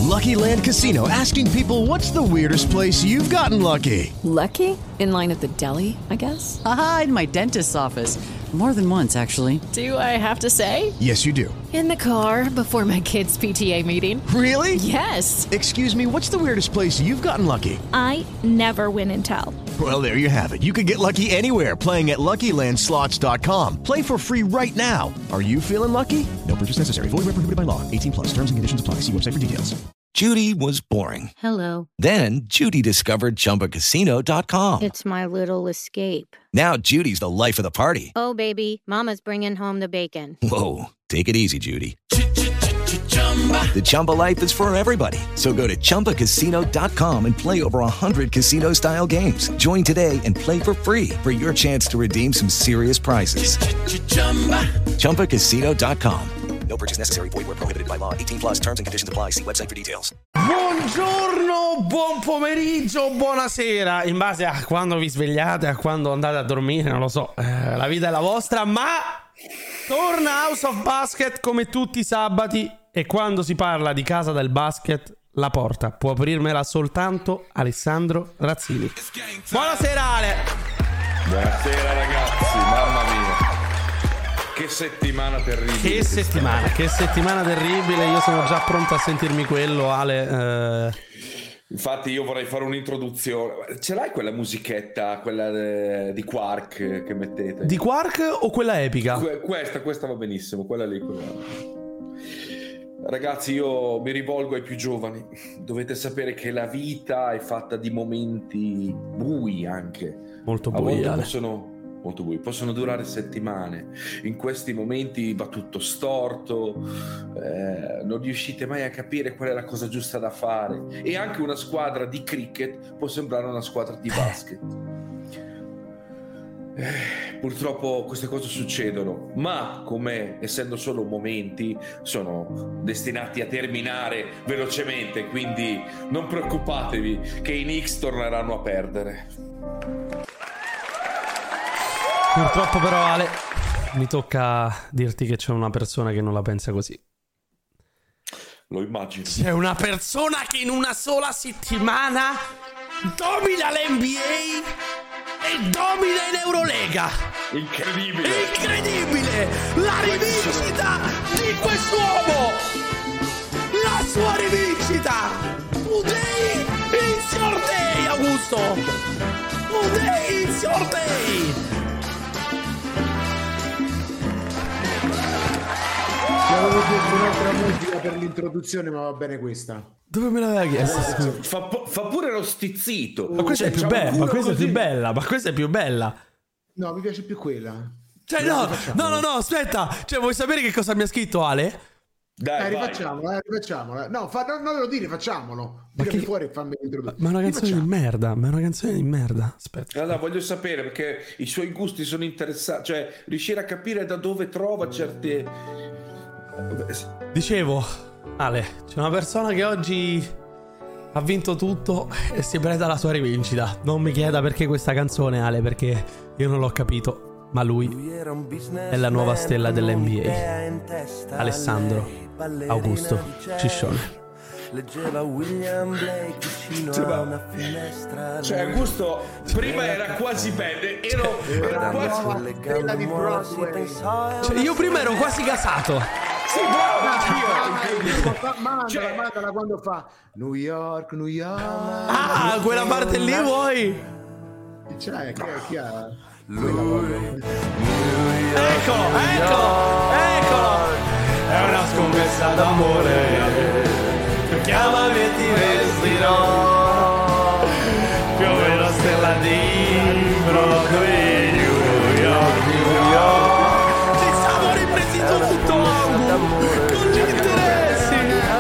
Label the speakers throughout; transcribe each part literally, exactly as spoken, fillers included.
Speaker 1: Lucky Land Casino, asking people, what's the weirdest place you've gotten lucky?
Speaker 2: Lucky? In line at the deli, I guess?
Speaker 3: Aha, in my dentist's office. More than once, actually.
Speaker 2: Do I have to say?
Speaker 1: Yes, you do.
Speaker 2: In the car before my kids' P T A meeting.
Speaker 1: Really?
Speaker 2: Yes.
Speaker 1: Excuse me, what's the weirdest place you've gotten lucky?
Speaker 4: I never win and tell.
Speaker 1: Well, there you have it. You can get lucky anywhere, playing at Lucky Land Slots dot com. Play for free right now. Are you feeling lucky? No purchase necessary. Void where prohibited by law. eighteen plus. Terms and conditions apply. See website for details.
Speaker 5: Judy was boring.
Speaker 4: Hello.
Speaker 5: Then Judy discovered Chumba Casino dot com.
Speaker 4: It's my little escape.
Speaker 5: Now Judy's the life of the party.
Speaker 4: Oh, baby, mama's bringing home the bacon.
Speaker 5: Whoa, take it easy, Judy. The Chumba life is for everybody. So go to Chumba Casino dot com and play over one hundred casino-style games. Join today and play for free for your chance to redeem some serious prizes. Chumba Casino dot com. No purchase necessary. Void where prohibited by law. eighteen plus. Terms and conditions apply. See website for details.
Speaker 6: Buongiorno, buon pomeriggio, buonasera. In base a quando vi svegliate, a quando andate a dormire, non lo so. Eh, la vita è la vostra, ma torna House of Basket come tutti i sabati. E quando si parla di casa del basket, la porta può aprirmela soltanto Alessandro Razzini. Buonasera Ale.
Speaker 7: Buonasera ragazzi, mamma mia. Che settimana terribile.
Speaker 6: Che settimana, che settimana terribile. Io sono già pronto a sentirmi quello, Ale. Eh...
Speaker 7: Infatti io vorrei fare un'introduzione. Ce l'hai quella musichetta, quella de... di Quark che mettete?
Speaker 6: Di Quark o quella epica?
Speaker 7: Que- questa, questa va benissimo, quella lì. Quella... Ragazzi, io mi rivolgo ai più giovani. Dovete sapere che la vita è fatta di momenti bui anche.
Speaker 6: Molto
Speaker 7: bui. A volte
Speaker 6: Ale.
Speaker 7: possono... molto bui, possono durare settimane. In questi momenti va tutto storto, eh, non riuscite mai a capire qual è la cosa giusta da fare, e anche una squadra di cricket può sembrare una squadra di basket. Eh, purtroppo queste cose succedono, ma come essendo solo momenti sono destinati a terminare velocemente, quindi non preoccupatevi che i Knicks torneranno a perdere.
Speaker 6: Purtroppo però Ale, mi tocca dirti che c'è una persona che non la pensa così.
Speaker 7: Lo immagino.
Speaker 6: C'è una persona che in una sola settimana domina l'N B A e domina in Eurolega.
Speaker 7: Incredibile.
Speaker 6: Incredibile. La rivincita di quest'uomo. La sua rivincita. Today is your day, Augusto. Today is your day.
Speaker 8: Avevo chiesto un'altra musica per l'introduzione, ma va bene questa.
Speaker 6: Dove me l'aveva chiesto?
Speaker 7: Fa, fa pure lo stizzito.
Speaker 6: Ma questa
Speaker 7: Cioè,
Speaker 6: è più bella, ma questa così. è più bella, ma questa è più bella.
Speaker 8: No, mi piace più quella.
Speaker 6: Cioè no, no, no, no, aspetta. Cioè, vuoi sapere che cosa mi ha scritto Ale?
Speaker 8: Dai, eh, rifacciamola, eh, rifacciamola. No, fa, no, non lo dire, facciamolo. Tirami che... fuori e fammi l'introdurre.
Speaker 6: Ma è una canzone di merda, ma è una canzone di merda. Aspetta.
Speaker 7: Allora, voglio sapere, perché i suoi gusti sono interessanti, cioè riuscire a capire da dove trova certe...
Speaker 6: Dicevo, Ale, c'è una persona che oggi ha vinto tutto e si preda la sua rivincita. Non mi chieda perché questa canzone, Ale, perché io non l'ho capito, ma lui è la nuova stella dell'N B A. Alessandro Augusto Ciccione.
Speaker 9: Leggeva William Blake vicino
Speaker 7: cioè,
Speaker 9: a una finestra.
Speaker 7: Cioè, Augusto prima era quasi bene, ero, ero quasi
Speaker 8: quella di Broadway.
Speaker 6: Cioè, io prima ero quasi gasato.
Speaker 7: Sì, bravo,
Speaker 8: mandala,
Speaker 7: cioè...
Speaker 8: mandala quando fa New York, New York.
Speaker 6: Ah, quella parte lì vuoi?
Speaker 8: Cioè, chi, chi ha?
Speaker 6: Lui. Ecco, ecco, eccolo. È una scommessa d'amore. Chiamami e ti vestirò. Piove la stella di Broadway, New York, New York. Ci siamo ripresi tutto, con gli interessi.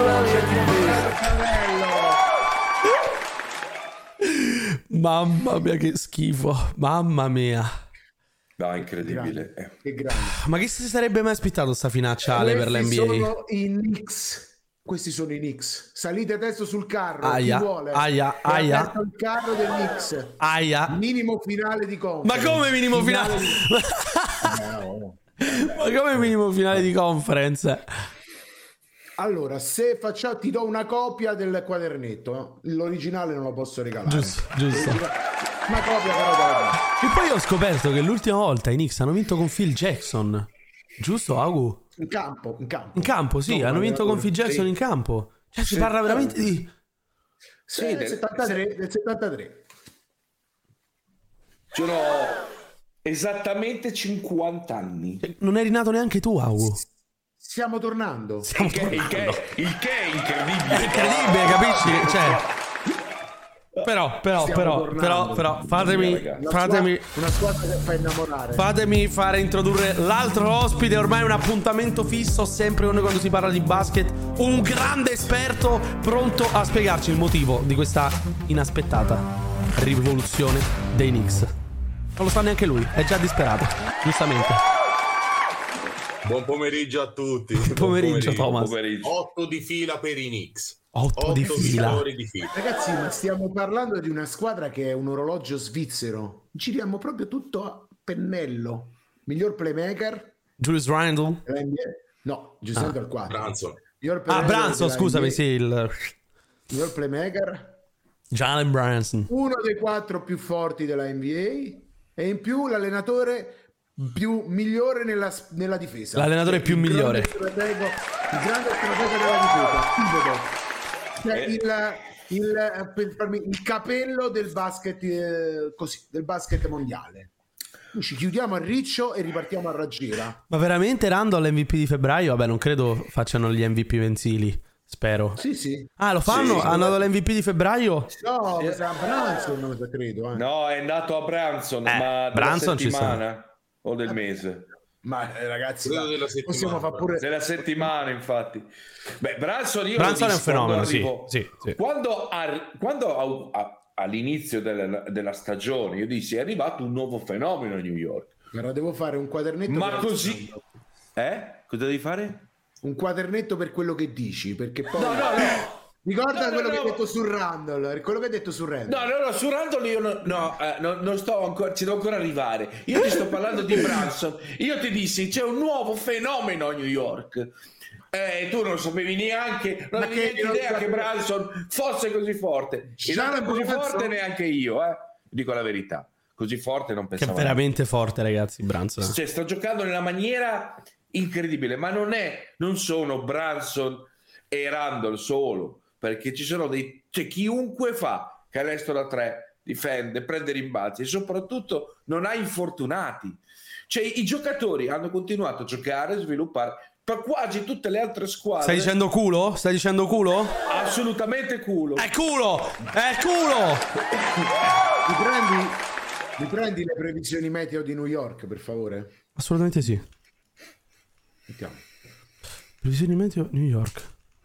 Speaker 6: Mamma mia che schifo, mamma mia.
Speaker 7: No, incredibile.
Speaker 8: Che grande. Che grande.
Speaker 6: Ma chi si sarebbe mai aspettato sta finacciale per l'N B A?
Speaker 8: Sono i Knicks. Questi sono i Knicks. Salite adesso sul carro.
Speaker 6: Aia,
Speaker 8: chi vuole?
Speaker 6: aia,
Speaker 8: È
Speaker 6: aia.
Speaker 8: il carro del Knicks.
Speaker 6: Aia.
Speaker 8: Minimo finale di conference.
Speaker 6: Ma come minimo finale? finale?
Speaker 8: Di...
Speaker 6: Ma come minimo finale di conference?
Speaker 8: Allora, se facciamo, ti do una copia del quadernetto, l'originale non lo posso regalare.
Speaker 6: Giusto, giusto.
Speaker 8: Una copia però della...
Speaker 6: E poi ho scoperto che l'ultima volta i Knicks hanno vinto con Phil Jackson. Giusto, Agu?
Speaker 8: In campo, in campo.
Speaker 6: In campo, sì,
Speaker 8: no,
Speaker 6: hanno vinto con Phil Jackson
Speaker 8: sì.
Speaker 6: in campo. Cioè, si
Speaker 8: Sì.
Speaker 6: parla veramente di...
Speaker 8: Sì, del settantatré, del settantatré.
Speaker 7: Sono esattamente cinquanta anni.
Speaker 6: Non eri nato neanche tu, Agu.
Speaker 8: Stiamo tornando.
Speaker 6: Stiamo
Speaker 7: Il che, il che- il che è incredibile.
Speaker 6: È incredibile, capisci? Cioè... Però, però,
Speaker 8: Stiamo
Speaker 6: però,
Speaker 8: tornando.
Speaker 6: però, però, fatemi,
Speaker 7: Una
Speaker 6: fatemi,
Speaker 8: Una squadra che fa innamorare.
Speaker 6: fatemi fare introdurre l'altro ospite, ormai un appuntamento fisso sempre con noi quando si parla di basket, un grande esperto pronto a spiegarci il motivo di questa inaspettata rivoluzione dei Knicks. Non lo sa neanche lui, è già disperato, giustamente.
Speaker 10: Buon pomeriggio a tutti.
Speaker 6: Buon pomeriggio, Thomas.
Speaker 7: Buon pomeriggio.
Speaker 10: Otto di fila per i Knicks.
Speaker 6: Otto di fila.
Speaker 10: vittorie di fila.
Speaker 8: Ragazzi, ma stiamo parlando di una squadra che è un orologio svizzero. Giriamo proprio tutto a pennello. Miglior playmaker?
Speaker 6: Julius Randle.
Speaker 8: No, giustamente
Speaker 6: Ah.
Speaker 8: al quattro.
Speaker 10: Branson.
Speaker 8: Miglior
Speaker 6: Ah,
Speaker 8: playmaker
Speaker 6: Branson,
Speaker 8: della
Speaker 6: scusami,
Speaker 8: N B A.
Speaker 6: sì, il
Speaker 8: Miglior playmaker?
Speaker 6: Jalen Branson.
Speaker 8: Uno dei quattro più forti della N B A e in più l'allenatore più migliore nella, nella difesa.
Speaker 6: L'allenatore più
Speaker 8: il
Speaker 6: migliore.
Speaker 8: grande stratego, il grande stratega della difesa. Thibodeau. Cioè,
Speaker 7: Eh.
Speaker 8: il, il, per farmi- il capello del basket eh, così, del basket mondiale. Noi ci chiudiamo a riccio e ripartiamo a raggiera.
Speaker 6: Ma veramente Randle M V P di febbraio? Vabbè, non credo facciano gli M V P mensili. Spero.
Speaker 8: Sì, sì.
Speaker 6: Ah, lo fanno?
Speaker 7: Sì,
Speaker 6: Hanno dato l'M V P di febbraio?
Speaker 8: No, mi sa Branson, non so, credo. Eh.
Speaker 7: No, è nato a Branson,
Speaker 6: Eh,
Speaker 7: ma della
Speaker 6: Branson ci
Speaker 7: settimana o del mese.
Speaker 8: Ma eh, ragazzi,
Speaker 10: Credo
Speaker 8: dai,
Speaker 10: della settimana,
Speaker 8: possiamo fare pure
Speaker 7: Della settimana, infatti. Beh, Branson io
Speaker 6: Branson
Speaker 7: l'ho
Speaker 6: è un
Speaker 7: visto
Speaker 6: fenomeno,
Speaker 7: quando
Speaker 6: sì,
Speaker 7: arrivò-
Speaker 6: sì, sì.
Speaker 7: Quando, ar- quando a- a- all'inizio della, della stagione io dissi è arrivato un nuovo fenomeno a New York.
Speaker 8: Guarda, devo fare un quadernetto
Speaker 7: Ma
Speaker 8: per
Speaker 7: così...
Speaker 8: Alessandro.
Speaker 7: Eh? Cosa devi fare?
Speaker 8: Un quadernetto per quello che dici, perché poi
Speaker 7: No, no, no.
Speaker 8: ricorda
Speaker 7: No, no,
Speaker 8: quello
Speaker 7: no.
Speaker 8: che hai detto su Randall, quello che hai detto su Randall.
Speaker 7: No, no, no, su Randall io no, no, eh, no, non sto ancora, ci devo ancora arrivare. Io ti sto parlando di Branson. Io ti dissi c'è un nuovo fenomeno a New York. Eh, tu non sapevi neanche, non
Speaker 8: Ma
Speaker 7: avevi
Speaker 8: che-
Speaker 7: neanche
Speaker 8: non
Speaker 7: idea che
Speaker 8: sapevo.
Speaker 7: Branson fosse così forte. E non
Speaker 8: Jalen
Speaker 7: è così
Speaker 8: Brunson?
Speaker 7: forte neanche io, eh. Dico la verità. Così forte non
Speaker 6: Che è
Speaker 7: pensavo.
Speaker 6: veramente forte, ragazzi, Branson.
Speaker 7: Cioè, sta giocando nella maniera incredibile, ma non è, non sono Branson e Randall solo, perché ci sono dei, cioè chiunque fa canestro da tre, difende, prende rimbalzi e soprattutto non ha infortunati. Cioè i giocatori hanno continuato a giocare, a sviluppare, per quasi tutte le altre squadre.
Speaker 6: Stai dicendo culo? Stai dicendo culo?
Speaker 7: Assolutamente culo.
Speaker 6: È culo! È culo!
Speaker 8: Mi prendi, mi prendi le previsioni meteo di New York, per favore?
Speaker 6: Assolutamente sì.
Speaker 8: Mettiamo.
Speaker 6: Previsioni meteo New York.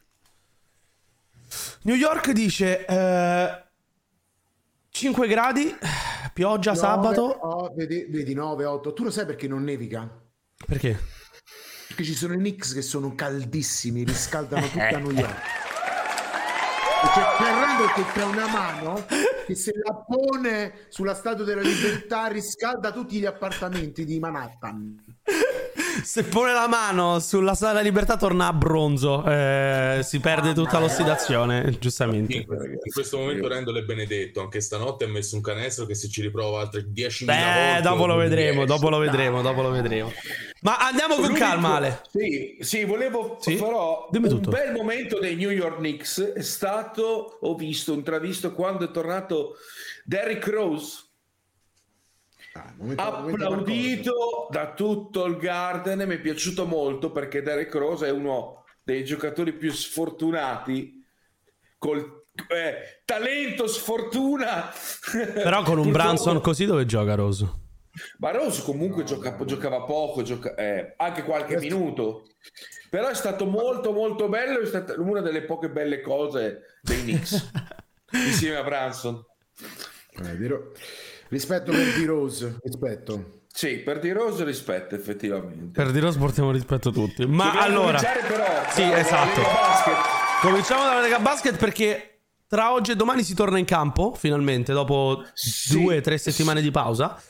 Speaker 6: New York dice eh, cinque gradi, pioggia
Speaker 8: nove,
Speaker 6: sabato.
Speaker 8: oh, vedi, vedi nove, otto. Tu lo sai perché non nevica?
Speaker 6: Perché?
Speaker 8: Perché ci sono i Knicks che sono caldissimi, riscaldano tutta New York. E c'è Randall che tra una mano che se la pone sulla Statua della Libertà riscalda tutti gli appartamenti di Manhattan.
Speaker 6: Se pone la mano sulla Sala della Libertà torna a bronzo, eh, si perde tutta l'ossidazione, giustamente.
Speaker 10: In questo momento Randall è benedetto. Anche stanotte ha messo un canestro che se ci riprova altre diecimila volte.
Speaker 6: Beh, dopo lo
Speaker 10: non
Speaker 6: vedremo,
Speaker 10: riesce.
Speaker 6: dopo lo vedremo, dopo lo vedremo. Ma andiamo con
Speaker 7: L'unico-
Speaker 6: calma, Ale.
Speaker 7: Sì, sì, volevo
Speaker 6: Sì?
Speaker 7: però
Speaker 6: Dimmi
Speaker 7: un
Speaker 6: tutto.
Speaker 7: bel momento dei New York Knicks è stato, ho visto, intravisto quando è tornato Derrick Rose,
Speaker 8: Ah, momento- momento
Speaker 7: applaudito da tutto il Garden, e mi è piaciuto molto perché Derrick Rose è uno dei giocatori più sfortunati col eh, talento sfortuna.
Speaker 6: Però con un
Speaker 7: Purtroppo-
Speaker 6: Branson così dove gioca Rose?
Speaker 7: Ma Rose comunque gioca- giocava poco, gioca- eh, anche qualche minuto. Però è stato molto molto bello, è stata una delle poche belle cose dei Knicks insieme a Branson.
Speaker 8: Eh, dirò- Rispetto per D Rose, rispetto.
Speaker 7: Sì, per di Rose rispetto effettivamente.
Speaker 6: Per di Rose portiamo rispetto a tutti. Ma
Speaker 7: Dobbiamo
Speaker 6: allora,
Speaker 7: cominciare però
Speaker 6: sì,
Speaker 7: dalla
Speaker 6: esatto.
Speaker 7: Lega Basket.
Speaker 6: Cominciamo dalla Lega Basket perché tra oggi e domani si torna in campo finalmente dopo
Speaker 7: Sì.
Speaker 6: due o tre settimane di pausa.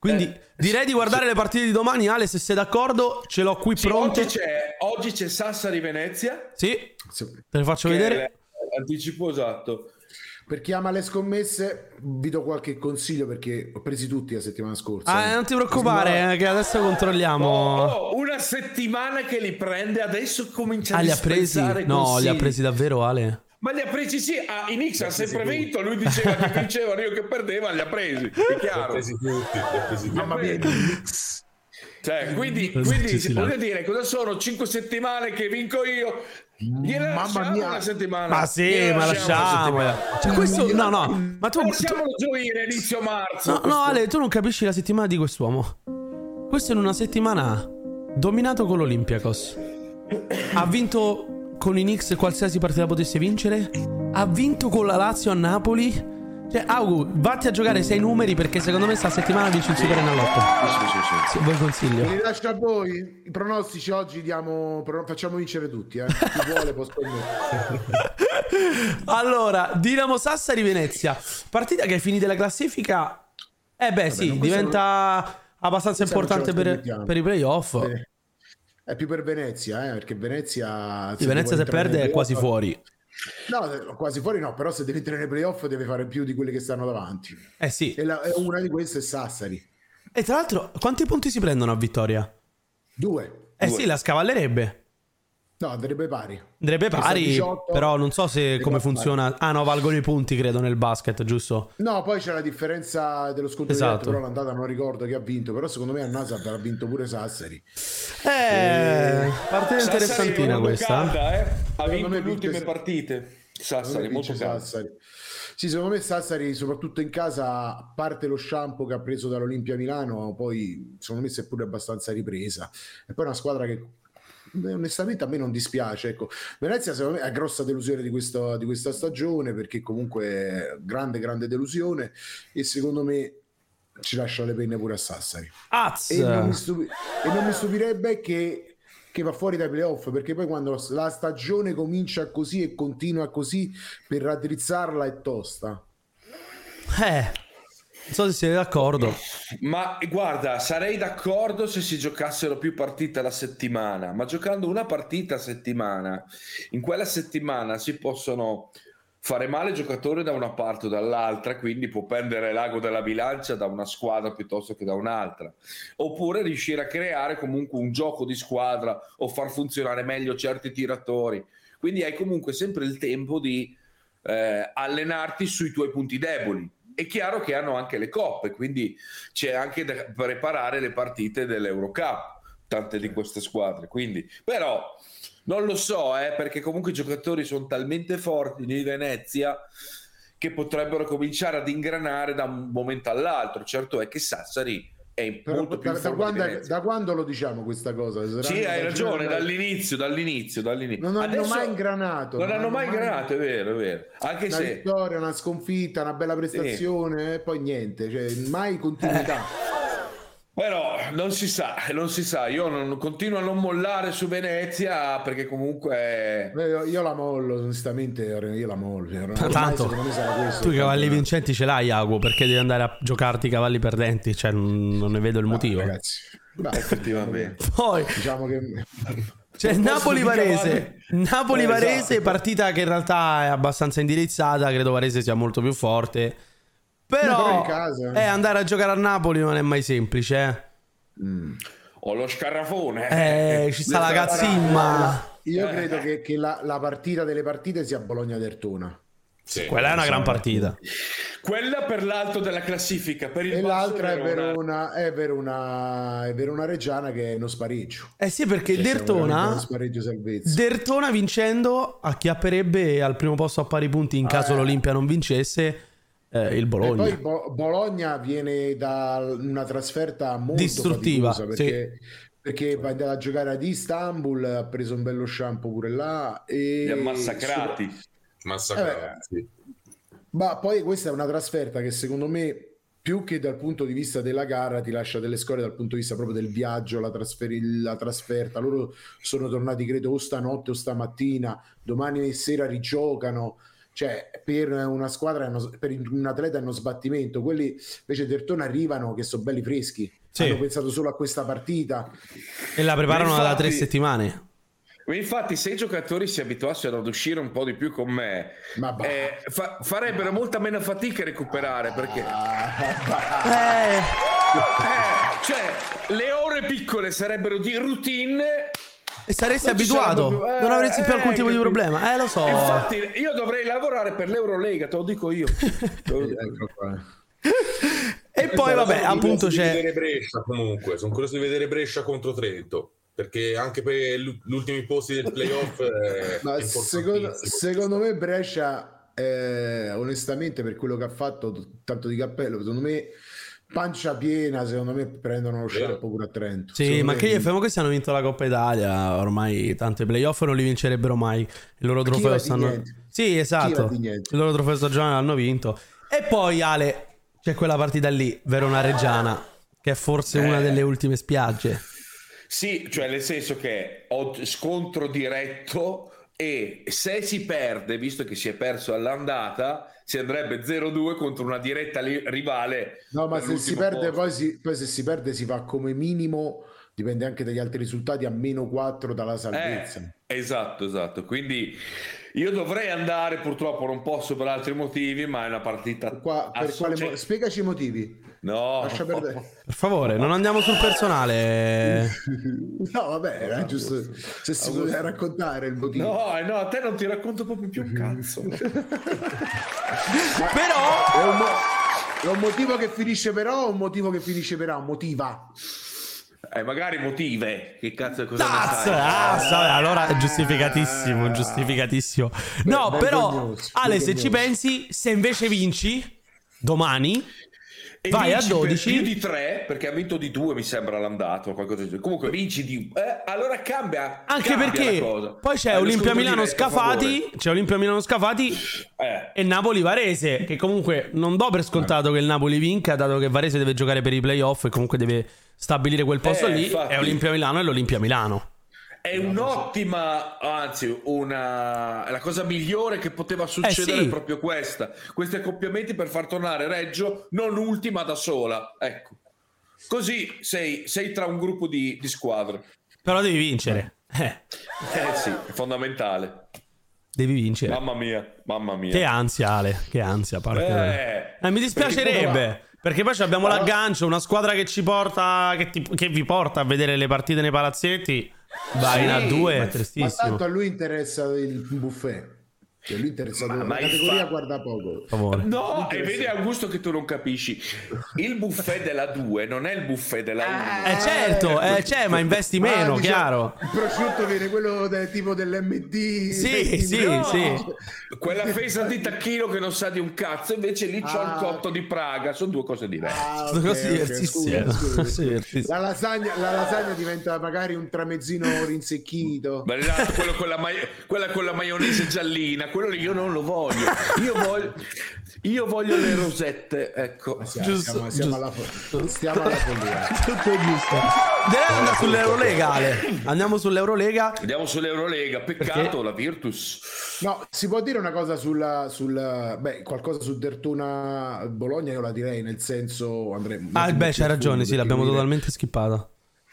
Speaker 6: Quindi
Speaker 7: Eh,
Speaker 6: direi di guardare
Speaker 7: sì.
Speaker 6: le partite di domani. Ale, se sei d'accordo, ce l'ho qui
Speaker 7: Sì,
Speaker 6: pronte.
Speaker 7: oggi c'è, oggi c'è Sassari-Venezia.
Speaker 6: Sì, te le faccio
Speaker 7: che
Speaker 6: vedere.
Speaker 7: è l'anticipo esatto.
Speaker 8: Per chi ama le scommesse, vi do qualche consiglio perché ho presi tutti la settimana scorsa.
Speaker 6: Ah, non ti preoccupare, eh, che adesso controlliamo.
Speaker 7: Oh, oh, una settimana che li prende, adesso comincia
Speaker 6: Ah,
Speaker 7: a
Speaker 6: li ha presi?
Speaker 7: dispensare
Speaker 6: No,
Speaker 7: consigli.
Speaker 6: li ha presi davvero, Ale.
Speaker 7: Ma li ha presi sì, ah, i Knicks ha sempre vinto, lui diceva che vincevano, io che perdevo, li ha presi, è
Speaker 10: Li ha
Speaker 7: chiaro.
Speaker 10: presi tutti, li ha presi tutti.
Speaker 8: Mamma mia, i Knicks.
Speaker 7: Cioè, quindi,
Speaker 6: Cosa
Speaker 7: quindi
Speaker 6: ci si
Speaker 7: voglio
Speaker 6: dà?
Speaker 7: dire, cosa sono? Cinque settimane che vinco io? Gliela
Speaker 8: Mamma
Speaker 7: lasciamo
Speaker 8: mia.
Speaker 7: una settimana.
Speaker 6: Ma sì,
Speaker 7: Gliela
Speaker 6: ma
Speaker 7: lasciamo una
Speaker 6: lasciamola.
Speaker 7: settimana.
Speaker 6: Cioè, questo, no, no, ma tu, tu-
Speaker 7: Lasciamolo gioire inizio marzo.
Speaker 6: no, no, Ale, tu non capisci la settimana di quest'uomo. Questo in una settimana dominato con l'Olympiakos. Ha vinto con i Knicks qualsiasi partita potesse vincere. Ha vinto con la Lazio a Napoli. Cioè, Augu, vatti a giocare sei numeri perché secondo me sta settimana vinci il Super Enalotto. Sì, vuoi consiglio?
Speaker 8: Li lascio a voi. I pronostici oggi diamo, pro- facciamo vincere tutti. Eh. Chi vuole può scommettere.
Speaker 6: Allora, Dinamo Sassari Venezia. Partita che ai fini della classifica, eh beh, sì,
Speaker 8: no, questa
Speaker 6: diventa abbastanza
Speaker 8: questa non
Speaker 6: importante
Speaker 8: ce la
Speaker 6: per,
Speaker 8: scommettiamo.
Speaker 6: per i playoff.
Speaker 8: Bene. È più per Venezia, eh, perché Venezia...
Speaker 6: Sì, Venezia se perde è quasi fuori.
Speaker 8: No, quasi fuori no, però se deve entrare nei playoff deve fare più di quelli che stanno davanti.
Speaker 6: Eh sì.
Speaker 8: E, la, e una di queste è Sassari.
Speaker 6: E tra l'altro, quanti punti si prendono a vittoria?
Speaker 8: Due.
Speaker 6: Eh
Speaker 8: Due.
Speaker 6: sì, la scavallerebbe.
Speaker 8: No, andrebbe pari.
Speaker 6: Andrebbe
Speaker 8: Che sta
Speaker 6: pari,
Speaker 8: diciotto,
Speaker 6: però non so se come
Speaker 8: va
Speaker 6: funziona. Ah no, valgono i punti, credo, nel basket, giusto?
Speaker 8: No, poi c'è la differenza dello sconto
Speaker 6: Esatto.
Speaker 8: diretto, però l'andata non ricordo chi ha vinto, però secondo me a Nasab ha vinto pure Sassari.
Speaker 6: Eh, partita
Speaker 7: Sassari
Speaker 6: interessantina
Speaker 7: molto
Speaker 6: questa.
Speaker 7: calda, eh. Ha
Speaker 8: Secondo
Speaker 7: vinto
Speaker 8: me
Speaker 7: le ultime
Speaker 8: vince-
Speaker 7: partite.
Speaker 8: Secondo
Speaker 7: Sassari
Speaker 8: me
Speaker 7: molto
Speaker 8: vince
Speaker 7: calda.
Speaker 8: Sassari. Sì, secondo me Sassari, soprattutto in casa, a parte lo shampoo che ha preso dall'Olimpia Milano, poi secondo me si è pure abbastanza ripresa. E poi è una squadra che beh, onestamente a me non dispiace. Ecco, Venezia secondo me è grossa delusione di, questo, di questa stagione, perché comunque è grande, grande delusione, e secondo me ci lascia le penne pure a Sassari.
Speaker 6: Az.
Speaker 8: E non mi, stupi- e non mi stupirebbe che, che va fuori dai playoff, perché poi quando la stagione comincia così e continua così, per raddrizzarla è tosta.
Speaker 6: Eh, non so se siete d'accordo.
Speaker 7: Ma guarda, sarei d'accordo se si giocassero più partite alla settimana, ma giocando una partita a settimana, in quella settimana si possono fare male giocatori da una parte o dall'altra, quindi può pendere l'ago della bilancia da una squadra piuttosto che da un'altra, oppure riuscire a creare comunque un gioco di squadra o far funzionare meglio certi tiratori, quindi hai comunque sempre il tempo di eh, allenarti sui tuoi punti deboli. È chiaro che hanno anche le coppe, quindi c'è anche da preparare le partite dell'Eurocup, tante di queste squadre, quindi però non lo so, eh, perché comunque i giocatori sono talmente forti di Venezia che potrebbero cominciare ad ingranare da un momento all'altro. Certo è che Sassari è
Speaker 8: Però
Speaker 7: molto più
Speaker 8: da, da,
Speaker 7: forte di
Speaker 8: quando,
Speaker 7: Venezia.
Speaker 8: da quando lo diciamo questa cosa? Saranno
Speaker 7: Sì, hai ragione,
Speaker 8: dal...
Speaker 7: dall'inizio, dall'inizio, dall'inizio.
Speaker 8: Non hanno
Speaker 7: Adesso
Speaker 8: mai ingranato.
Speaker 7: Non hanno mai ingranato, è vero, è vero. Anche
Speaker 8: una
Speaker 7: se
Speaker 8: vittoria, una sconfitta, una bella prestazione, e poi niente, cioè mai continuità.
Speaker 7: Però non si sa, non si sa, io non, continuo a non mollare su Venezia perché comunque
Speaker 8: Eh, Io, io la mollo, onestamente, io la mollo. Cioè, ormai
Speaker 6: Tanto
Speaker 8: secondo me sarà questo.
Speaker 6: tu i cavalli vincenti ce l'hai, Agu, perché devi andare a giocarti i cavalli perdenti, cioè non, non ne vedo il motivo.
Speaker 8: Ah, ragazzi, beh,
Speaker 7: effettivamente.
Speaker 6: Poi
Speaker 8: diciamo che
Speaker 6: c'è
Speaker 7: Un posto di
Speaker 6: Napoli-Varese.
Speaker 7: cavalli.
Speaker 6: Napoli-Varese,
Speaker 7: Eh, esatto.
Speaker 6: partita che in realtà è abbastanza indirizzata, credo Varese sia molto più forte.
Speaker 8: No, però
Speaker 6: Però
Speaker 8: in casa.
Speaker 6: eh, andare a giocare a Napoli non è mai semplice, eh.
Speaker 7: Ho lo scarrafone.
Speaker 6: Eh, ci sta la cazzimma.
Speaker 8: io credo che, che la, la partita delle partite sia Bologna-Dertona.
Speaker 10: Sì,
Speaker 6: Quella è una gran partita.
Speaker 7: Quella per l'alto della classifica, per il
Speaker 8: E
Speaker 7: basso
Speaker 8: l'altra è
Speaker 7: Verona.
Speaker 8: Verona, è Verona, è Verona Reggiana, che è uno spareggio.
Speaker 6: Eh sì, perché
Speaker 8: Cioè, siamo veramente
Speaker 6: Dertona
Speaker 8: uno spareggio salvezza.
Speaker 6: Dertona vincendo acchiapperebbe al primo posto a pari punti in caso
Speaker 8: Eh.
Speaker 6: l'Olimpia non vincesse eh, il
Speaker 8: E
Speaker 6: Bologna.
Speaker 8: poi Bo- Bologna viene da una trasferta molto
Speaker 6: Distruttiva,
Speaker 8: faticosa, perché, perché va andata a giocare ad Istanbul, ha preso un bello shampoo pure là e
Speaker 7: Li ha massacrati.
Speaker 10: Massacrati.
Speaker 8: Eh, ma poi questa è una trasferta che secondo me, più che dal punto di vista della gara, ti lascia delle scorie dal punto di vista proprio del viaggio, la, trasferi- la trasferta. Loro sono tornati credo o stanotte o stamattina, domani sera rigiocano cioè per una squadra, per un atleta è uno sbattimento. Quelli invece Dertona arrivano che sono belli freschi, sì. Hanno pensato solo a questa partita
Speaker 6: e la preparano
Speaker 7: infatti,
Speaker 6: da tre settimane.
Speaker 7: Infatti se i giocatori si abituassero ad uscire un po' di più con me, eh, fa- farebbero molta meno fatica a recuperare, perché eh. Eh, cioè le ore piccole sarebbero di routine
Speaker 6: e saresti abituato, più, eh, non avresti più alcun tipo di problema. Eh, lo so.
Speaker 7: Infatti, io dovrei lavorare per l'Eurolega, te lo dico io.
Speaker 6: E poi, vabbè, appunto c'è.
Speaker 10: Vedere Brescia, comunque, sono curioso di vedere Brescia contro Trento. Perché anche per gli ultimi posti del playoff è
Speaker 8: Ma secondo, secondo me Brescia, eh, onestamente, per quello che ha fatto, tanto di cappello, secondo me. Pancia piena, secondo me prendono lo shampoo pure a Trento.
Speaker 6: Sì,
Speaker 8: secondo
Speaker 6: ma
Speaker 8: me...
Speaker 6: che gli F M questi hanno vinto la Coppa Italia, ormai tanto i playoff non li vincerebbero mai. Il loro trofeo stanno... Sì, esatto. Il loro trofeo stagionale l'hanno vinto. E poi Ale, c'è quella partita lì, Verona Reggiana, che è forse eh... una delle ultime spiagge.
Speaker 7: Sì, cioè nel senso che ho scontro diretto e se si perde, visto che si è perso all'andata, si andrebbe zero due contro una diretta li- rivale.
Speaker 8: No, ma se si perde poi, si, poi se si perde si fa come minimo, dipende anche dagli altri risultati, a meno quattro dalla salvezza.
Speaker 7: Eh, esatto, esatto. Quindi io dovrei andare, purtroppo non posso per altri motivi, ma è una partita...
Speaker 8: Qua, per
Speaker 7: associ-
Speaker 8: quale mo- Spiegaci i motivi.
Speaker 7: No.
Speaker 8: Lascia perdere.
Speaker 6: Per favore, non andiamo sul personale.
Speaker 8: No, vabbè, era giusto se si voleva raccontare il motivo.
Speaker 7: No, no, a te non ti racconto proprio più un cazzo.
Speaker 6: Però
Speaker 8: è un, mo- è un motivo che finisce però o un motivo che finisce però? Motiva.
Speaker 7: Eh, magari motive. Che cazzo cosa ne
Speaker 6: Tazz,
Speaker 7: sai?
Speaker 6: ah, so, allora è giustificatissimo, giustificatissimo. No,
Speaker 8: Beh,
Speaker 6: però
Speaker 8: vergognoso,
Speaker 6: Ale, se
Speaker 8: vergognoso.
Speaker 6: ci pensi, se invece vinci domani
Speaker 7: E
Speaker 6: vai a
Speaker 7: vinci
Speaker 6: dodici
Speaker 7: per più di tre, perché ha vinto di due mi sembra l'andato o qualcosa di genere. Comunque vinci di eh, allora cambia
Speaker 6: anche
Speaker 7: cambia
Speaker 6: perché
Speaker 7: la cosa.
Speaker 6: poi c'è
Speaker 7: Hai lo
Speaker 6: Olimpia
Speaker 7: scontro
Speaker 6: Milano
Speaker 7: diretto a
Speaker 6: Scafati,
Speaker 7: favore.
Speaker 6: c'è Olimpia Milano Scafati
Speaker 7: Eh.
Speaker 6: e Napoli Varese, che comunque non do per scontato che il Napoli vinca, dato che Varese deve giocare per i playoff e comunque deve stabilire quel posto
Speaker 7: Eh,
Speaker 6: lì.
Speaker 7: infatti.
Speaker 6: È Olimpia Milano e l'Olimpia Milano.
Speaker 7: È un'ottima, anzi, una la cosa migliore che poteva succedere
Speaker 6: Eh sì.
Speaker 7: è proprio questa. Questi accoppiamenti per far tornare Reggio non ultima da sola. Ecco. Così sei, sei tra un gruppo di, di squadre.
Speaker 6: Però devi vincere. Eh,
Speaker 7: Eh sì, è fondamentale.
Speaker 6: devi vincere.
Speaker 7: Mamma mia, mamma mia.
Speaker 6: Che ansia, Ale, che ansia. porca-
Speaker 7: Eh,
Speaker 6: Eh, mi dispiacerebbe.
Speaker 7: perché-
Speaker 6: Perché poi abbiamo l'aggancio, una squadra che ci porta, che, ti- che vi porta a vedere le partite nei palazzetti. Vai in A due, è
Speaker 8: Ma
Speaker 6: tristissimo.
Speaker 8: tanto a lui interessa il buffet. Cioè, lui interessa
Speaker 7: Ma-
Speaker 8: la
Speaker 7: ma
Speaker 8: categoria,
Speaker 7: infa-
Speaker 8: guarda poco.
Speaker 6: Per favore.
Speaker 7: No, e vedi Augusto che tu non capisci. Il buffet della due non è il buffet della uno.
Speaker 6: Eh certo, eh, c'è, ma investi meno,
Speaker 8: Ah, diciamo,
Speaker 6: chiaro.
Speaker 8: il prosciutto viene quello del tipo dell'M D.
Speaker 6: Sì, sì,
Speaker 8: No.
Speaker 6: sì.
Speaker 7: Quella fesa di tacchino che non sa di un cazzo, invece lì c'ho
Speaker 8: Ah.
Speaker 7: il cotto di Praga, sono due cose diverse.
Speaker 8: Ah,
Speaker 6: Sono
Speaker 8: ok,
Speaker 6: cose
Speaker 8: ok,
Speaker 6: divertissime,
Speaker 8: scusa, scusa,
Speaker 6: sì,
Speaker 8: scusa.
Speaker 6: divertissime.
Speaker 8: La lasagna, la lasagna diventa magari un tramezzino rinsecchito.
Speaker 7: Ma esatto, quello con la ma- quella con la maionese giallina, quello lì io non lo voglio. Io voglio, io voglio le rosette, ecco.
Speaker 8: Siamo,
Speaker 6: Giusto,
Speaker 8: siamo, siamo alla, fo- stiamo alla follia.
Speaker 6: Tutto è giusto. Direi andare sull'Eurolega, Ale. Andiamo sull'Eurolega.
Speaker 7: Andiamo sull'Eurolega, peccato
Speaker 6: Perché?
Speaker 7: la Virtus.
Speaker 8: No, si può dire una cosa sulla, sul beh, qualcosa su Dertona Bologna, io la direi, nel senso andremo.
Speaker 6: Ah, beh, c'hai ragione, sì,
Speaker 8: perché
Speaker 6: l'abbiamo
Speaker 8: dire-
Speaker 6: totalmente skippata.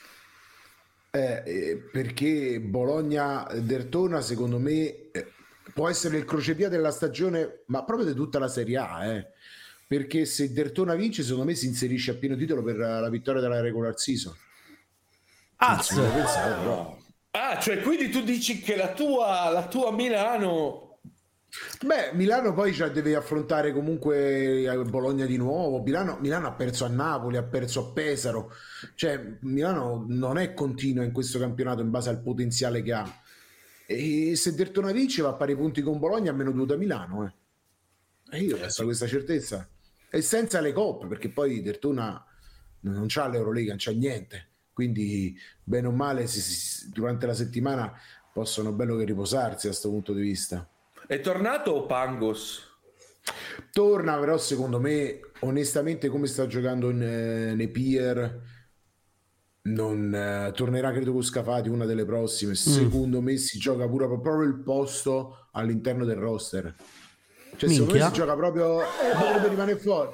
Speaker 8: Eh, eh, perché Bologna Dertona secondo me eh, può essere il crocevia della stagione, ma proprio di tutta la Serie A, eh. Perché se Dertona vince secondo me si inserisce a pieno titolo per la vittoria della regular season. Non ci avevo pensato, però.
Speaker 7: Ah, cioè quindi tu dici che la tua, la tua Milano...
Speaker 8: Beh, Milano poi già deve affrontare comunque Bologna di nuovo. Milano, Milano ha perso a Napoli, ha perso a Pesaro. Cioè, Milano non è continua in questo campionato in base al potenziale che ha. E se Dertona vince va a pari punti con Bologna a meno due da Milano. Eh. E io ho questa certezza. E senza le coppe, perché poi Dertona non c'ha l'Eurolega, non c'ha niente. Quindi, bene o male, si, si, durante la settimana possono bello che riposarsi da questo punto di vista.
Speaker 7: È tornato Pangos?
Speaker 8: Torna, però secondo me, onestamente, come sta giocando in, eh, nei Pier, non eh, tornerà credo con Scafati, una delle prossime. Secondo me si gioca pure proprio il posto all'interno del roster. Cioè, secondo me si gioca proprio, eh, potrebbe rimanere fuori.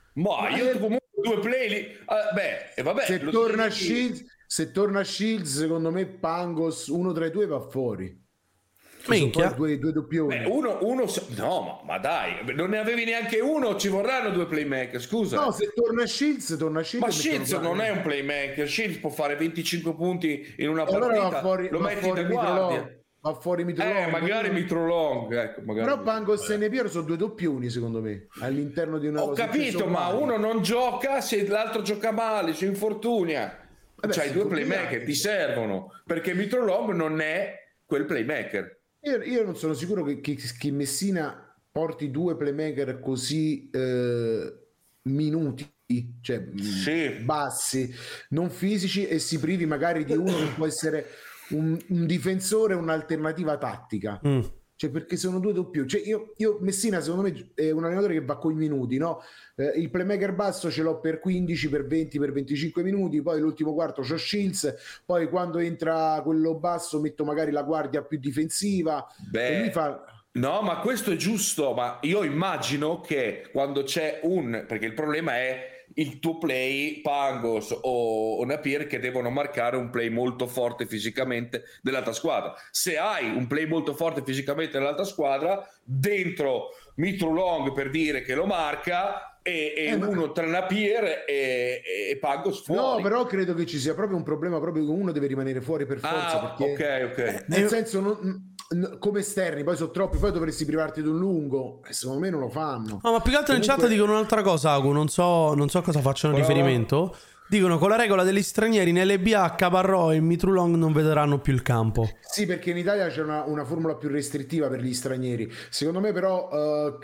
Speaker 7: Ma io comunque due play lì, uh, beh, e vabbè,
Speaker 8: se torna Shields, se torna Shields, secondo me Pangos uno tra i due va fuori.
Speaker 6: Minchia.
Speaker 8: Due, due doppioni.
Speaker 7: Beh, uno, uno, no, ma, ma dai, non ne avevi neanche uno, ci vorranno due playmaker, scusa.
Speaker 8: No, se torna Shields, torna Shields.
Speaker 7: Ma Shields non è un playmaker, Shields può fare venticinque punti in una partita,
Speaker 8: allora va fuori,
Speaker 7: lo
Speaker 8: va
Speaker 7: metti
Speaker 8: fuori
Speaker 7: da guardia.
Speaker 8: Va fuori Mitrolong.
Speaker 7: Eh, magari Mitrolong, ecco, magari.
Speaker 8: Però Pangos e Nepiero sono due doppioni, secondo me, all'interno di una
Speaker 7: Ho capito, ma uno non gioca se l'altro gioca male, si infortunia.
Speaker 8: Vabbè,
Speaker 7: cioè i due playmaker ti servono, perché Mitrolong non è quel playmaker.
Speaker 8: Io, io non sono sicuro che, che, che Messina porti due playmaker così eh, minuti, cioè
Speaker 7: sì.
Speaker 8: bassi, non fisici, e si privi magari di uno che può essere un, un difensore, un'alternativa tattica. Mm. Cioè, perché sono due doppiù. Cioè, io, io Messina secondo me è un allenatore che va con i minuti, no? Eh, il playmaker basso ce l'ho per quindici, per venti, per venticinque minuti, poi l'ultimo quarto c'ho Shields, poi quando entra quello basso metto magari la guardia più difensiva.
Speaker 7: Beh,
Speaker 8: e lui fa...
Speaker 7: no, ma questo è giusto, ma io immagino che quando c'è un... perché il problema è il tuo play, Pangos o, o Napier, che devono marcare un play molto forte fisicamente dell'altra squadra. Se hai un play molto forte fisicamente dell'altra squadra, dentro Mitrolong, per dire, che lo marca, e, e eh, uno ma... tra Napier e, e Pangos fuori.
Speaker 8: No, però credo che ci sia proprio un problema, proprio che uno deve rimanere fuori per forza.
Speaker 7: Ah,
Speaker 8: perché,
Speaker 7: ok, ok.
Speaker 8: Nel senso... Non... come esterni, poi sono troppi, poi dovresti privarti di un lungo, e secondo me non lo fanno.
Speaker 6: No, ma più che altro
Speaker 8: Comunque...
Speaker 6: in chat dicono un'altra cosa, Agu, non so, non so cosa facciano Però... riferimento. Dicono con la regola degli stranieri in L B A Cabarro e Mitrolong non vedranno più il campo.
Speaker 8: Sì, perché in Italia c'è una, una formula più restrittiva per gli stranieri. Secondo me però uh,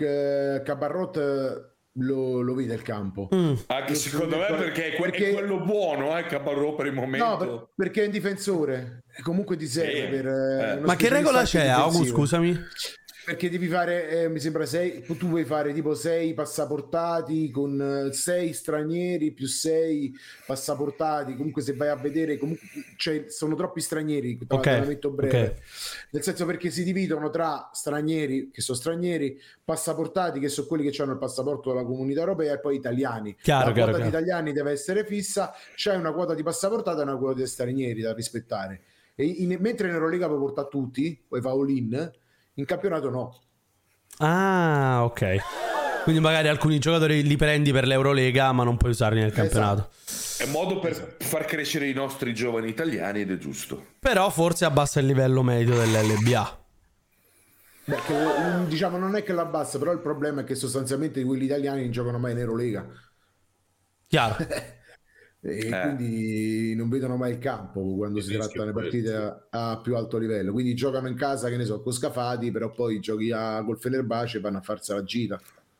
Speaker 8: Cabarrot lo, lo vede il campo.
Speaker 7: Mm. Anche secondo me perché è, que- perché... è quello buono, eh, Cabarrot per il momento.
Speaker 8: No, per, perché è un difensore. Comunque ti serve
Speaker 7: eh,
Speaker 8: per...
Speaker 7: Eh.
Speaker 6: Ma che regola c'è, Agu, scusami?
Speaker 8: Perché devi fare, eh, mi sembra sei, tu puoi fare tipo sei passaportati con sei stranieri più sei passaportati. Comunque se vai a vedere, comunque, cioè, sono troppi stranieri, te
Speaker 6: okay.
Speaker 8: la metto breve.
Speaker 6: Okay.
Speaker 8: Nel senso, perché si dividono tra stranieri che sono stranieri, passaportati che sono quelli che hanno il passaporto della Comunità Europea, e poi italiani.
Speaker 6: Chiaro,
Speaker 8: la
Speaker 6: chiaro,
Speaker 8: quota
Speaker 6: chiaro.
Speaker 8: di italiani deve essere fissa, c'è una quota di passaportati e una quota di stranieri da rispettare. E in, mentre in Eurolega puoi portare tutti, poi fa all-in, in campionato no.
Speaker 6: Ah, ok. Quindi magari alcuni giocatori li prendi per l'Eurolega, ma non puoi usarli nel campionato.
Speaker 7: Esatto. È un modo per far crescere i nostri giovani italiani, ed è giusto.
Speaker 6: Però forse abbassa il livello medio dell'L B A.
Speaker 8: Beh, che, diciamo, non è che l'abbassa, però il problema è che sostanzialmente quelli italiani non giocano mai in Eurolega.
Speaker 6: Chiaro.
Speaker 8: E
Speaker 7: eh.
Speaker 8: quindi non vedono mai il campo quando si tratta di partite a, a più alto livello, quindi giocano in casa, che ne so, con Scafati, però poi giochi a, col Fenerbahce e vanno a farsi la gita.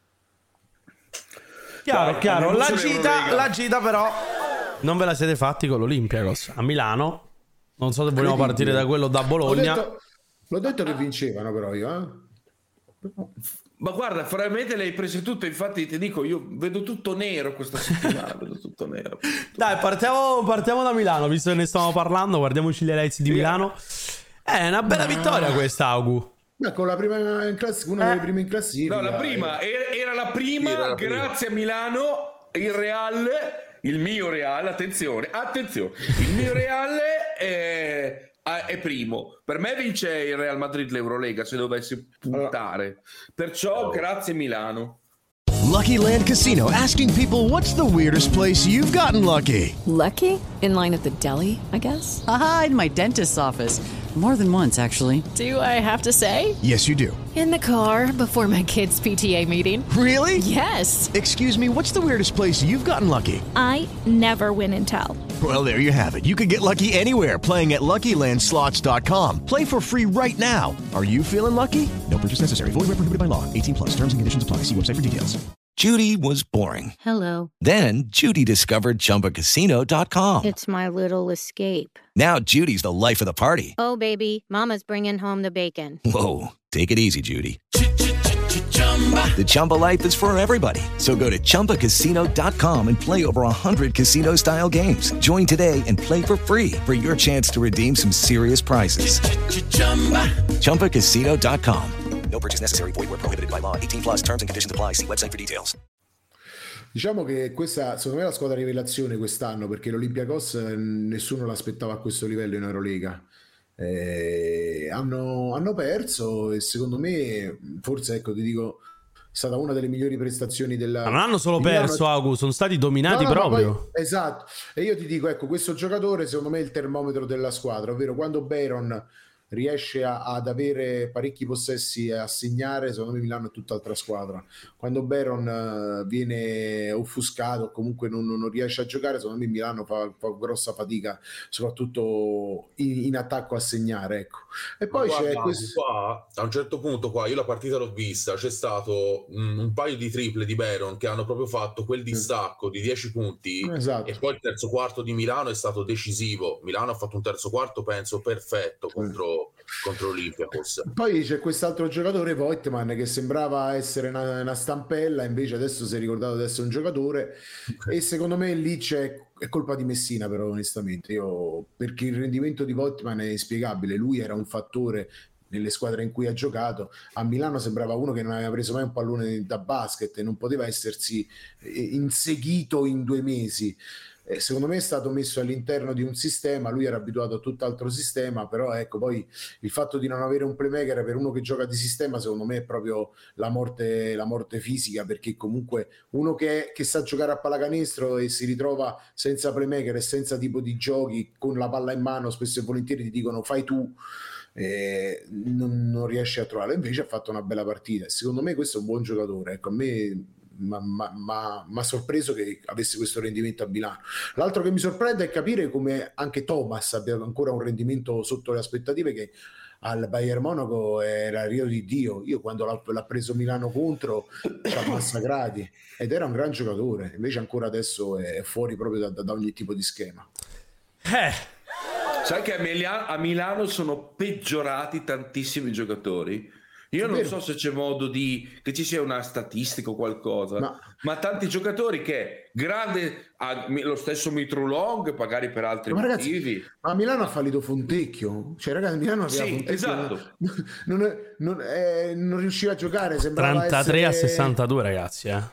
Speaker 6: Chiaro,
Speaker 7: Dai,
Speaker 6: chiaro. La gita,
Speaker 7: Eurolega.
Speaker 6: la gita però non ve la siete fatti con l'Olympiakos a Milano. Non so se vogliamo partire da quello da Bologna.
Speaker 8: L'ho detto, l'ho detto che vincevano, però io eh?
Speaker 7: Ma guarda, probabilmente le hai prese tutte, infatti ti dico, io vedo tutto nero questa settimana, vedo tutto nero.
Speaker 6: Dai, partiamo, partiamo da Milano, visto che ne stiamo parlando, guardiamoci le Reds di Milano. È una bella vittoria questa, Agu.
Speaker 8: Ma con la prima in classifica, una
Speaker 6: Eh.
Speaker 8: delle prime in classifica.
Speaker 7: No, la prima, era, era la prima,
Speaker 10: Era la prima.
Speaker 7: grazie a Milano, il Real, il mio Real, attenzione, attenzione, il mio Real è... è primo. Per me vince il Real Madrid l'Eurolega, se dovessi puntare. Perciò grazie Milano.
Speaker 1: Lucky Land Casino, asking people, what's the weirdest place you've gotten lucky?
Speaker 2: Lucky? In line at the deli, I guess?
Speaker 3: Aha, in my dentist's office. More than once, actually.
Speaker 2: Do I have to say?
Speaker 1: Yes, you do.
Speaker 2: In the car before my kids' P T A meeting.
Speaker 1: Really?
Speaker 2: Yes.
Speaker 1: Excuse me, what's the weirdest place you've gotten lucky?
Speaker 4: I never win and tell.
Speaker 1: Well, there you have it. You can get lucky anywhere, playing at Lucky Land Slots dot com. Play for free right now. Are you feeling lucky? No purchase necessary. Void where prohibited by law. eighteen plus. Terms and conditions apply. See website for details.
Speaker 5: Judy was boring.
Speaker 4: Hello.
Speaker 5: Then Judy discovered Chumba Casino dot com.
Speaker 4: It's my little escape.
Speaker 5: Now Judy's the life of the party.
Speaker 4: Oh, baby, mama's bringing home the bacon.
Speaker 5: Whoa, take it easy, Judy. The Chumba life is for everybody. So go to Chumba Casino dot com and play over one hundred casino-style games. Join today and play for free for your chance to redeem some serious prizes. Chumba Casino dot com. No purchase necessary. Void where prohibited by law. eighteen plus terms and conditions apply. See website for details.
Speaker 8: Diciamo che questa, secondo me, è la squadra rivelazione quest'anno, perché l'Olympiakos nessuno l'aspettava a questo livello in Eurolega. Eh, hanno, hanno perso e secondo me, forse, ecco, ti dico, è stata una delle migliori prestazioni della...
Speaker 6: Ma non hanno solo perso, Agu, sono stati dominati
Speaker 8: no, no,
Speaker 6: proprio.
Speaker 8: Poi, esatto. E io ti dico, ecco, questo giocatore secondo me è il termometro della squadra, ovvero quando Bayron riesce a, ad avere parecchi possessi e a segnare, secondo me Milano è tutt'altra squadra. Quando Bayron uh, viene offuscato, comunque non, non riesce a giocare, secondo me Milano fa, fa grossa fatica, soprattutto in, in attacco a segnare, ecco. E poi
Speaker 10: guarda,
Speaker 8: c'è questo...
Speaker 10: qua, a un certo punto qua, io la partita l'ho vista, c'è stato un, un paio di triple di Bayron che hanno proprio fatto quel distacco di dieci punti,
Speaker 8: esatto.
Speaker 10: E poi il terzo quarto di Milano è stato decisivo. Milano ha fatto un terzo quarto, penso, perfetto contro contro l'Olympiakos.
Speaker 8: Poi c'è quest'altro giocatore, Voigtman, che sembrava essere una, una stampella, invece adesso si è ricordato di essere un giocatore, okay. E secondo me lì c'è, è colpa di Messina, però onestamente io, perché il rendimento di Voigtman è inspiegabile. Lui era un fattore nelle squadre in cui ha giocato. A Milano sembrava uno che non aveva preso mai un pallone da basket e non poteva essersi inseguito in due mesi. Eh, secondo me è stato messo all'interno di un sistema, lui era abituato a tutt'altro sistema, però ecco, poi il fatto di non avere un playmaker per uno che gioca di sistema secondo me è proprio la morte, la morte fisica, perché comunque uno che, che sa giocare a pallacanestro e si ritrova senza playmaker e senza tipo di giochi, con la palla in mano, spesso e volentieri ti dicono fai tu, eh, non, non riesce a trovarlo. Invece ha fatto una bella partita, secondo me questo è un buon giocatore, ecco, a me mi ha sorpreso che avesse questo rendimento a Milano. L'altro che mi sorprende è capire come anche Thomas abbia ancora un rendimento sotto le aspettative, che al Bayern Monaco era Rio di Dio. Io quando l'ha, l'ha preso Milano contro ci ha massacrati ed era un gran giocatore, invece ancora adesso è fuori proprio da, da ogni tipo di schema.
Speaker 6: Eh
Speaker 7: sai che a, Mila- a Milano sono peggiorati tantissimi giocatori. Io non so se c'è modo di che ci sia una statistica o qualcosa, ma, ma tanti giocatori che grande ah, lo stesso Mitrulong, magari per altri
Speaker 8: ma
Speaker 7: motivi.
Speaker 8: Ragazzi, ma a Milano ha fallito Fontecchio, cioè ragazzi, Milano aveva
Speaker 7: sì,
Speaker 8: Fontecchio,
Speaker 7: esatto.
Speaker 8: non, non, non, eh, non riusciva a giocare,
Speaker 6: trentatré
Speaker 8: essere...
Speaker 6: a sessantadue, ragazzi, eh.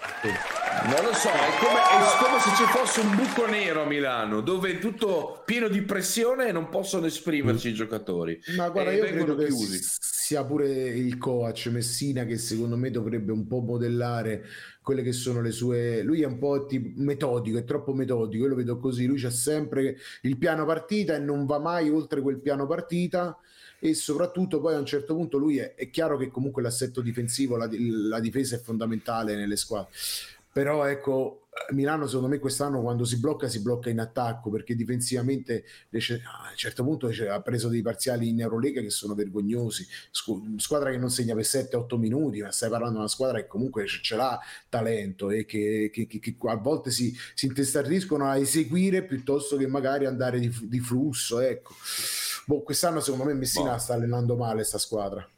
Speaker 7: Non lo so, è come, è come se ci fosse un buco nero a Milano, dove è tutto pieno di pressione e non possono esprimerci mm. i giocatori.
Speaker 8: Ma guarda,
Speaker 7: e
Speaker 8: io credo che
Speaker 7: chiusi.
Speaker 8: sia pure il coach Messina che secondo me dovrebbe un po' modellare quelle che sono le sue... Lui è un po' tipo metodico, è troppo metodico, io lo vedo così, lui c'ha sempre il piano partita e non va mai oltre quel piano partita. E soprattutto poi a un certo punto lui è, è chiaro che comunque l'assetto difensivo, la, la difesa è fondamentale nelle squadre, però ecco, Milano secondo me quest'anno quando si blocca si blocca in attacco, perché difensivamente a un certo punto ha preso dei parziali in Eurolega che sono vergognosi, squadra che non segna per sette otto minuti, ma stai parlando di una squadra che comunque ce l'ha talento e che, che, che, che a volte si, si intestardiscono a eseguire piuttosto che magari andare di, di flusso, ecco. Boh, quest'anno secondo me Messina boh. sta allenando male sta squadra.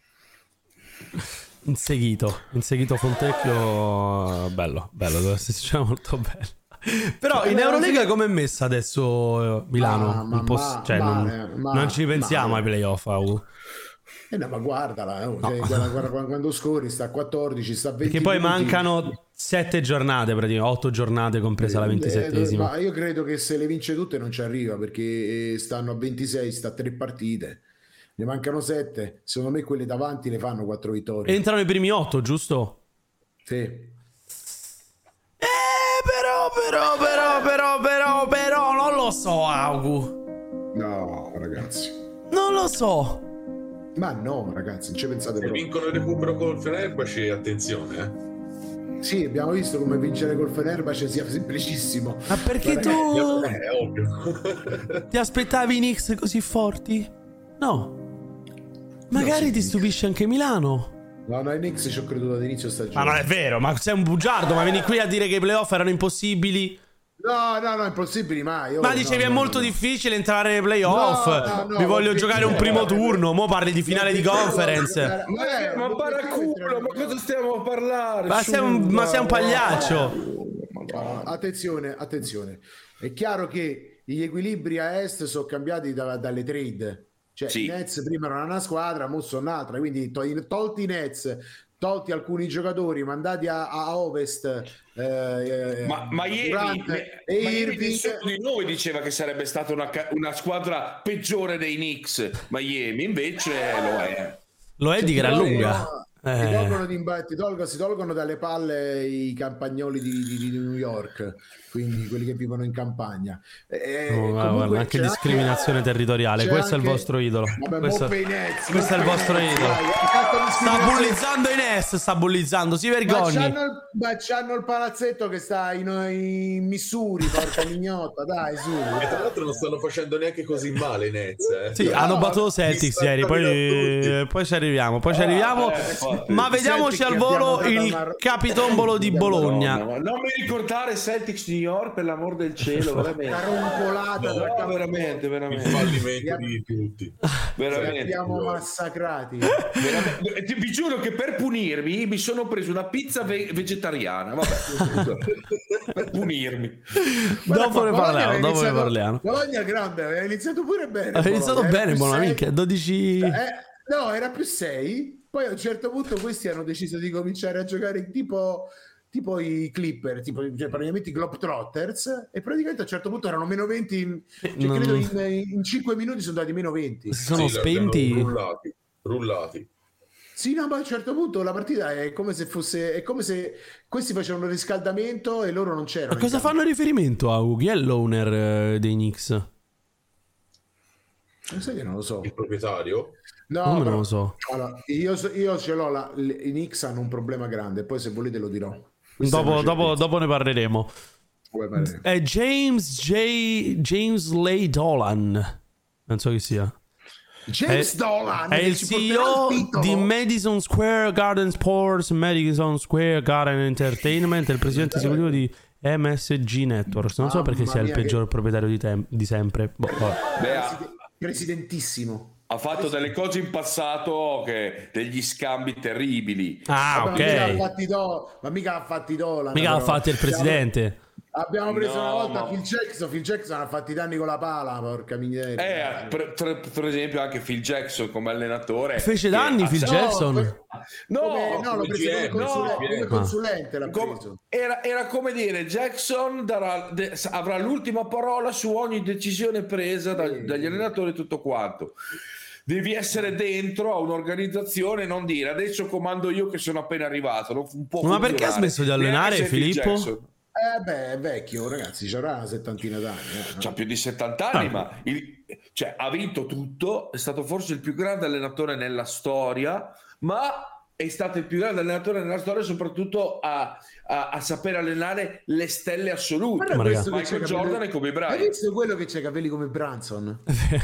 Speaker 6: Inseguito, inseguito Fontecchio, bello, bello, deve essere molto bello. Però in Eurolega come è messa adesso Milano?
Speaker 8: Ma, ma,
Speaker 6: un po',
Speaker 8: ma,
Speaker 6: cioè,
Speaker 8: male,
Speaker 6: non,
Speaker 8: ma,
Speaker 6: non ci pensiamo
Speaker 8: male.
Speaker 6: ai playoff, Au.
Speaker 8: Eh no, ma guardala, oh,
Speaker 6: no.
Speaker 8: cioè, guarda, guarda, quando scorri sta a quattordici, sta a venti.
Speaker 6: Perché poi
Speaker 8: minuti.
Speaker 6: Mancano sette giornate, praticamente otto giornate compresa eh, la ventisettesima.
Speaker 8: Eh, ma io credo che se le vince tutte non ci arriva, perché stanno a ventisei, sta a tre partite. Ne mancano sette, secondo me quelle davanti le fanno quattro vittorie.
Speaker 6: Entrano i primi otto, giusto?
Speaker 8: Sì.
Speaker 6: Eh, però, però, però, però, però, però, non lo so, Augu.
Speaker 8: No, ragazzi.
Speaker 6: Non lo so.
Speaker 8: Ma no, ragazzi, non ci pensate
Speaker 10: se
Speaker 8: proprio.
Speaker 10: vincono il recupero col Fenerbahce, attenzione, eh.
Speaker 8: Sì, abbiamo visto come vincere col Fenerbahce sia semplicissimo.
Speaker 6: Ma perché
Speaker 8: ma
Speaker 6: tu
Speaker 10: eh, è ovvio.
Speaker 6: ti aspettavi i Knicks così forti? No. Magari no, ti stupisce anche Milano.
Speaker 8: No, no, ai Knicks ci ho creduto dall'inizio stagione.
Speaker 6: Ma non è vero, ma sei un bugiardo, ma vieni qui a dire che i playoff erano impossibili?
Speaker 8: No, no, no, impossibili mai. Oh,
Speaker 6: ma dicevi
Speaker 8: no,
Speaker 6: è
Speaker 8: no,
Speaker 6: molto
Speaker 8: no.
Speaker 6: difficile entrare nei playoff.
Speaker 8: No, no, no,
Speaker 6: mi voglio giocare un primo
Speaker 8: no,
Speaker 6: turno. Mo parli di finale di conference.
Speaker 7: Ma, ma, ma paraculo, ma cosa stiamo a parlare?
Speaker 6: Ma sei un, ma sei un pagliaccio.
Speaker 8: No, attenzione, attenzione. È chiaro che gli equilibri a est sono cambiati da, dalle trade. Cioè,
Speaker 7: Sì.
Speaker 8: i Nets prima erano una squadra, mo sono un'altra, quindi to- tolti i Nets, tolti alcuni giocatori, mandati a, a Ovest, eh,
Speaker 7: Ma Miami,
Speaker 8: Durant
Speaker 7: e
Speaker 8: e
Speaker 7: Miami
Speaker 8: Irving.
Speaker 7: nessuno di noi diceva che sarebbe stata una, ca- una squadra peggiore dei Knicks. Miami invece lo è.
Speaker 6: Lo è di
Speaker 8: Cioè,
Speaker 6: gran
Speaker 8: ti
Speaker 6: lunga.
Speaker 8: tolgono- Ti
Speaker 6: Eh.
Speaker 8: tolgono, di, ti tolgono- si tolgono dalle palle i campagnoli di, di- di New York, quindi quelli che vivono in campagna. Eh,
Speaker 6: Oh,
Speaker 8: comunque
Speaker 6: guarda, anche
Speaker 8: c'è
Speaker 6: discriminazione territoriale.
Speaker 8: c'è
Speaker 6: Questo è il
Speaker 8: anche-
Speaker 6: vostro idolo.
Speaker 8: Vabbè,
Speaker 6: questo
Speaker 8: mo per i Nets,
Speaker 6: questo
Speaker 8: mo
Speaker 6: è il
Speaker 8: per i
Speaker 6: vostro
Speaker 8: Nets,
Speaker 6: idolo.
Speaker 8: dai, tanto
Speaker 6: Sta
Speaker 8: discriminazione-
Speaker 6: bullizzando i Nets, sta bullizzando, si
Speaker 8: Ma
Speaker 6: vergogni.
Speaker 8: c'hanno, il, ma c'hanno il palazzetto che sta in, in Missouri, porca mignotta, dai, su.
Speaker 10: E tra l'altro non stanno facendo neanche così male i Nets. Eh.
Speaker 6: Sì,
Speaker 8: No,
Speaker 6: hanno battuto Celtics ieri, poi, poi ci arriviamo, poi ci arriviamo.
Speaker 7: eh, infatti.
Speaker 6: Ma vediamoci
Speaker 8: Celtics
Speaker 6: al
Speaker 8: abbiamo
Speaker 6: volo
Speaker 8: dato
Speaker 6: il
Speaker 8: una-
Speaker 6: capitombolo di Bologna.
Speaker 7: No, ma non mi ricordare Celtics New York, per l'amor del cielo, veramente.
Speaker 8: Una rombolata
Speaker 10: No,
Speaker 8: da capo-
Speaker 7: veramente,
Speaker 10: Il
Speaker 7: veramente.
Speaker 10: fallimento di tutti.
Speaker 8: Ci
Speaker 7: veramente.
Speaker 8: abbiamo massacrati.
Speaker 7: Veramente. Ti- Vi giuro che per punirmi mi sono preso una pizza ve- vegetariana. Vabbè, per punirmi.
Speaker 6: Dopo ne
Speaker 8: Bologna
Speaker 6: parliamo,
Speaker 8: aveva
Speaker 6: dopo ne
Speaker 8: iniziato-
Speaker 6: parliamo.
Speaker 8: Bologna grande, aveva iniziato pure bene.
Speaker 6: Ha iniziato
Speaker 8: Bologna, era
Speaker 6: bene,
Speaker 8: più
Speaker 6: buona
Speaker 8: sei.
Speaker 6: minchia, dodici.
Speaker 8: Eh, no, era più sei. Poi a un certo punto questi hanno deciso di cominciare a giocare tipo, tipo i Clipper, tipo cioè, praticamente i Globetrotters, e praticamente a un certo punto erano meno venti, in, cioè,
Speaker 6: non-
Speaker 8: credo in, in cinque minuti sono andati meno venti.
Speaker 6: Si sono
Speaker 10: Sì, li abbiamo
Speaker 6: spenti.
Speaker 10: Rullati. rullati.
Speaker 8: Sì, no, ma a un certo punto la partita è come se fosse, è come se questi facevano il riscaldamento e loro non c'erano.
Speaker 6: A
Speaker 8: in
Speaker 6: cosa
Speaker 8: campo.
Speaker 6: fanno riferimento a Chi è l'owner eh, dei Knicks?
Speaker 8: Non sai che non lo so.
Speaker 10: Il proprietario?
Speaker 8: No,
Speaker 6: Come
Speaker 8: però-
Speaker 6: non lo so?
Speaker 8: Allora, io, so- io ce l'ho, la, l- i Knicks hanno un problema grande, poi se volete lo dirò. Questa è
Speaker 6: Dopo,
Speaker 8: una
Speaker 6: dopo,
Speaker 8: certezza.
Speaker 6: dopo ne parleremo.
Speaker 8: Vuoi parere?
Speaker 6: È James J. James Lay Dolan. Non so chi sia.
Speaker 8: James
Speaker 6: è,
Speaker 8: Dolan
Speaker 6: è
Speaker 8: che
Speaker 6: il
Speaker 8: ci
Speaker 6: C E
Speaker 8: porterà
Speaker 6: O
Speaker 8: il titolo.
Speaker 6: di Madison Square Garden Sports, Madison Square Garden Entertainment, e il presidente esecutivo di M S G Networks. Non so
Speaker 8: Mamma
Speaker 6: perché sia il
Speaker 8: mia,
Speaker 6: peggior
Speaker 8: che-
Speaker 6: proprietario di, tem- di sempre. Boh, vabbè.
Speaker 7: Beh, ha,
Speaker 8: Preside- Presidentissimo.
Speaker 7: ha fatto delle cose in passato che degli scambi terribili.
Speaker 6: Ah,
Speaker 8: Vabbè, ma mica ha
Speaker 6: ok.
Speaker 8: fatti do- ma mica ha fatti Dolan.
Speaker 6: Mica l'ha
Speaker 8: però.
Speaker 6: fatto il presidente.
Speaker 8: Abbiamo preso
Speaker 7: No,
Speaker 8: una volta
Speaker 7: ma-
Speaker 8: Phil Jackson. Phil Jackson ha fatti danni con la pala, porca miseria.
Speaker 7: Eh, per, per- per esempio anche Phil Jackson come allenatore
Speaker 6: Fece
Speaker 7: che
Speaker 6: danni
Speaker 7: ha-
Speaker 6: Phil
Speaker 8: No,
Speaker 6: Jackson.
Speaker 8: que-
Speaker 7: No,
Speaker 8: come- no, l'ho
Speaker 10: come
Speaker 8: preso come
Speaker 10: G M,
Speaker 8: consule-
Speaker 7: no.
Speaker 8: come
Speaker 10: Ah.
Speaker 8: consulente. L'ha
Speaker 7: Com-
Speaker 8: preso.
Speaker 7: era, era come dire Jackson darà- de- avrà l'ultima parola su ogni decisione presa da-
Speaker 8: Sì.
Speaker 7: dagli allenatori e tutto quanto. Devi essere dentro a un'organizzazione, non dire adesso comando io che sono appena arrivato. Non fu- può
Speaker 6: Ma perché ha
Speaker 7: funzionare.
Speaker 6: smesso di allenare,
Speaker 7: Neanche se Phil
Speaker 6: Filippo?
Speaker 7: Jackson.
Speaker 8: Eh beh, è vecchio, ragazzi, c'avrà una settantina d'anni. eh.
Speaker 7: C'ha più di settanta anni,
Speaker 6: Ah.
Speaker 7: ma il- cioè, ha vinto tutto. È stato forse il più grande allenatore nella storia, ma è stato il più grande allenatore nella storia soprattutto a, a, a sapere allenare le stelle assolute.
Speaker 8: Guarda
Speaker 6: Ma
Speaker 8: questo che
Speaker 7: Michael
Speaker 8: c'ha capelli-
Speaker 7: Jordan e Kobe
Speaker 8: Hai
Speaker 7: Bryant.
Speaker 8: visto quello che c'ha i capelli come Branson?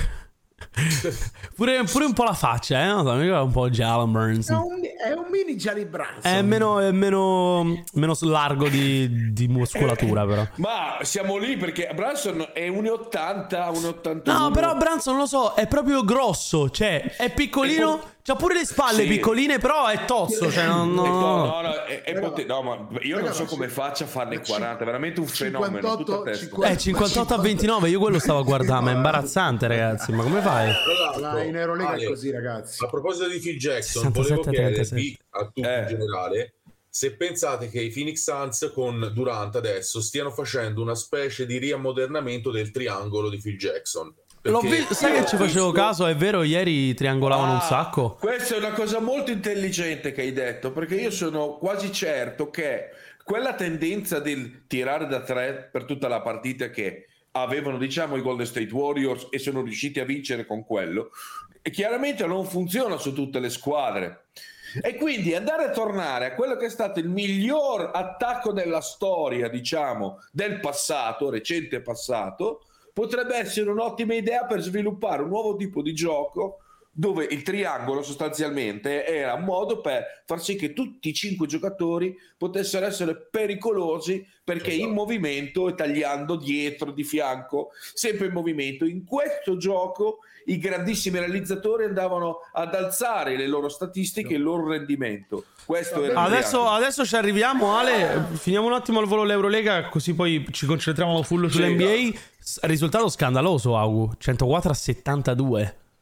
Speaker 6: Pure, pure un po' la faccia, eh? Non so, mica un po' Jalen Burns.
Speaker 8: È un, è un mini Jalen Branson.
Speaker 6: È meno, è meno, meno largo di, di muscolatura, però.
Speaker 7: Ma siamo lì perché Branson è uno e ottanta, uno e ottantuno.
Speaker 6: No, però Branson, non lo so, è proprio grosso. Cioè, è piccolino. C'ha pure le spalle
Speaker 7: Sì.
Speaker 6: piccoline, però è tozzo. Cioè, non,
Speaker 7: E poi-
Speaker 6: no.
Speaker 7: no, no, è, è
Speaker 8: Raga,
Speaker 7: poten- no, ma io
Speaker 8: raga,
Speaker 7: non so
Speaker 8: ma
Speaker 7: come
Speaker 8: ci-
Speaker 7: faccia a farne
Speaker 8: ma ci-
Speaker 7: quaranta, è veramente un fenomeno.
Speaker 8: cinquantotto,
Speaker 7: tutta a testa.
Speaker 8: cinquanta
Speaker 6: Eh, cinquantotto a ventinove, io quello stavo a guardare, ma è imbarazzante, ragazzi. Ma come fai?
Speaker 10: Tra
Speaker 8: Ma
Speaker 10: l'altro,
Speaker 8: in Eurolega è
Speaker 10: Ale,
Speaker 8: così, ragazzi.
Speaker 10: a proposito di Phil Jackson,
Speaker 6: sessantasette
Speaker 10: volevo
Speaker 6: trentasei.
Speaker 10: chiedervi a tutti
Speaker 7: Eh.
Speaker 10: in generale se pensate che i Phoenix Suns con Durant adesso stiano facendo una specie di riammodernamento del triangolo di Phil Jackson.
Speaker 6: L'ho
Speaker 10: Perché
Speaker 6: vi- sai
Speaker 10: io
Speaker 6: che ci
Speaker 10: ho
Speaker 6: facevo
Speaker 10: visto-
Speaker 6: caso, è vero, ieri triangolavano un
Speaker 7: Ah,
Speaker 6: sacco.
Speaker 7: Questa è una cosa molto intelligente che hai detto, perché io sono quasi certo che quella tendenza del tirare da tre per tutta la partita che avevano, diciamo, i Golden State Warriors e sono riusciti a vincere con quello, e chiaramente non funziona su tutte le squadre. E quindi andare a tornare a quello che è stato il miglior attacco della storia, diciamo, del passato, recente passato, potrebbe essere un'ottima idea per sviluppare un nuovo tipo di gioco dove il triangolo sostanzialmente era un modo per far sì che tutti i cinque giocatori potessero essere pericolosi perché in movimento e tagliando dietro, di fianco, sempre in movimento. In questo gioco i grandissimi realizzatori andavano ad alzare le loro statistiche e il loro rendimento. Questo era il
Speaker 6: Adesso,
Speaker 7: triangolo.
Speaker 6: adesso ci arriviamo, Ale. Finiamo un attimo al volo l'Eurolega, così poi ci concentriamo full sull'N B A. S- Risultato scandaloso, Augu. centoquattro a settantadue.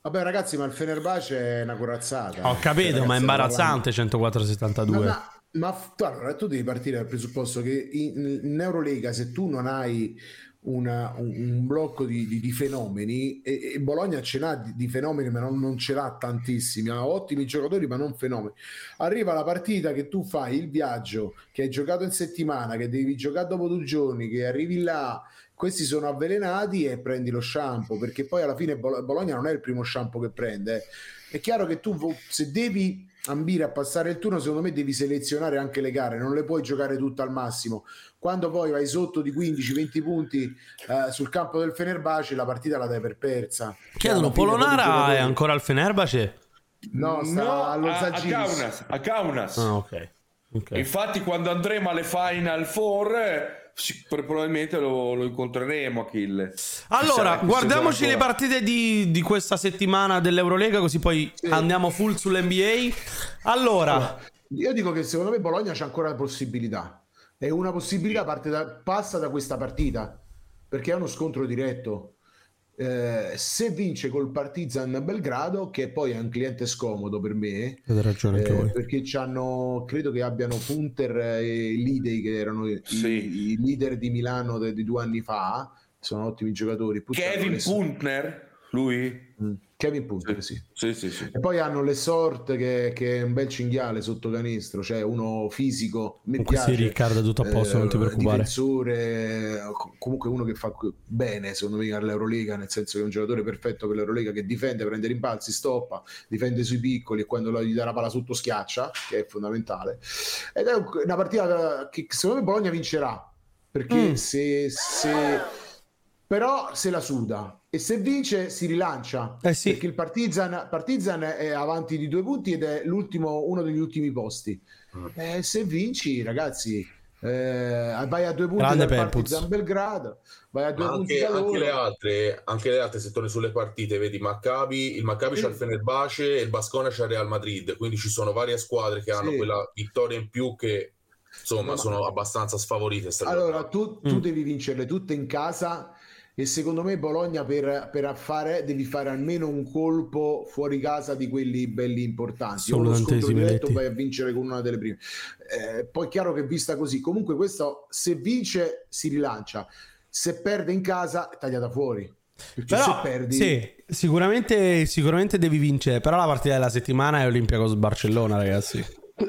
Speaker 8: Vabbè ragazzi, ma il Fenerbahce è una corazzata.
Speaker 6: Ho capito,
Speaker 8: Cioè,
Speaker 6: ma è
Speaker 8: ragazzi,
Speaker 6: imbarazzante centoquattro a settantadue.
Speaker 8: Ma, ma, ma allora tu devi partire dal presupposto che in, in Eurolega, se tu non hai una, un, un blocco di, di, di fenomeni, e, e Bologna ce l'ha di, di fenomeni, ma non, non ce l'ha tantissimi, ha ottimi giocatori ma non fenomeni. Arriva la partita che tu fai il viaggio, che hai giocato in settimana, che devi giocare dopo due giorni, che arrivi là, questi sono avvelenati e prendi lo shampoo, perché poi alla fine Bologna non è il primo shampoo che prende. È chiaro che tu, se devi ambire a passare il turno, secondo me devi selezionare anche le gare, non le puoi giocare tutte al massimo. Quando poi vai sotto di quindici venti punti eh, sul campo del Fenerbahce, la partita la dai per persa.
Speaker 6: Chiedono, Polonara è ancora al Fenerbahce?
Speaker 8: No, sta
Speaker 7: no,
Speaker 8: allo
Speaker 7: a, a
Speaker 8: Zalgiris.
Speaker 7: Kaunas, a Kaunas.
Speaker 6: Ah, ok. Okay.
Speaker 7: Infatti quando andremo alle Final Four sì, probabilmente lo, lo incontreremo Achille.
Speaker 6: Allora,
Speaker 7: Chissà,
Speaker 6: guardiamoci
Speaker 7: chissà
Speaker 6: le partite di, di questa settimana dell'Eurolega, così poi sì. andiamo full sull'N B A. Allora,
Speaker 8: allora, io dico che secondo me Bologna c'ha ancora la possibilità. È una possibilità, parte da, passa da questa partita, perché è uno scontro diretto. Eh, se vince col Partizan Belgrado, che poi è un cliente scomodo per me,
Speaker 6: avete ragione anche
Speaker 8: eh,
Speaker 6: voi,
Speaker 8: perché c'hanno, credo che abbiano Punter e Lidei, che erano i, sì. i, i leader di Milano de, di due anni fa, sono ottimi giocatori. Poi
Speaker 7: Kevin Puntner, lui?
Speaker 8: Mm. Kevin Punter, sì.
Speaker 7: Sì. Sì, sì, sì.
Speaker 8: E poi hanno le Sort che, che è un bel cinghiale sotto canestro, cioè uno fisico, mi
Speaker 6: comunque
Speaker 8: piace,
Speaker 6: sì, Riccardo, tutto a posto, eh, non ti preoccupare,
Speaker 8: difensore, comunque uno che fa bene secondo me all'Eurolega, nel senso che è un giocatore perfetto per l'Eurolega, che difende, prende rimbalzi, stoppa, difende sui piccoli e quando gli dà la palla sotto schiaccia, che è fondamentale. Ed è una partita che secondo me Bologna vincerà, perché mm. se, se però se la suda, e se vince si rilancia,
Speaker 6: eh sì.
Speaker 8: perché il Partizan, Partizan è avanti di due punti ed è l'ultimo, uno degli ultimi posti. Eh, se vinci, ragazzi, eh, vai a due punti
Speaker 6: Grande
Speaker 8: dal
Speaker 6: Perpuz.
Speaker 8: Partizan Belgrado, vai a due
Speaker 10: anche,
Speaker 8: punti da loro.
Speaker 10: Anche le altre, anche le altre, se torni sulle partite, vedi Maccabi, il Maccabi sì. c'ha il Fenerbahce e il Baskonia c'ha il Real Madrid, quindi ci sono varie squadre che hanno sì. quella vittoria in più che insomma no, sono abbastanza sfavorite.
Speaker 8: Allora tu, tu
Speaker 6: mm.
Speaker 8: devi vincerle tutte in casa. E secondo me Bologna per, per fare devi fare almeno un colpo fuori casa di quelli belli importanti. O lo scontro diretto vai a vincere con una delle prime. Eh, poi è chiaro che vista così, comunque questo se vince si rilancia, se perde in casa è tagliata fuori. Perché
Speaker 6: però,
Speaker 8: se perdi...
Speaker 6: Sì, sicuramente, sicuramente devi vincere, però la partita della settimana è Olympiacos Barcellona, ragazzi.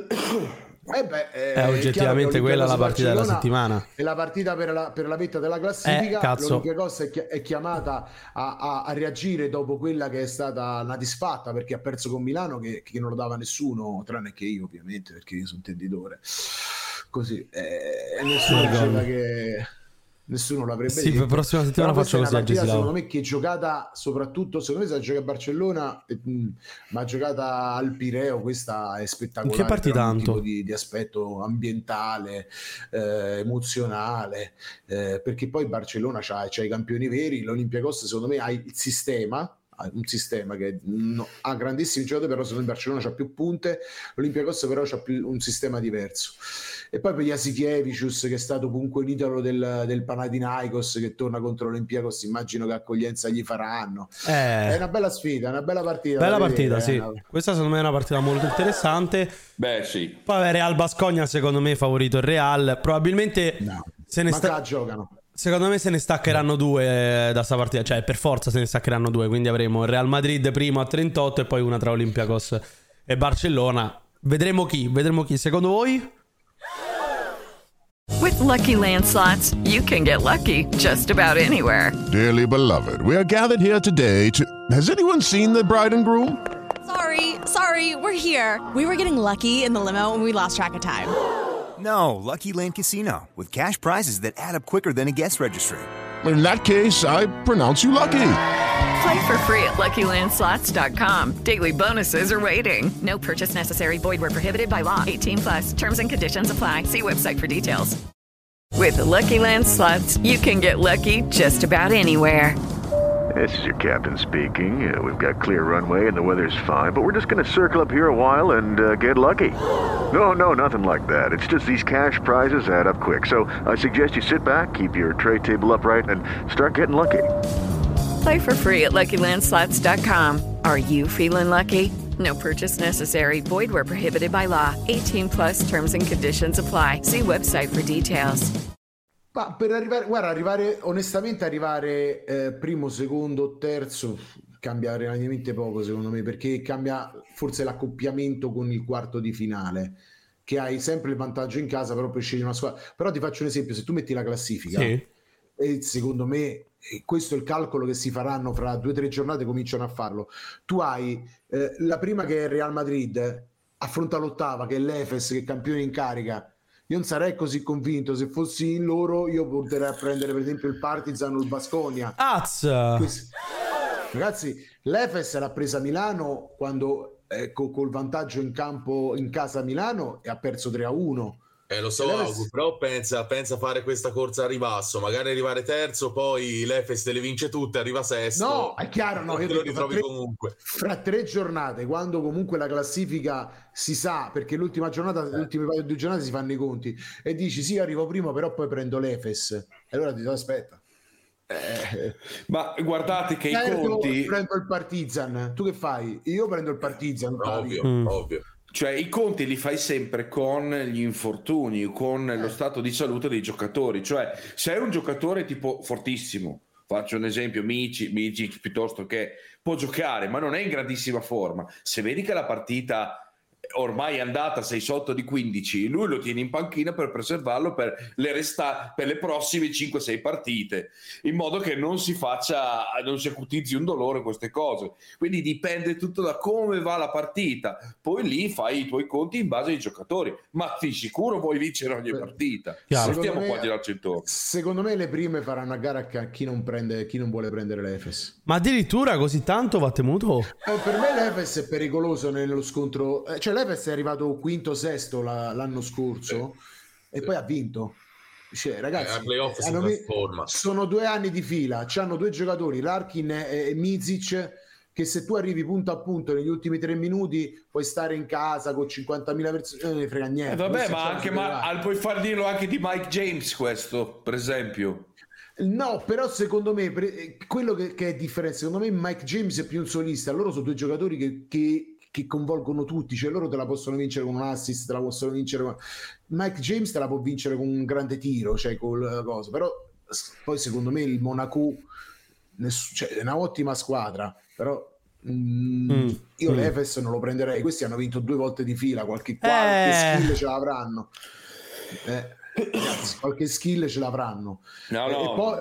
Speaker 8: Eh beh, eh,
Speaker 6: è oggettivamente è quella la partita della settimana.
Speaker 8: È la partita per la, per la vetta della classifica.
Speaker 6: Eh,
Speaker 8: L'Olympiacos è, è chiamata a, a, a reagire dopo quella che è stata una disfatta, perché ha perso con Milano, che, che non lo dava nessuno, tranne che io ovviamente, perché io sono intenditore. Così eh, nessuno diceva che nessuno l'avrebbe
Speaker 6: sì,
Speaker 8: detto.
Speaker 6: Per la prossima settimana
Speaker 8: però
Speaker 6: faccio così a
Speaker 8: partita, secondo me, che giocata soprattutto, secondo me se la gioca a Barcellona, eh, ma giocata al Pireo, questa è spettacolare.
Speaker 6: In che partita tanto?
Speaker 8: Un tipo di, di aspetto ambientale, eh, emozionale, eh, perché poi Barcellona c'ha, c'ha i campioni veri, l'Olympiacos secondo me ha il sistema, un sistema che no, ha grandissimi giocatori, però secondo me Barcellona c'ha più punte, l'Olympiacos però c'ha più un sistema diverso. E poi per Jasikevičius, che è stato comunque un idolo del, del Panathinaikos, che torna contro l'Olympiacos, immagino che accoglienza gli faranno.
Speaker 6: Eh,
Speaker 8: è una bella sfida, una bella partita.
Speaker 6: Bella partita,
Speaker 8: vedere,
Speaker 6: sì.
Speaker 8: eh.
Speaker 6: Questa secondo me è una partita molto interessante.
Speaker 7: Beh, sì.
Speaker 6: Poi Real Baskonia, secondo me favorito il Real. Probabilmente
Speaker 8: no,
Speaker 6: se ne sta...
Speaker 8: giocano.
Speaker 6: Secondo me se ne staccheranno due da sta partita, cioè per forza se ne staccheranno due, quindi avremo il Real Madrid primo a trentotto e poi una tra Olympiacos e Barcellona. Vedremo chi, vedremo chi. Secondo voi?
Speaker 11: With Lucky Land Slots, you can get lucky just about anywhere.
Speaker 12: Dearly beloved, we are gathered here today to... Has anyone seen the bride and groom?
Speaker 13: Sorry, sorry, we're here. We were getting lucky in the limo and we lost track of time.
Speaker 14: No, Lucky Land Casino, with cash prizes that add up quicker than a guest registry.
Speaker 12: In that case, I pronounce you lucky.
Speaker 11: Play for free at Lucky Land Slots dot com. Daily bonuses are waiting. No purchase necessary. Void where prohibited by law. eighteen plus. Terms and conditions apply. See website for details. With Lucky Land Slots, you can get lucky just about anywhere.
Speaker 15: This is your captain speaking. Uh, we've got clear runway and the weather's fine, but we're just going to circle up here a while and uh, get lucky. No, no, nothing like that. It's just these cash prizes add up quick. So I suggest you sit back, keep your tray table upright, and start getting lucky.
Speaker 11: Play for free at Lucky Land Slots dot com. Are you feeling lucky? No purchase necessary. Void where prohibited by law. eighteen plus terms and conditions apply. See website for details.
Speaker 8: Ma per arrivare, guarda, arrivare onestamente arrivare eh, primo, secondo, terzo cambia relativamente poco secondo me, perché cambia forse l'accoppiamento con il quarto di finale, che hai sempre il vantaggio in casa, però poi scegli una squadra. Però ti faccio un esempio: se tu metti la classifica,
Speaker 6: sì.
Speaker 8: E secondo me questo è il calcolo che si faranno fra due o tre giornate, cominciano a farlo. Tu hai eh, la prima che è il Real Madrid, affronta l'ottava che è l'Efes, che è campione in carica. Io non sarei così convinto. Se fossi in loro, io porterei a prendere per esempio il Partizan o il Baskonia.
Speaker 6: Azz!
Speaker 8: Ragazzi, l'Efes l'ha presa Milano quando ecco, col vantaggio in campo in casa a Milano, e ha perso tre a uno.
Speaker 10: Eh, lo so, Augur, però pensa, pensa a fare questa corsa a ribasso, magari arrivare terzo, poi l'Efes te le vince tutte, arriva sesto.
Speaker 8: No, è chiaro, no, io
Speaker 10: te lo
Speaker 8: dico,
Speaker 10: ritrovi
Speaker 8: fra tre,
Speaker 10: comunque.
Speaker 8: Fra tre giornate, quando comunque la classifica si sa, perché l'ultima giornata, eh. le ultime paio di giornate si fanno i conti, e dici sì, arrivo primo, però poi prendo l'Efes. E allora ti dico, aspetta.
Speaker 7: Eh, ma guardate che
Speaker 8: certo,
Speaker 7: i conti...
Speaker 8: prendo il Partizan. Tu che fai? Io prendo il Partizan.
Speaker 10: Ovvio, mm. ovvio.
Speaker 7: Cioè i conti li fai sempre con gli infortuni, con lo stato di salute dei giocatori. Cioè se è un giocatore tipo fortissimo, faccio un esempio, Mici, Mici piuttosto, che può giocare ma non è in grandissima forma, se vedi che la partita ormai è andata, sei sotto di quindici, lui lo tiene in panchina per preservarlo per le resta- per le prossime cinque sei partite, in modo che non si faccia, non si acutizzi un dolore, queste cose. Quindi dipende tutto da come va la partita, poi lì fai i tuoi conti in base ai giocatori, ma di sicuro vuoi vincere ogni partita. Non stiamo qua girarci intorno.
Speaker 8: Secondo me le prime faranno a gara a chi non prende, chi non vuole prendere l'Efes.
Speaker 6: Ma addirittura così tanto va temuto?
Speaker 8: Eh, per me l'Efes è pericoloso nello scontro, eh, cioè l'Efes è arrivato quinto sesto la, l'anno scorso eh, e poi ha vinto. Cioè, ragazzi,
Speaker 10: eh,
Speaker 8: hanno me... sono due anni di fila, c'hanno due giocatori, Larkin e, e Mizic, che se tu arrivi punto a punto negli ultimi tre minuti puoi stare in casa con cinquantamila persone, non ne frega niente.
Speaker 7: Eh, vabbè, ma anche ma, puoi far dirlo anche di Mike James, questo per esempio.
Speaker 8: No, però secondo me quello che, che è differenza, secondo me Mike James è più un solista, loro sono due giocatori che, che, che coinvolgono tutti, cioè loro te la possono vincere con un assist, te la possono vincere con... Mike James te la può vincere con un grande tiro, cioè col cosa, però poi secondo me il Monaco ness... cioè, è un'ottima squadra, però mm, mm, io mm. l'Efes non lo prenderei, questi hanno vinto due volte di fila, qualche, qualche eh. skill ce l'avranno. Eh. Qualche skill ce l'avranno.
Speaker 7: No, no.
Speaker 8: E poi...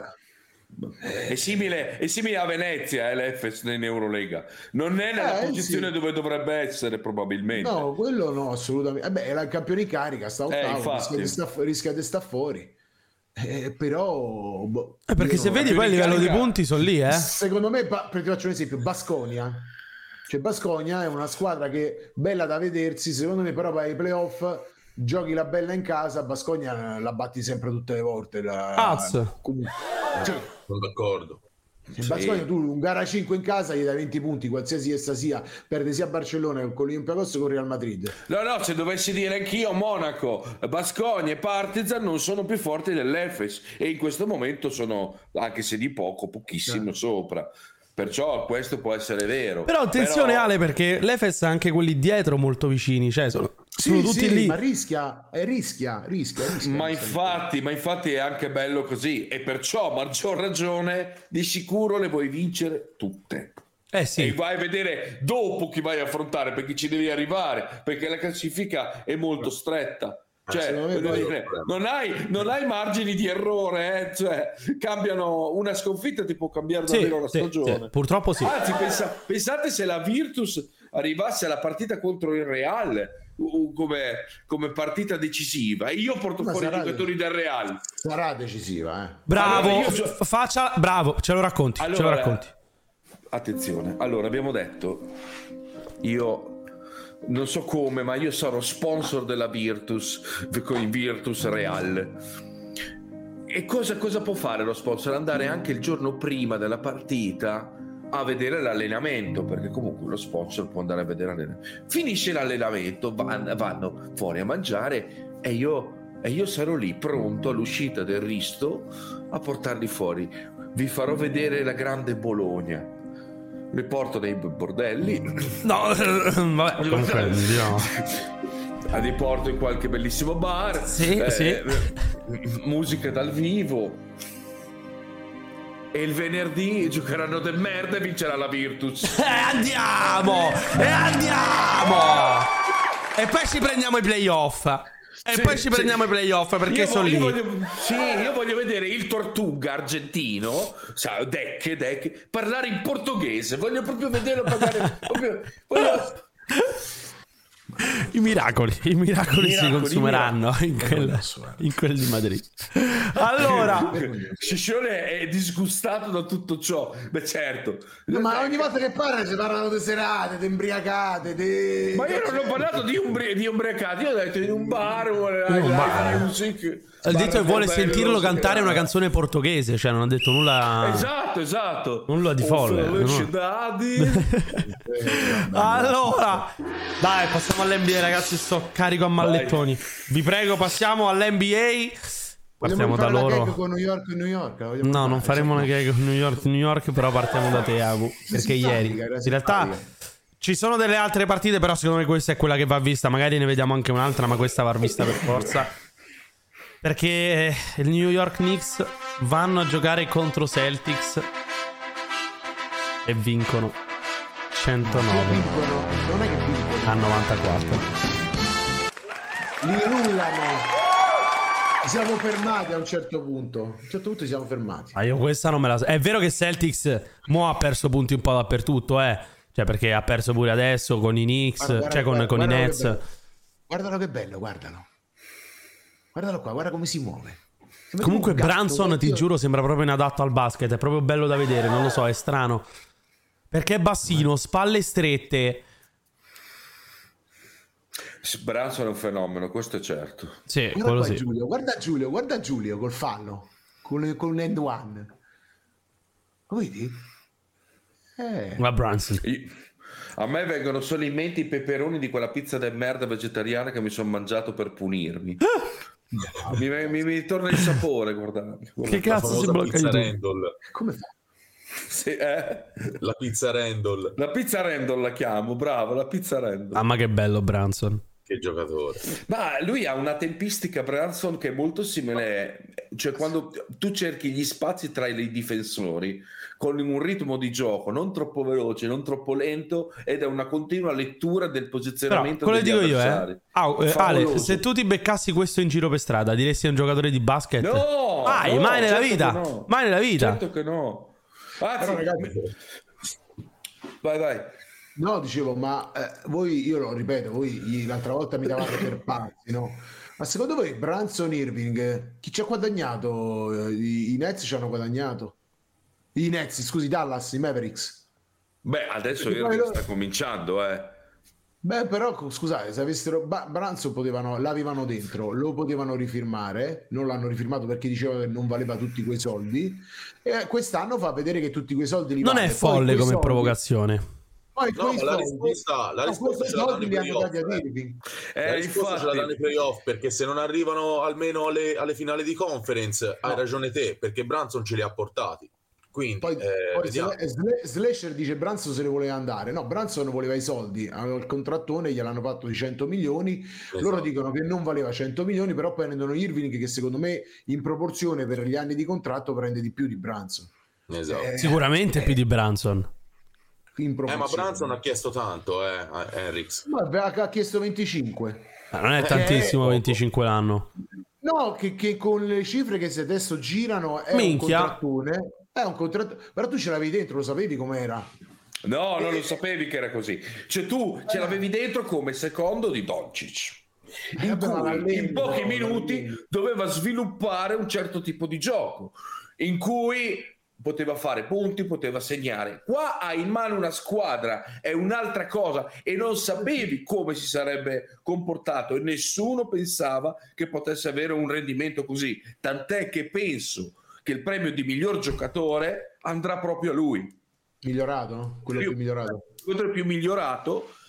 Speaker 7: È simile, è simile a Venezia, eh, l'Efes in Eurolega. Non è nella
Speaker 8: eh,
Speaker 7: posizione
Speaker 8: sì.
Speaker 7: dove dovrebbe essere, probabilmente.
Speaker 8: No, quello no, assolutamente. Eh beh, era il campione in carica, sta ottavo, eh, rischia, di sta, rischia di sta fuori. Eh, però boh,
Speaker 6: eh, perché se vedi poi a livello di punti sono lì, eh.
Speaker 8: Secondo me, per ti faccio un esempio, Baskonia. Cioè Baskonia è una squadra che bella da vedersi, secondo me, però vai ai playoff, giochi la bella in casa, Baskonia la batti sempre tutte le volte. La...
Speaker 10: Comunque, cioè, sono d'accordo.
Speaker 8: Se sì. Baskonia tu un gara cinque in casa gli dai venti punti, qualsiasi essa sia, perde sia Barcellona con l'Olympiacos che con Real Madrid.
Speaker 7: No, no, se dovessi dire anch'io, Monaco, Baskonia e Partizan non sono più forti dell'Efes e in questo momento sono, anche se di poco, pochissimo eh. sopra. Perciò questo può essere vero.
Speaker 6: Però attenzione Però... Ale, perché l'Efes ha anche quelli dietro molto vicini, cioè sono,
Speaker 8: sì,
Speaker 6: sono tutti
Speaker 8: sì,
Speaker 6: lì.
Speaker 8: Ma rischia, eh, rischia, rischia, rischia.
Speaker 7: Ma infatti, ma infatti è anche bello così. E perciò, a maggior ragione, di sicuro le vuoi vincere tutte.
Speaker 6: Eh sì.
Speaker 7: E vai a vedere dopo chi vai a affrontare, perché ci devi arrivare, perché la classifica è molto stretta. Cioè, dire, non, hai, non hai margini di errore, eh? Cioè, cambiano una sconfitta, ti può cambiare davvero sì, la stagione.
Speaker 6: Sì, sì. Purtroppo sì.
Speaker 7: Anzi, pensa, pensate se la Virtus arrivasse alla partita contro il Real uh, come, come partita decisiva. Io porto Ma fuori i giocatori del Real.
Speaker 8: Sarà decisiva, eh.
Speaker 6: Bravo,
Speaker 7: allora io...
Speaker 6: faccia, bravo, ce lo racconti.
Speaker 7: Allora,
Speaker 6: ce lo racconti.
Speaker 7: Attenzione, allora abbiamo detto, io non so come, ma io sarò sponsor della Virtus con il Virtus Real. E cosa, cosa può fare lo sponsor? Andare anche il giorno prima della partita a vedere l'allenamento, perché comunque lo sponsor può andare a vedere l'allenamento. Finisce l'allenamento, vanno, vanno fuori a mangiare e io, e io sarò lì pronto all'uscita del Risto a portarli fuori. vi farò vedere la grande Bologna. Le porto nei bordelli.
Speaker 6: No, vabbè, comunque no.
Speaker 7: Li porto in qualche bellissimo bar.
Speaker 6: Sì,
Speaker 7: eh,
Speaker 6: sì.
Speaker 7: Musica dal vivo. E il venerdì giocheranno del merda e vincerà la Virtus.
Speaker 6: E andiamo! E andiamo! E poi ci prendiamo i playoff. E
Speaker 7: Sì,
Speaker 6: poi ci
Speaker 7: sì.
Speaker 6: prendiamo i playoff perché
Speaker 7: Io
Speaker 6: sono
Speaker 7: voglio-
Speaker 6: lì.
Speaker 7: io voglio- sì, io voglio vedere il Tortuga argentino, sa, Decche, Decche, parlare in portoghese. Voglio proprio vederlo parlare. proprio- voglio-
Speaker 6: I miracoli, i miracoli
Speaker 7: I
Speaker 6: si
Speaker 7: miracoli,
Speaker 6: consumeranno
Speaker 7: i
Speaker 6: in quel, in quel di Madrid. Allora,
Speaker 7: Scissione è disgustato da tutto ciò. Beh, certo.
Speaker 8: No, ma ogni volta che parla ci parlano di serate, di imbriacate, di...
Speaker 7: Ma io non ho parlato di, umbri- di ubriacati, io ho detto di un bar, vuole
Speaker 6: Un
Speaker 7: live
Speaker 6: bar.
Speaker 7: music.
Speaker 6: ha detto che vuole
Speaker 7: Bello,
Speaker 6: sentirlo
Speaker 7: sì,
Speaker 6: cantare
Speaker 7: eh.
Speaker 6: una canzone portoghese, cioè non ha detto nulla.
Speaker 7: Esatto, esatto.
Speaker 6: Nulla di folle. no?
Speaker 7: Felicidadi.
Speaker 6: Allora, dai, passiamo all'N B A, ragazzi. Sto carico a mallettoni. Vi prego, passiamo all'N B A. Partiamo
Speaker 8: Vogliamo
Speaker 6: da
Speaker 8: fare la gag
Speaker 6: loro.
Speaker 8: con New York, New York. La vogliamo
Speaker 6: No,
Speaker 8: fare?
Speaker 6: non faremo una gag con New York, New York, però partiamo da te, Agu. Perché
Speaker 8: simpatica,
Speaker 6: ieri,
Speaker 8: era
Speaker 6: in realtà,
Speaker 8: simpatica.
Speaker 6: ci sono delle altre partite, però secondo me questa è quella che va vista. Magari ne vediamo anche un'altra, ma questa va vista per forza. Perché il New York Knicks vanno a giocare contro Celtics e vincono centonove
Speaker 8: Vincono, non è che vincono,
Speaker 6: a novantaquattro.
Speaker 8: li rullano. Ci siamo fermati a un certo punto. A un certo punto ci siamo fermati.
Speaker 6: Ma io questa non me la so. È vero che Celtics mo ha perso punti un po' dappertutto, eh. Cioè, perché ha perso pure adesso con i Knicks,
Speaker 8: Guarda, guarda,
Speaker 6: cioè con,
Speaker 8: guarda,
Speaker 6: con i
Speaker 8: guardalo
Speaker 6: Nets.
Speaker 8: che bello. Guardalo che bello, guardalo. Guardalo qua, guarda come si muove. Sembra
Speaker 6: Comunque
Speaker 8: tipo un gatto,
Speaker 6: Branson, ti
Speaker 8: oddio.
Speaker 6: giuro, sembra proprio inadatto al basket. È proprio bello da vedere, non lo so, è strano. Perché è bassino, spalle strette.
Speaker 7: Branson è un fenomeno, questo è certo.
Speaker 6: Sì,
Speaker 8: Guarda
Speaker 6: quello
Speaker 8: qua
Speaker 6: sì.
Speaker 8: Giulio, guarda Giulio, guarda Giulio col fallo. Con, con un end one. Lo vedi? Eh.
Speaker 6: Ma Branson.
Speaker 7: Io- A me vengono solo in mente i peperoni di quella pizza del merda vegetariana che mi sono mangiato per punirmi. mi, mi, mi torna il sapore, guardate.
Speaker 6: Che cazzo si blocca
Speaker 10: pizza
Speaker 6: YouTube?
Speaker 10: Randall.
Speaker 8: Come fa?
Speaker 7: Sì, eh?
Speaker 10: La pizza Randall.
Speaker 7: La pizza Randall la chiamo, bravo, la pizza Randall.
Speaker 6: Ah, ma che bello Branson.
Speaker 10: Che giocatore.
Speaker 7: Ma lui ha una tempistica, Branson, che è molto simile. Cioè, quando tu cerchi gli spazi tra i difensori con un ritmo di gioco non troppo veloce, non troppo lento, ed è una continua lettura del
Speaker 6: Però,
Speaker 7: posizionamento
Speaker 6: quello che
Speaker 7: degli
Speaker 6: dico io,
Speaker 7: avversari.
Speaker 6: eh. Ah, eh, Ale,
Speaker 7: Favoloso.
Speaker 6: se tu ti beccassi questo in giro per strada, diresti a un giocatore di basket?
Speaker 7: No,
Speaker 6: mai,
Speaker 7: no,
Speaker 6: mai nella
Speaker 7: certo
Speaker 6: vita.
Speaker 7: che no.
Speaker 6: Mai nella vita.
Speaker 7: Certo che no. Anzi,
Speaker 8: Però, ragazzi,
Speaker 7: vai, vai.
Speaker 8: no, dicevo, ma eh, voi, io lo ripeto, voi l'altra volta mi davate per pazzi, no? Ma secondo voi Branson Irving, eh, chi ci ha guadagnato? Eh, I, i Nets ci hanno guadagnato. I Nets, scusi, Dallas, i Mavericks.
Speaker 7: Beh, adesso
Speaker 8: Perché
Speaker 7: Irving
Speaker 8: poi
Speaker 7: sta
Speaker 8: loro-
Speaker 7: cominciando, eh.
Speaker 8: Beh, però, scusate, se avessero Ba- Branson potevano, l'avevano dentro, lo potevano rifirmare, non l'hanno rifirmato perché diceva che non valeva tutti quei soldi, e quest'anno fa vedere che tutti quei soldi li
Speaker 6: Non
Speaker 8: vale.
Speaker 6: è
Speaker 8: Poi
Speaker 6: folle
Speaker 8: quei
Speaker 6: come
Speaker 8: soldi-
Speaker 6: provocazione.
Speaker 8: Poi
Speaker 10: No,
Speaker 8: quei
Speaker 10: ma la
Speaker 8: soldi-
Speaker 10: risposta, la
Speaker 8: no,
Speaker 10: risposta
Speaker 8: quei
Speaker 10: ce la danno
Speaker 8: soldi
Speaker 10: i
Speaker 8: li hanno
Speaker 10: playoff.
Speaker 8: dati a
Speaker 10: eh.
Speaker 8: Irving.
Speaker 10: La
Speaker 7: Eh,
Speaker 10: risposta ce la
Speaker 7: infatti.
Speaker 10: danno i playoff, perché se non arrivano almeno alle, alle finali di conference, hai ragione te, perché Branson ce li ha portati. Quindi,
Speaker 8: Poi,
Speaker 10: eh,
Speaker 8: poi
Speaker 10: vediamo.
Speaker 8: Sle- Sle- Slasher dice Branson se ne voleva andare. No, Branson voleva i soldi, aveva il contrattone, gliel'hanno fatto di cento milioni. Loro
Speaker 10: Esatto.
Speaker 8: dicono che non valeva cento milioni, però prendono Irving che secondo me in proporzione per gli anni di contratto prende di più di Branson.
Speaker 10: Esatto.
Speaker 8: Eh,
Speaker 6: Sicuramente più di Branson.
Speaker 8: in
Speaker 10: Eh, ma
Speaker 8: proporzione.
Speaker 10: Branson ha chiesto tanto, eh, a Henrix.
Speaker 8: Ma aveva- ha chiesto venticinque.
Speaker 6: Ma non è
Speaker 8: Eh,
Speaker 6: tantissimo
Speaker 8: poco.
Speaker 6: venticinque l'anno.
Speaker 8: No, che, che con le cifre che se adesso girano è
Speaker 6: Minchia.
Speaker 8: un contrattone. È un contratto, però tu ce l'avevi dentro, lo sapevi com'era.
Speaker 7: No, non lo sapevi che era così. Cioè tu ce l'avevi dentro come secondo di Doncic. In,
Speaker 8: Eh, vabbè, ma
Speaker 7: cui,
Speaker 8: l'alleno,
Speaker 7: in pochi
Speaker 8: l'alleno.
Speaker 7: minuti doveva sviluppare un certo tipo di gioco in cui poteva fare punti, poteva segnare. Qua hai in mano una squadra, è un'altra cosa, e non sapevi come si sarebbe comportato e nessuno pensava che potesse avere un rendimento così, tant'è che penso che il premio di miglior giocatore andrà proprio a lui.
Speaker 8: Migliorato, no? Quello
Speaker 7: Più-
Speaker 8: più migliorato.
Speaker 7: quello più migliorato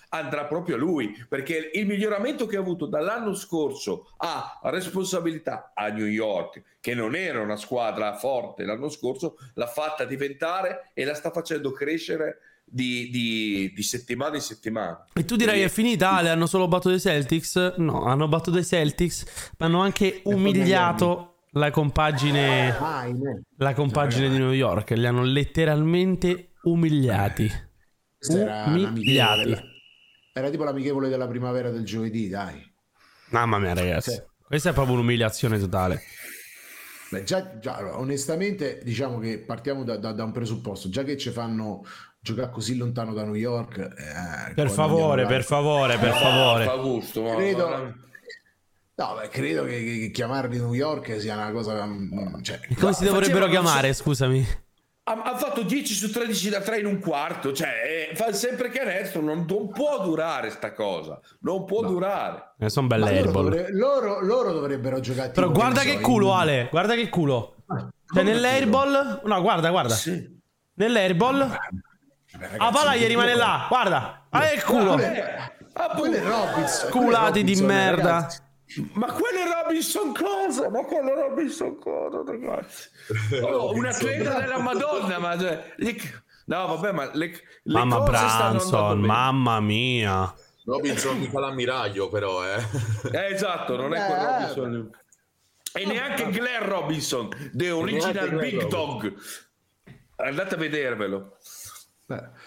Speaker 7: andrà proprio a lui, perché il miglioramento che ha avuto dall'anno scorso a responsabilità a New York, che non era una squadra forte l'anno scorso, l'ha fatta diventare e la sta facendo crescere di, di, di settimana in settimana.
Speaker 6: E tu dirai e... è finita, Ale, hanno solo battuto i Celtics? No, hanno battuto i Celtics, ma hanno anche umiliato la compagine ah, la compagine di New York, li hanno letteralmente umiliati.
Speaker 8: Era,
Speaker 6: umiliati.
Speaker 8: Era tipo l'amichevole della primavera del giovedì, dai.
Speaker 6: Mamma mia, ragazzi, sì. Questa è proprio un'umiliazione totale.
Speaker 8: Beh, già, già onestamente diciamo che partiamo da, da, da un presupposto, già che ci fanno giocare così lontano da New York, eh,
Speaker 6: per favore, per favore, per favore,
Speaker 7: fa gusto, ma...
Speaker 8: credo, no, beh, credo che, che chiamarli New York sia una cosa, cioè,
Speaker 6: come si dovrebbero chiamare, scusami?
Speaker 7: Ha, ha fatto dieci su tredici da tre in un quarto, cioè eh, fa sempre canestro, non, non può durare sta cosa, non può no. durare.
Speaker 6: Eh, sono belle
Speaker 8: loro,
Speaker 6: airball.
Speaker 8: dovre- loro, loro dovrebbero giocare.
Speaker 6: Però guarda che, che culo, in... Ale, guarda che culo. Ah, cioè nell'airball, no, guarda, guarda. Sì. Nell'airball Vabbè, la palla gli rimane là, guarda. Guarda il culo.
Speaker 8: Ah, quello è Robinson.
Speaker 6: Culati di merda.
Speaker 8: Ragazzi.
Speaker 7: Ma quello è Robinson cosa? Ma quello è Robinson cosa, ragazzi? Oh, un atleta della Madonna, ma cioè, le... no, vabbè, ma le, le
Speaker 6: mamma Branson, mamma mia.
Speaker 10: Robinson mi fa l'ammiraglio, però, eh.
Speaker 7: eh esatto, non è quel Robinson. E neanche Glenn Robinson, The Original Big Dog. Andate a vedervelo.
Speaker 8: Beh.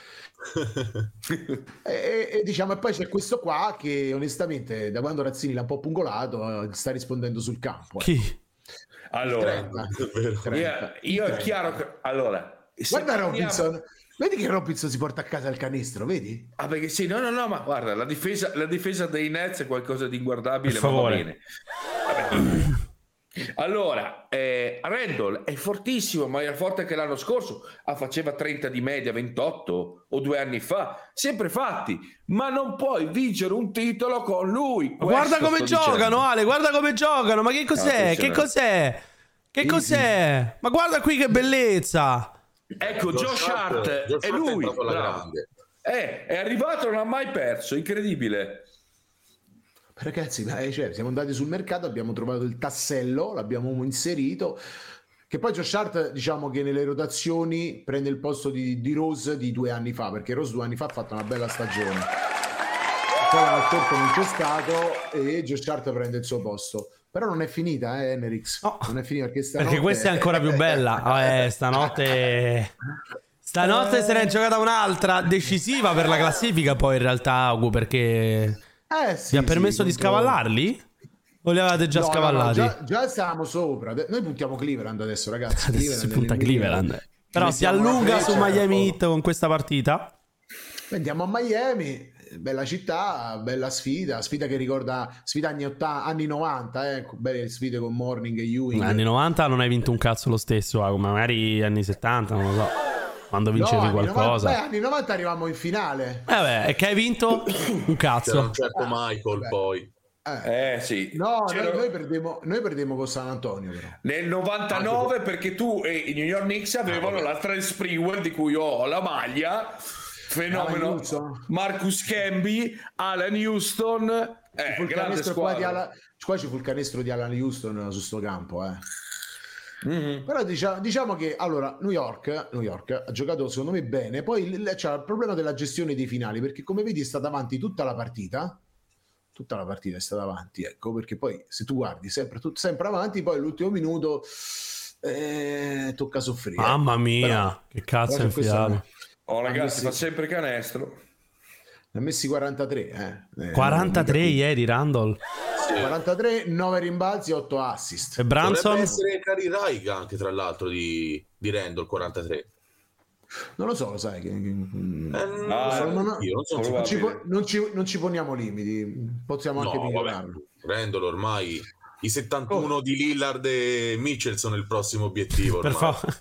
Speaker 8: e, e diciamo, e poi c'è questo qua che onestamente da quando Razzini l'ha un po' pungolato sta rispondendo sul campo.
Speaker 6: Chi?
Speaker 8: Eh.
Speaker 7: Allora,
Speaker 8: trenta, trenta,
Speaker 7: io, io
Speaker 8: trenta.
Speaker 7: È chiaro che allora
Speaker 8: guarda Robinson, parliamo... vedi che Robinson si porta a casa il canestro, vedi?
Speaker 7: Ah, perché sì, no, no, no, ma guarda, la difesa, la difesa dei Nets è qualcosa di inguardabile,
Speaker 6: per
Speaker 7: ma
Speaker 6: favore.
Speaker 7: Va bene. Vabbè. Allora, eh, Randall è fortissimo, ma è forte che l'anno scorso ah, faceva trenta di media, ventotto o due anni fa, sempre fatti, ma non puoi vincere un titolo con lui.
Speaker 6: Guarda come giocano, dicendo. Ale, guarda come giocano, ma che cos'è? No, che cos'è? Che cos'è? Ma guarda qui che bellezza.
Speaker 7: Ecco, Josh Hart è lui, è, è arrivato, non ha mai perso, incredibile.
Speaker 8: Ragazzi, cioè, siamo andati sul mercato, abbiamo trovato il tassello, l'abbiamo inserito, che poi Josh Hart, diciamo che nelle rotazioni prende il posto di, di Rose di due anni fa, perché Rose due anni fa ha fatto una bella stagione, poi l'anno scorso non c'è stato e Josh Hart prende il suo posto. Però non è finita, eh, Enerix. No. Non è finita perché stanotte...
Speaker 6: Perché questa è ancora più bella. Oh, eh, stanotte... Stanotte eh... se ne è giocata un'altra decisiva per la classifica, poi in realtà, Agu, perché...
Speaker 8: Eh, sì,
Speaker 6: vi ha permesso
Speaker 8: sì,
Speaker 6: di scavallarli? O li avevate già
Speaker 8: no,
Speaker 6: scavallati?
Speaker 8: No, no, già, già stavamo sopra. Noi puntiamo Cleveland adesso, ragazzi.
Speaker 6: Adesso
Speaker 8: Cleveland
Speaker 6: si punta Cleveland. Però si
Speaker 8: Mettiamo
Speaker 6: allunga su Miami Heat
Speaker 8: po'.
Speaker 6: con questa partita.
Speaker 8: Andiamo a Miami, bella città, bella sfida. Sfida che ricorda sfida anni ottanta, anni novanta, eh, belle sfide con Morning e Ewing.
Speaker 6: Anni novanta non hai vinto un cazzo lo stesso, come magari anni settanta, non lo so. Quando vincevi
Speaker 8: no,
Speaker 6: qualcosa.
Speaker 8: novanta, beh, anni novanta arrivavamo in finale.
Speaker 6: Eh beh, e che hai vinto un cazzo.
Speaker 10: C'era un certo Michael
Speaker 8: beh.
Speaker 10: poi.
Speaker 7: Eh, eh sì.
Speaker 8: No, noi, noi perdemmo noi perdemmo con San Antonio però.
Speaker 7: Nel novantanove ah, perché tu e i New York Knicks avevano ah, la Trent Sprewell di cui io ho la maglia. Fenomeno. Marcus Camby, Alan Houston. Eh,
Speaker 8: fu il canestro qua, di Alan, qua ci fu il canestro di Alan Houston su sto campo, eh. Mm-hmm. Però diciamo, diciamo che allora New York, New York ha giocato secondo me bene, poi c'è il problema della gestione dei finali, perché come vedi è stata avanti tutta la partita tutta la partita è stata avanti, ecco, perché poi se tu guardi sempre, tu, sempre avanti, poi l'ultimo minuto eh, tocca soffrire.
Speaker 6: Mamma mia, però, che cazzo è infilato.
Speaker 7: Oh ragazzi, fa sempre canestro.
Speaker 8: Ne ha messi quarantatré, eh.
Speaker 6: quarantatré eh, ieri Randall.
Speaker 8: Sì. quarantatré, nove rimbalzi, otto assist.
Speaker 6: E Branson?
Speaker 10: Dovrebbe essere Cari Raiga anche tra l'altro di, di Randall, quarantatré.
Speaker 8: Non lo so, lo sai che eh,
Speaker 10: ah, non, non, io non, so
Speaker 8: non, ci, non, ci, non ci poniamo limiti, possiamo anche
Speaker 10: no,
Speaker 8: migliorarlo.
Speaker 10: Randall ormai i settantuno oh. di Lillard e Mitchell sono il prossimo obiettivo ormai.
Speaker 6: Per favore.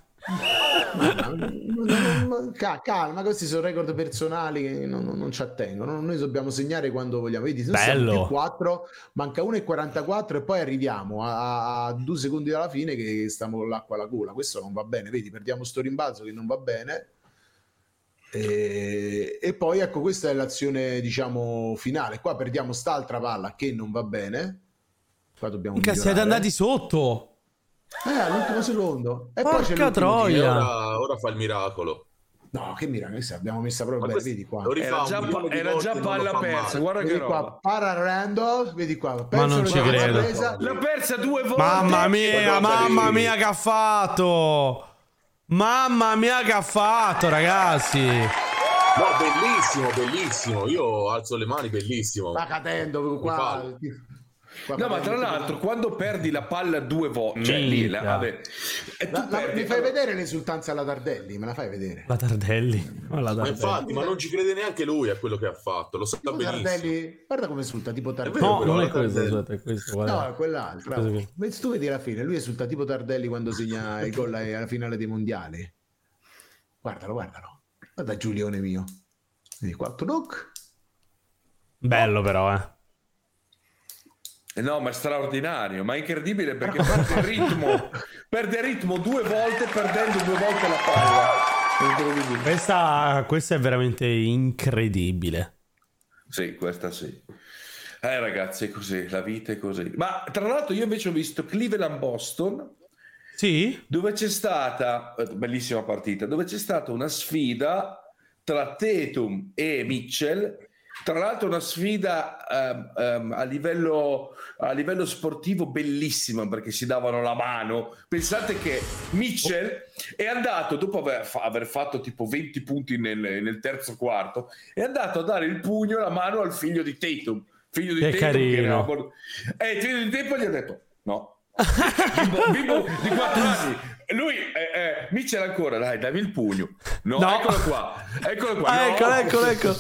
Speaker 8: Calma, questi sono record personali che non, non, non ci attengono. Noi dobbiamo segnare quando vogliamo. Vedi, se
Speaker 6: bello.
Speaker 8: Più quattro, manca uno e quarantaquattro e poi arriviamo a, a due secondi dalla fine che stiamo con l'acqua alla gola. Questo non va bene, vedi, perdiamo sto rimbalzo che non va bene. E, e poi ecco, questa è l'azione diciamo finale. Qua perdiamo st'altra palla che non va bene. Qua dobbiamo
Speaker 6: Mica
Speaker 8: migliorare.
Speaker 6: siete andati sotto.
Speaker 8: Eh, all'ultimo secondo. E
Speaker 6: Porca
Speaker 8: poi c'è l'ultimo
Speaker 6: troia.
Speaker 8: tiro.
Speaker 10: Ora, ora fa il miracolo.
Speaker 8: No, che miracolo, abbiamo messa proprio bene, vedi qua.
Speaker 10: Lo rifà
Speaker 7: Era
Speaker 10: un
Speaker 7: già,
Speaker 10: milione di
Speaker 7: era
Speaker 10: volte
Speaker 7: già
Speaker 10: e non lo
Speaker 7: palla
Speaker 10: fa
Speaker 7: persa,
Speaker 10: male.
Speaker 7: guarda
Speaker 8: Vedi
Speaker 7: che
Speaker 8: qua,
Speaker 7: roba.
Speaker 8: para Randall, vedi qua.
Speaker 6: Ma non ci credo.
Speaker 7: L'ha persa due volte.
Speaker 6: Mamma mia, mamma mia che ha fatto. Mamma mia che ha fatto, ragazzi.
Speaker 10: No, bellissimo, bellissimo. Io alzo le mani, bellissimo.
Speaker 8: Sta cadendo qua. qua
Speaker 7: No, ma tra l'altro, quando perdi la palla due volte, cioè lì, la, vabbè, e tu
Speaker 8: La- la-
Speaker 7: perdi,
Speaker 8: mi fai vedere l'esultanza alla Tardelli? Me la fai vedere?
Speaker 6: La Tardelli. Ma, la
Speaker 10: Ma
Speaker 6: Tardelli.
Speaker 10: infatti, ma non ci crede neanche lui a quello che ha fatto. Lo sa
Speaker 8: Tipo
Speaker 10: benissimo.
Speaker 8: Tardelli, guarda come esulta, tipo Tardelli.
Speaker 6: No,
Speaker 10: però
Speaker 6: non è
Speaker 10: la
Speaker 6: questo,
Speaker 10: Tardelli.
Speaker 6: aspetta, è questo. guarda.
Speaker 8: No, è quell'altro.
Speaker 6: Questo qui.
Speaker 8: Vedi, tu vedi alla fine, lui esulta tipo Tardelli quando segna i gol alla finale dei mondiali. Guardalo, guardalo. Guarda Giulione mio. Vedi qua, Tuduk.
Speaker 6: Bello però, eh.
Speaker 7: Eh no, ma è straordinario, ma è incredibile perché perde il ritmo, perde il ritmo due volte perdendo due volte la palla. Incredibile.
Speaker 6: Questa, questa è veramente incredibile.
Speaker 7: Sì, questa sì. Eh ragazzi, è così, la vita è così. Ma tra l'altro io invece ho visto Cleveland-Boston.
Speaker 6: Sì?
Speaker 7: Dove c'è stata, bellissima partita, dove c'è stata una sfida tra Tatum e Mitchell. Tra l'altro una sfida um, um, a, livello, a livello sportivo bellissima perché si davano la mano. Pensate che Mitchell è andato, dopo aver, fa- aver fatto tipo venti punti nel, nel terzo quarto, è andato a dare il pugno, la mano al figlio di Tatum. Figlio di
Speaker 6: Che
Speaker 7: Tatum
Speaker 6: carino.
Speaker 7: che era mor- e il figlio di Tatum gli ha detto no. Bimbo, bimbo di quattro anni. Lui, eh, eh, Mitchell ancora, dai, dammi il pugno. No,
Speaker 6: No.
Speaker 7: eccolo qua. Eccolo qua.
Speaker 6: Ah,
Speaker 7: no.
Speaker 6: eccolo, eccolo, ecco.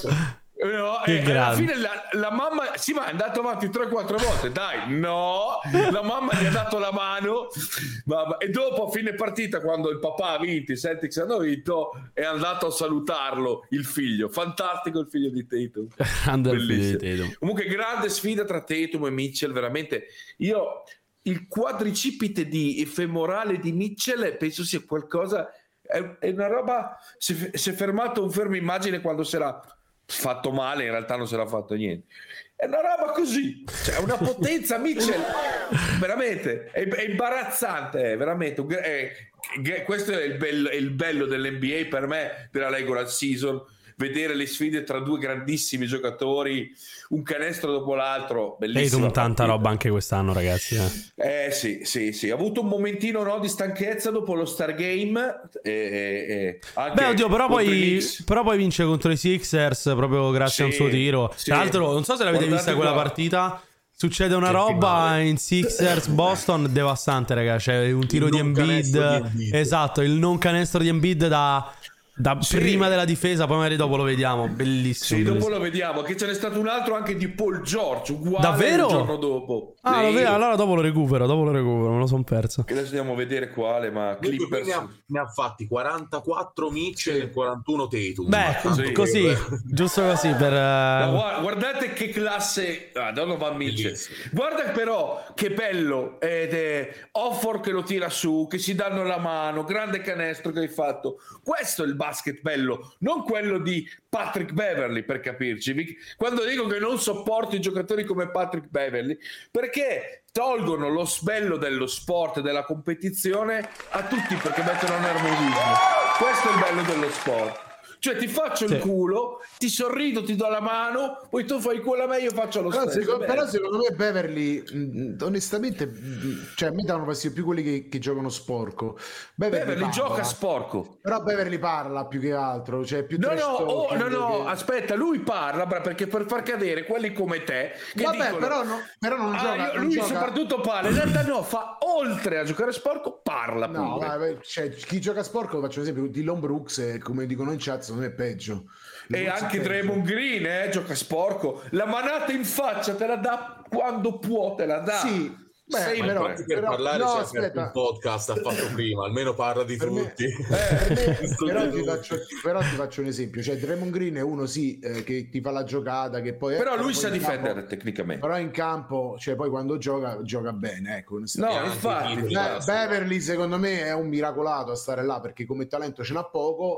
Speaker 7: No,
Speaker 6: Che
Speaker 7: e alla
Speaker 6: grande.
Speaker 7: fine la, la mamma sì, ma è andato avanti tre quattro volte, dai, no, la mamma gli ha dato la mano, ma- e dopo a fine partita quando il papà ha vinto, i Celtics hanno vinto, è andato a salutarlo il figlio, fantastico il figlio di Tatum.
Speaker 6: Grande il figlio di
Speaker 7: Bellissimo.
Speaker 6: Tatum.
Speaker 7: Comunque grande sfida tra Tatum e Mitchell, veramente. Io il quadricipite di femorale di Mitchell penso sia qualcosa, è, è una roba, si è, si è fermato un fermo immagine quando si era fatto male, in realtà non si era fatto niente. È una roba così, cioè una potenza Mitchell, veramente, è, è imbarazzante, è veramente. un- è- è- questo è il bello, è il bello dell'N B A per me, della regular season, vedere le sfide tra due grandissimi giocatori, un canestro dopo l'altro, bellissimo.
Speaker 6: Tatum tanta roba anche quest'anno, ragazzi. Eh.
Speaker 7: Eh sì, sì, sì, ha avuto un momentino no, di stanchezza dopo lo Stargame. E, e, e anche
Speaker 6: Beh, oddio, però
Speaker 7: contro i
Speaker 6: poi,
Speaker 7: Knicks.
Speaker 6: però poi vince contro i Sixers proprio grazie a un
Speaker 7: Sì,
Speaker 6: suo tiro.
Speaker 7: sì.
Speaker 6: Tra l'altro, non so se l'avete
Speaker 7: Guardate
Speaker 6: vista quella
Speaker 7: qua.
Speaker 6: partita. Succede una
Speaker 10: Che
Speaker 6: roba
Speaker 10: finale.
Speaker 6: in Sixers Boston devastante, ragazzi. C'è un tiro
Speaker 10: Il
Speaker 6: di
Speaker 10: non canestro
Speaker 6: Embiid.
Speaker 10: di Embiid.
Speaker 6: Esatto, il non canestro di Embiid da, da
Speaker 7: Sì.
Speaker 6: prima della difesa, poi magari dopo lo vediamo. Bellissimo.
Speaker 7: Sì, dopo
Speaker 6: bellissimo.
Speaker 7: lo vediamo, che ce n'è stato un altro anche di Paul George, uguale
Speaker 6: Davvero?
Speaker 7: il giorno dopo.
Speaker 6: Ah,
Speaker 7: Sì.
Speaker 6: lo vedo, allora dopo lo recupero, dopo lo recupero, me lo son perso.
Speaker 7: Che adesso andiamo a vedere quale, ma
Speaker 10: Comunque qui
Speaker 7: Clippers.
Speaker 10: ne ha, ne ha fatti quarantaquattro Mitchell e quarantuno Tatum.
Speaker 6: Beh,
Speaker 10: Ma tanto
Speaker 7: sì.
Speaker 6: così,
Speaker 10: che-
Speaker 6: giusto così per...
Speaker 7: Ma
Speaker 6: eh,
Speaker 7: gua- guardate che classe ah, Donovan Mitchell.
Speaker 10: Bellissimo.
Speaker 7: Guarda però che bello ed è Offor che lo tira su, che si danno la mano, grande canestro che hai fatto. Questo è il basket bello, non quello di Patrick Beverly, per capirci. Vi- Quando dico che non sopporto i giocatori come Patrick Beverly, perché tolgono lo sbello dello sport, della competizione a tutti, perché mettono nervosismo. Questo è il bello dello sport. Cioè ti faccio
Speaker 6: Sì.
Speaker 7: il culo, ti sorrido, ti do la mano, poi tu fai il culo a me, io faccio lo
Speaker 8: Però,
Speaker 7: stesso.
Speaker 8: secondo,
Speaker 7: Beh,
Speaker 8: però secondo me Beverly mh, onestamente mh, cioè a me danno fastidio più quelli che, che giocano sporco. Beverly,
Speaker 7: Beverly
Speaker 8: parla,
Speaker 7: gioca sporco.
Speaker 8: però Beverly parla più che altro, cioè più
Speaker 7: No,
Speaker 8: trash
Speaker 7: no, oh,
Speaker 8: talking
Speaker 7: no, no,
Speaker 8: che-
Speaker 7: aspetta, lui parla bra, perché per far cadere quelli come te che
Speaker 8: Vabbè,
Speaker 7: dicono,
Speaker 8: però, no, però non
Speaker 7: "Ah,
Speaker 8: gioca,
Speaker 7: io-
Speaker 8: non
Speaker 7: lui
Speaker 8: gioca-
Speaker 7: soprattutto parla, in realtà no, fa oltre a giocare sporco, parla
Speaker 8: No,
Speaker 7: pure.
Speaker 8: vai, cioè, chi gioca sporco, faccio un esempio, Dillon Brooks, eh, come dicono in chat, secondo me è peggio.
Speaker 7: E
Speaker 8: Brooks è
Speaker 7: anche
Speaker 8: peggio.
Speaker 7: Draymond Green eh, gioca sporco, la manata in faccia te la dà quando può, te la dà.
Speaker 8: Sì, beh,
Speaker 7: Sempre.
Speaker 8: però-
Speaker 10: per
Speaker 8: però-
Speaker 10: parlare
Speaker 8: no,
Speaker 10: c'è aperto
Speaker 8: aspetta.
Speaker 10: un podcast, ha fatto prima, almeno parla di
Speaker 8: Per me-
Speaker 10: tutti.
Speaker 8: Per me-
Speaker 10: Giusto
Speaker 8: però,
Speaker 10: di
Speaker 8: ti
Speaker 10: tutti.
Speaker 8: faccio, però ti faccio un esempio, cioè Draymond Green è uno sì eh, che ti fa la giocata, che poi
Speaker 7: Però lui
Speaker 8: poi
Speaker 7: sa
Speaker 8: in
Speaker 7: difendere
Speaker 8: campo-
Speaker 7: tecnicamente.
Speaker 8: però in campo, cioè poi quando gioca gioca bene, ecco.
Speaker 7: No,
Speaker 10: anche
Speaker 7: infatti.
Speaker 10: Green.
Speaker 8: Be- Beverly secondo me è un miracolato a stare là perché come talento ce n'ha poco,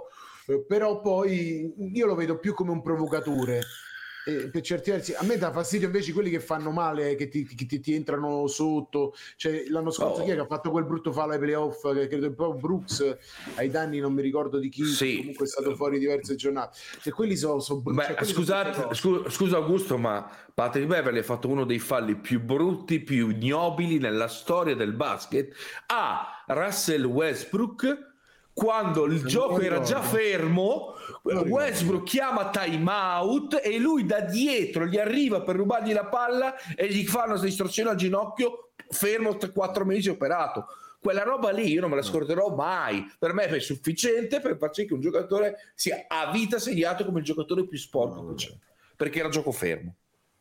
Speaker 8: eh, però poi io lo vedo più come un provocatore. Eh, per certi versi a me dà fastidio invece quelli che fanno male, che ti, che ti, ti entrano sotto. Cioè, l'anno scorso oh. chi è che ha fatto quel brutto fallo ai playoff, che credo un po' Brooks, ai danni non mi ricordo di chi, sì. comunque è stato fuori diverse giornate, e quelli sono so,
Speaker 7: cioè, scusate, scu- scusa Augusto, ma Patrick Beverley ha fatto uno dei falli più brutti, più ignobili nella storia del basket a Russell Westbrook. Quando il gioco era già fermo, Westbrook chiama time out e lui da dietro gli arriva per rubargli la palla e gli fa una distorsione al ginocchio, fermo quattro mesi operato. Quella roba lì io non me la scorderò mai. Per me è sufficiente per far sì che un giocatore sia a vita segnato come il giocatore più sporco che c'è, perché era gioco fermo.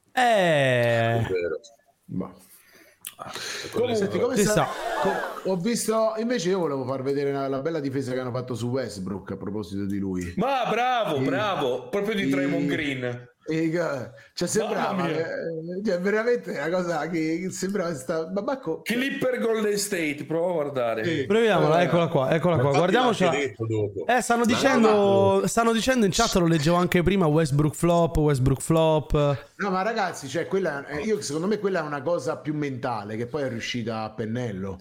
Speaker 6: Eh...
Speaker 8: Ma... Comunque, senti, come sta... ho visto invece, io volevo far vedere la, la bella difesa che hanno fatto su Westbrook a proposito di lui.
Speaker 7: Ma bravo, e... bravo, proprio di Draymond Green.
Speaker 8: E, cioè sembrava eh, cioè, veramente una cosa che sembrava sta... Babacco.
Speaker 7: Clipper Golden State, prova a guardare.
Speaker 6: Sì. Proviamola, eccola qua, eccola qua. Guardiamocela. Eh, stanno dicendo, stanno dicendo in chat, lo leggevo anche prima, Westbrook flop, Westbrook flop.
Speaker 8: No, ma ragazzi, cioè quella, io secondo me quella è una cosa più mentale che poi è riuscita a pennello.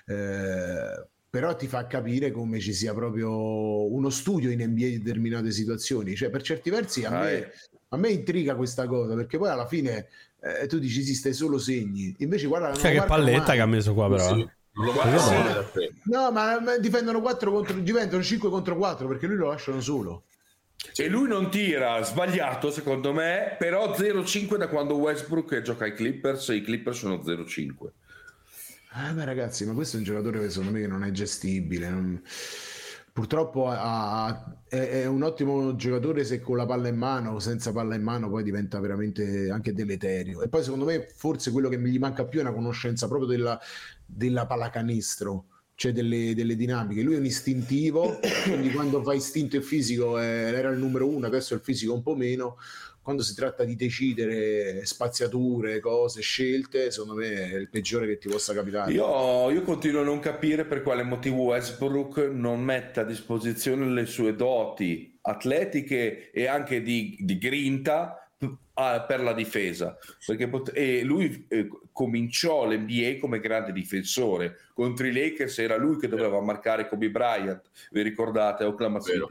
Speaker 8: Eh, però ti fa capire come ci sia proprio uno studio in N B A in determinate situazioni. Cioè, per certi versi a me, a me intriga questa cosa, perché poi alla fine eh, tu dici sì, stai solo segni, invece guarda,
Speaker 6: cioè, che palletta mai. Che ha messo qua però sì.
Speaker 8: Lo sì. No, ma difendono quattro contro, diventano cinque contro quattro perché lui lo lasciano solo.
Speaker 7: E lui non tira, sbagliato secondo me, però zero cinque da quando Westbrook gioca ai Clippers, e i Clippers sono zero cinque.
Speaker 8: Ah, ma ragazzi, ma questo è un giocatore che secondo me non è gestibile, non... purtroppo ha, è, è un ottimo giocatore se con la palla in mano, senza palla in mano poi diventa veramente anche deleterio. E poi secondo me forse quello che gli manca più è una conoscenza proprio della, della pallacanestro, cioè delle, delle dinamiche. Lui è un istintivo, quindi quando fa istinto e fisico eh, era il numero uno, adesso il fisico un po' meno. Quando si tratta di decidere spaziature, cose, scelte, secondo me è il peggiore che ti possa capitare.
Speaker 7: Io, io continuo a non capire per quale motivo Westbrook non metta a disposizione le sue doti atletiche e anche di, di grinta per la difesa, perché pot- e lui eh, cominciò l'N B A come grande difensore contro i Lakers, era lui che doveva marcare Kobe Bryant, vi ricordate, a Oklahoma City,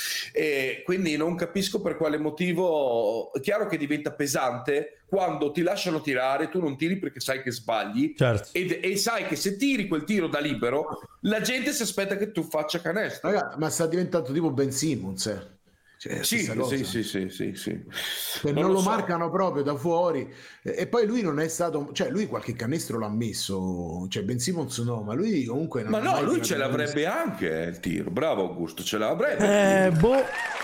Speaker 7: e quindi non capisco per quale motivo. È chiaro che diventa pesante quando ti lasciano tirare, tu non tiri perché sai che sbagli,
Speaker 6: certo.
Speaker 7: e, e sai che se tiri quel tiro da libero la gente si aspetta che tu faccia canestro.
Speaker 8: Ragazzi, ma sta diventando tipo Ben Simmons, eh. Cioè,
Speaker 7: sì, sì, sì, sì, sì, sì.
Speaker 8: Non, non lo, lo so. Marcano proprio da fuori, e poi lui non è stato, cioè lui qualche canestro l'ha messo, cioè Ben Simmons no, ma lui comunque non
Speaker 7: ma no, lui ce l'avrebbe messo. Anche il tiro, bravo Augusto, ce l'avrebbe
Speaker 6: eh, boh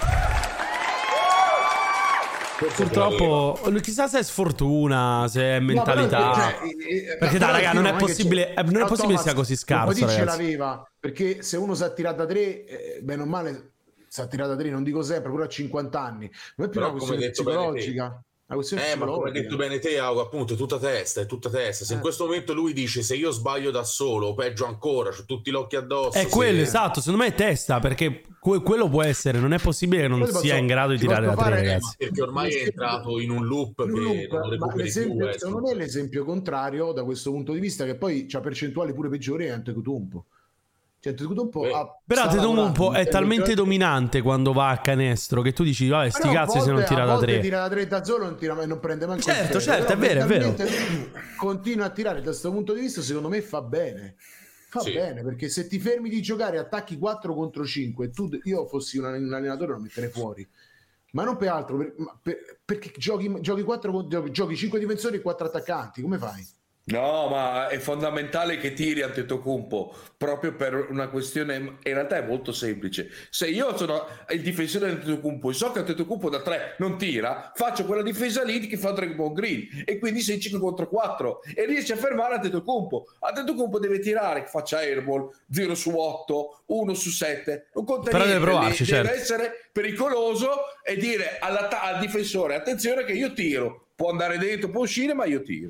Speaker 6: purtroppo chissà se è sfortuna, se è mentalità, no, cioè, eh, perché dai raga non è possibile non è possibile sia così scarso,
Speaker 8: ce l'aveva, perché se uno si è tirato da tre eh, bene o male si è tirata a tre, non dico sempre, pure a cinquanta anni, non è più
Speaker 10: però
Speaker 8: una questione psicologica. Una questione
Speaker 10: eh,
Speaker 8: psicologica.
Speaker 10: Ma come hai detto bene te, Augo, appunto, è tutta testa, è tutta testa. Se eh. in questo momento lui dice se io sbaglio da solo, o peggio ancora, c'ho tutti gli occhi addosso.
Speaker 6: È quello,
Speaker 10: se...
Speaker 6: esatto, secondo me è testa, perché que- quello può essere, non è possibile che non
Speaker 8: posso,
Speaker 6: sia in grado di tirare da tre, ragazzi.
Speaker 10: Perché ormai è entrato in un loop
Speaker 8: in un
Speaker 10: che
Speaker 8: loop,
Speaker 10: non
Speaker 8: ma l'esempio,
Speaker 10: più. Eh,
Speaker 8: secondo me è l'esempio contrario da questo punto di vista, che poi c'ha percentuali pure peggiori è Antetokounmpo. Cioè, Antetokounmpo
Speaker 6: eh.
Speaker 8: ha,
Speaker 6: però Antetokounmpo è talmente
Speaker 8: cioè...
Speaker 6: dominante quando va a canestro che tu dici vabbè sti
Speaker 8: però
Speaker 6: cazzi
Speaker 8: volte,
Speaker 6: se non tira da tre,
Speaker 8: tira da tre da solo non, tira, non prende manco
Speaker 6: certo
Speaker 8: il
Speaker 6: certo è vero è vero
Speaker 8: continua a tirare. Da questo punto di vista secondo me fa bene fa sì. bene, perché se ti fermi di giocare attacchi quattro contro cinque, tu, io fossi un, un allenatore lo metterei fuori, ma non per altro per, per, perché giochi, giochi, quattro, giochi cinque difensori e quattro attaccanti, come fai?
Speaker 7: No, ma è fondamentale che tiri Antetokounmpo, proprio per una questione, in realtà è molto semplice. Se io sono il difensore di Antetokounmpo e so che Antetokounmpo da tre non tira, faccio quella difesa lì che fa Draymond Green e quindi sei cinque contro quattro e riesci a fermare Antetokounmpo. Antetokounmpo deve tirare, che faccia airball, zero su otto, uno su sette, non conta
Speaker 6: però
Speaker 7: niente,
Speaker 6: deve provarci,
Speaker 7: deve
Speaker 6: certo.
Speaker 7: essere pericoloso e dire al difensore attenzione che io tiro, può andare dentro, può uscire, ma io tiro.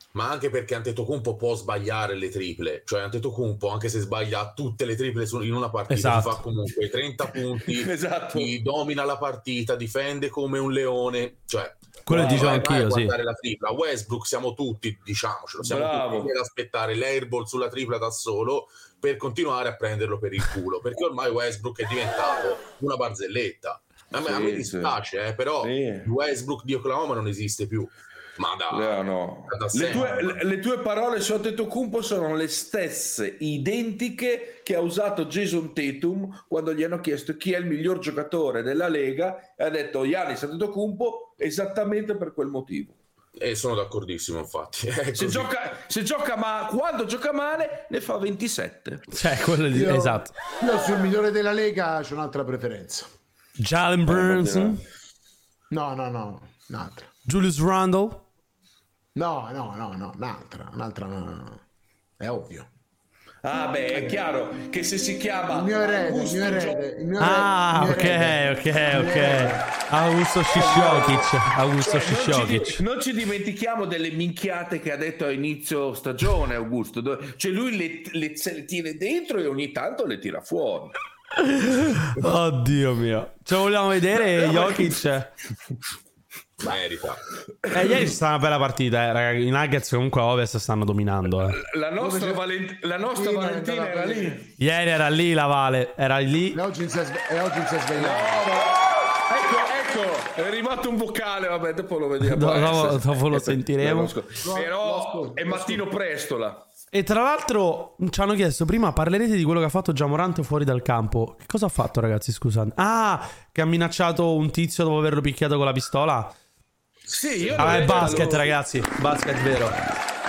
Speaker 10: ma anche perché Antetokounmpo può sbagliare le triple, cioè Antetokounmpo anche se sbaglia tutte le triple in una partita, esatto, fa comunque trenta punti, esatto, domina la partita, difende come un leone, cioè
Speaker 6: quello
Speaker 10: no,
Speaker 6: dicevo anch'io, sì.
Speaker 10: La tripla Westbrook siamo tutti, diciamocelo, siamo Bravo. tutti ad aspettare l'airball sulla tripla da solo per continuare a prenderlo per il culo, perché ormai Westbrook è diventato una barzelletta. A me, sì, a me dispiace, sì. eh, però sì. Westbrook di Oklahoma non esiste più. Ma da,
Speaker 7: no, no. Da le, tue, le, le tue parole su Antetokounmpo sono le stesse, identiche, che ha usato Jason Tatum quando gli hanno chiesto chi è il miglior giocatore della Lega e ha detto Giannis Antetokounmpo esattamente per quel motivo.
Speaker 10: E sono d'accordissimo, infatti.
Speaker 7: Se gioca, se gioca ma quando gioca male ne fa ventisette.
Speaker 6: Cioè, quello di...
Speaker 8: io,
Speaker 6: esatto.
Speaker 8: Io sul migliore della Lega c'ho un'altra preferenza.
Speaker 6: Jalen Brunson?
Speaker 8: No, no, no, un'altra.
Speaker 6: Julius Randle?
Speaker 8: No, no, no, no, un'altra, un'altra, no. È ovvio.
Speaker 7: Ah, beh, è chiaro che se si chiama
Speaker 8: il mio erede, il mio erede, il mio
Speaker 6: ah, erede, ok, ok, ok. Augusto Shishiokic, Augusto
Speaker 7: cioè,
Speaker 6: Shishiokic.
Speaker 7: Non, non ci dimentichiamo delle minchiate che ha detto a inizio stagione, Augusto. Cioè lui le, le, le tira dentro e ogni tanto le tira fuori.
Speaker 6: Oddio mio, ce lo vogliamo vedere, Jokic?
Speaker 10: Merita.
Speaker 6: Eh, ieri c'è stata una bella partita, eh, ragazzi. I Nuggets comunque a Ovest stanno dominando. Eh.
Speaker 7: La nostra, Valent- la nostra Valentina era lì.
Speaker 6: Ieri era lì la Vale, era lì.
Speaker 8: E oggi si è, sve- e oggi si è svegliato.
Speaker 7: No, no. Ecco, ecco, è arrivato un vocale, vabbè, dopo lo vediamo.
Speaker 6: Do- dopo, dopo lo sentiremo.
Speaker 7: Però è mattino presto là.
Speaker 6: E tra l'altro ci hanno chiesto prima, parlerete di quello che ha fatto Ja Morant fuori dal campo. Che cosa ha fatto, ragazzi, scusate? Ah, che ha minacciato un tizio dopo averlo picchiato con la pistola.
Speaker 7: Sì, io
Speaker 6: ah, è basket, lo... ragazzi, basket vero.
Speaker 8: No,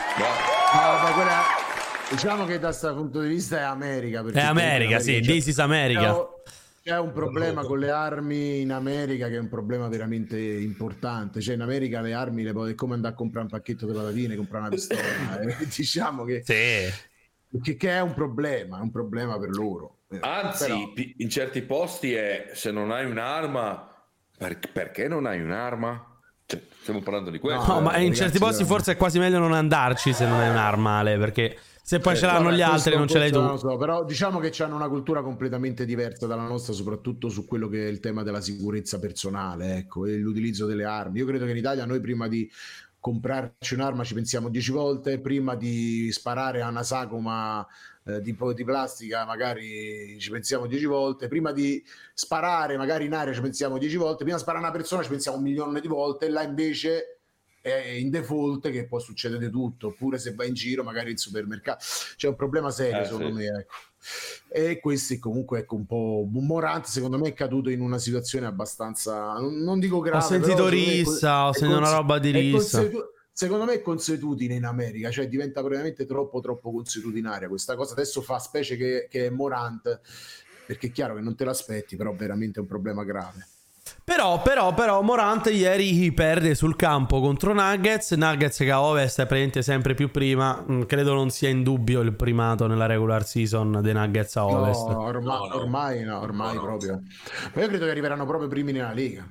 Speaker 8: vabbè, quella, diciamo che da questo punto di vista è America.
Speaker 6: È America, America, sì, this is America.
Speaker 8: C'è un problema con le armi in America che è un problema veramente importante. Cioè in America le armi le puoi, è come andare a comprare un pacchetto di patatine, comprare una pistola. eh. Diciamo che,
Speaker 6: sì.
Speaker 8: che, che è un problema, è un problema per loro.
Speaker 7: Anzi,
Speaker 8: Però...
Speaker 7: in certi posti è se non hai un'arma, per, perché non hai un'arma? Cioè, stiamo parlando di questo.
Speaker 6: No, eh, ma in certi posti no. Forse è quasi meglio non andarci se non hai un'arma, Ale, perché se poi eh, ce l'hanno vabbè, gli altri non ce l'hai tu.
Speaker 8: Non so, però diciamo che hanno una cultura completamente diversa dalla nostra, soprattutto su quello che è il tema della sicurezza personale, ecco, e l'utilizzo delle armi. Io credo che in Italia noi prima di comprarci un'arma ci pensiamo dieci volte, prima di sparare a una sagoma eh, di, di plastica magari ci pensiamo dieci volte, prima di sparare magari in aria ci pensiamo dieci volte, prima di sparare a una persona ci pensiamo un milione di volte, e là invece è in default che può succedere di tutto, oppure se vai in giro magari in supermercato c'è un problema serio, eh, secondo sì. me, ecco. E questi comunque, ecco, un po' Morant secondo me è caduto in una situazione abbastanza, non, non dico grave,
Speaker 6: ho sentito
Speaker 8: però,
Speaker 6: rissa, ho sentito una roba di rissa,
Speaker 8: consuetu- secondo me è consuetudine in America, cioè diventa veramente troppo troppo consuetudinaria questa cosa. Adesso fa specie che, che è Morant, perché è chiaro che non te l'aspetti, però veramente è un problema grave.
Speaker 6: Però, però, però Morant ieri perde sul campo contro Nuggets. Nuggets che a Ovest è praticamente sempre più prima. Credo non sia in dubbio il primato nella regular season dei Nuggets a Ovest.
Speaker 8: No, ormai no, no. ormai, no, ormai no, proprio. Ma io credo che arriveranno proprio primi nella Lega.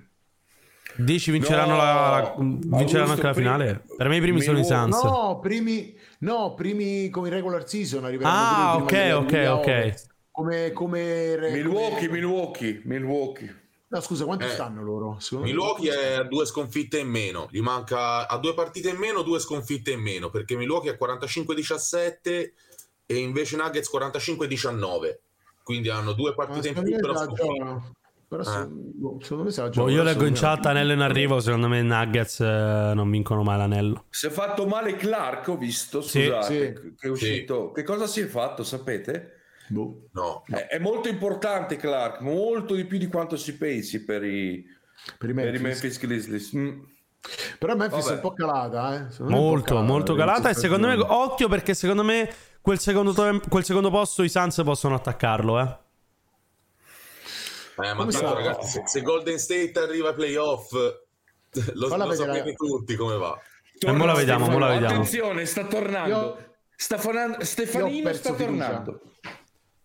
Speaker 6: Dici vinceranno, no, la, la, vinceranno anche la finale? Per me i primi sono i Suns.
Speaker 8: No, primi, no, primi come regular season arriveranno.
Speaker 6: Ah, ok, ok, ok.
Speaker 8: Come, come
Speaker 7: Milwaukee,
Speaker 8: come...
Speaker 7: Milwaukee, Milwaukee.
Speaker 8: No, scusa, quanti
Speaker 10: eh,
Speaker 8: stanno loro?
Speaker 10: Milwaukee è a due sconfitte in meno, gli manca a due partite in meno, due sconfitte in meno, perché Milwaukee è quarantacinque diciassette e invece Nuggets quarantacinque diciannove, quindi hanno due partite in più, però,
Speaker 8: però eh. secondo me se la
Speaker 6: boh, io leggo in chat anello in arrivo, secondo me i Nuggets eh, non vincono mai l'anello.
Speaker 7: Si è fatto male Clark, ho visto, scusate, sì, sì. che è uscito. Sì. Che cosa si è fatto, sapete?
Speaker 10: Boh. No.
Speaker 7: È, è molto importante Clark, molto di più di quanto si pensi per i,
Speaker 8: per i
Speaker 7: Memphis,
Speaker 8: per i
Speaker 7: Memphis Grizzlies. Mm.
Speaker 8: Però Memphis Vabbè. è un po' calata, eh?
Speaker 6: molto,
Speaker 8: calata,
Speaker 6: molto calata. E secondo me, occhio, perché secondo me quel secondo, to- quel secondo posto i Suns possono attaccarlo, eh.
Speaker 10: Eh, ma tanto, ragazzi, se, se Golden State arriva ai playoff, lo, lo sapete tutti come va.
Speaker 6: E mo la vediamo, mo la vediamo.
Speaker 7: Attenzione, sta tornando. Io... Sta fornando, Stefanino sta tornando.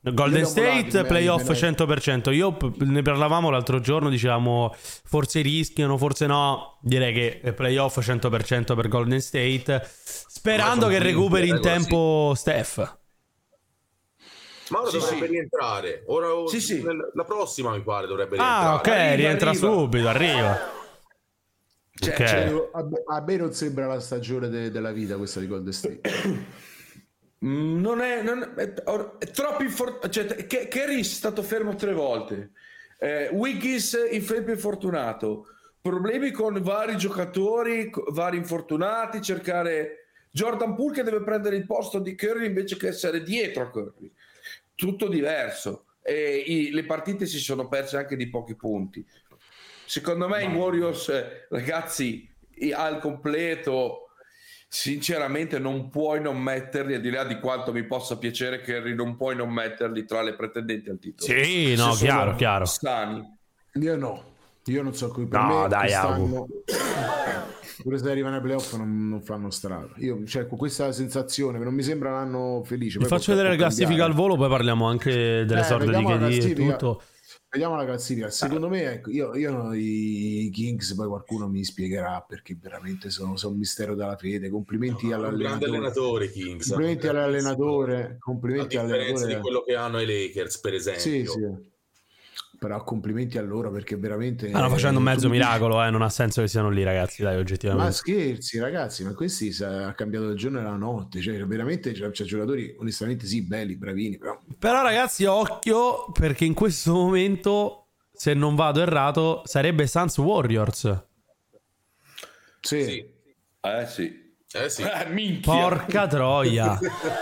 Speaker 6: Golden State playoff cento per cento. Io ne parlavamo l'altro giorno, dicevamo forse rischiano, forse no. Direi che playoff cento per cento per Golden State, sperando che recuperi in tempo sì. Steph.
Speaker 10: Ma ora sì, dovrebbe sì. rientrare. Ora sì, sì. la prossima mi pare dovrebbe rientrare.
Speaker 6: Ah, ok, arriva, rientra arriva. subito, arriva.
Speaker 8: Cioè, okay. cioè, a me non sembra la stagione de- della vita questa di Golden State.
Speaker 7: Non è, non è, è troppo infor- cioè, Kerry è stato fermo tre volte, eh, Wiggins in felpo infortunato, problemi con vari giocatori, vari infortunati, cercare Jordan Poole che deve prendere il posto di Curry invece che essere dietro a Curry, tutto diverso, e i, le partite si sono perse anche di pochi punti. Secondo me no. i Warriors, eh, ragazzi, al completo sinceramente non puoi non metterli, al di là di quanto mi possa piacere Curry, non puoi non metterli tra le pretendenti al titolo.
Speaker 6: Sì, no, se chiaro, chiaro.
Speaker 7: Sani.
Speaker 8: Io no, io non so qui per
Speaker 6: no,
Speaker 8: me
Speaker 6: dai,
Speaker 8: pure se arrivano ai playoff non, non fanno strada. Io cerco questa sensazione che non mi sembra un anno felice.
Speaker 6: Vi faccio vedere la classifica al volo, poi parliamo anche delle eh, sorte di K D e tutto.
Speaker 8: Vediamo la classifica. Secondo me, ecco, io, io no, i Kings, poi qualcuno mi spiegherà perché veramente sono, sono un mistero della fede. Complimenti no, all'allenatore.
Speaker 10: allenatore Kings.
Speaker 8: Complimenti all'allenatore. Complimenti
Speaker 10: a differenza
Speaker 8: all'allenatore.
Speaker 10: di quello che hanno i Lakers, per esempio.
Speaker 8: Sì, sì. Però complimenti a loro perché veramente
Speaker 6: stanno facendo un mezzo miracolo, eh, non ha senso che siano lì, ragazzi, dai, oggettivamente.
Speaker 8: Ma scherzi, ragazzi, ma questi sa, ha cambiato il giorno e la notte, cioè veramente c'è, c'è giocatori onestamente sì, belli, bravini, però.
Speaker 6: Però ragazzi, occhio, perché in questo momento, se non vado errato, sarebbe Suns Warriors.
Speaker 8: Sì.
Speaker 7: sì. Eh sì.
Speaker 10: Eh sì.
Speaker 7: Ah, minchia.
Speaker 6: Porca troia.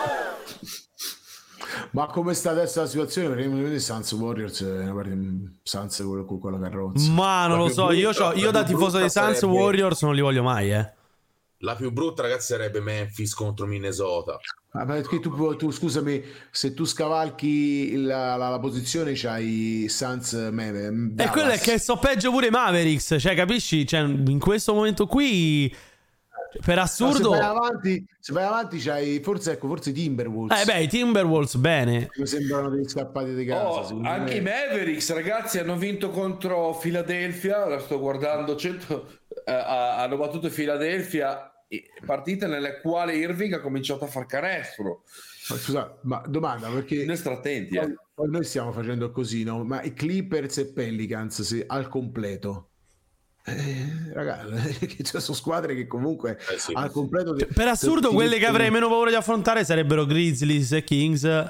Speaker 8: Ma come sta adesso la situazione? Perché i Suns Warriors è una parte Suns con, con la carrozza.
Speaker 6: Ma non lo so, brutta, io, c'ho, io da tifoso dei Suns sarebbe... Warriors non li voglio mai, eh.
Speaker 10: La più brutta, ragazzi, sarebbe Memphis contro Minnesota.
Speaker 8: Ah, perché tu, tu scusami, se tu scavalchi la, la, la posizione c'hai Suns Mave,
Speaker 6: e quello è che so peggio pure Mavericks, cioè capisci? Cioè, in questo momento qui per assurdo,
Speaker 8: no, se vai avanti, se vai avanti c'hai forse ecco forse i Timberwolves.
Speaker 6: Eh beh, i Timberwolves bene.
Speaker 8: Mi sembrano degli scappati di casa.
Speaker 7: Oh, anche me. I Mavericks, ragazzi, hanno vinto contro Philadelphia. La sto guardando, cento eh, hanno battuto Philadelphia, partite nelle quali Irving ha cominciato a far canestro.
Speaker 8: Ma scusa, ma domanda, perché
Speaker 7: noi stiamo attenti, eh.
Speaker 8: poi noi stiamo facendo così, no? Ma i Clippers e Pelicans se, al completo. Eh, ragazzi, ci sono squadre che comunque
Speaker 10: eh sì,
Speaker 8: al completo
Speaker 6: sì. Per assurdo ti, quelle ti, che avrei meno paura di affrontare sarebbero Grizzlies e Kings,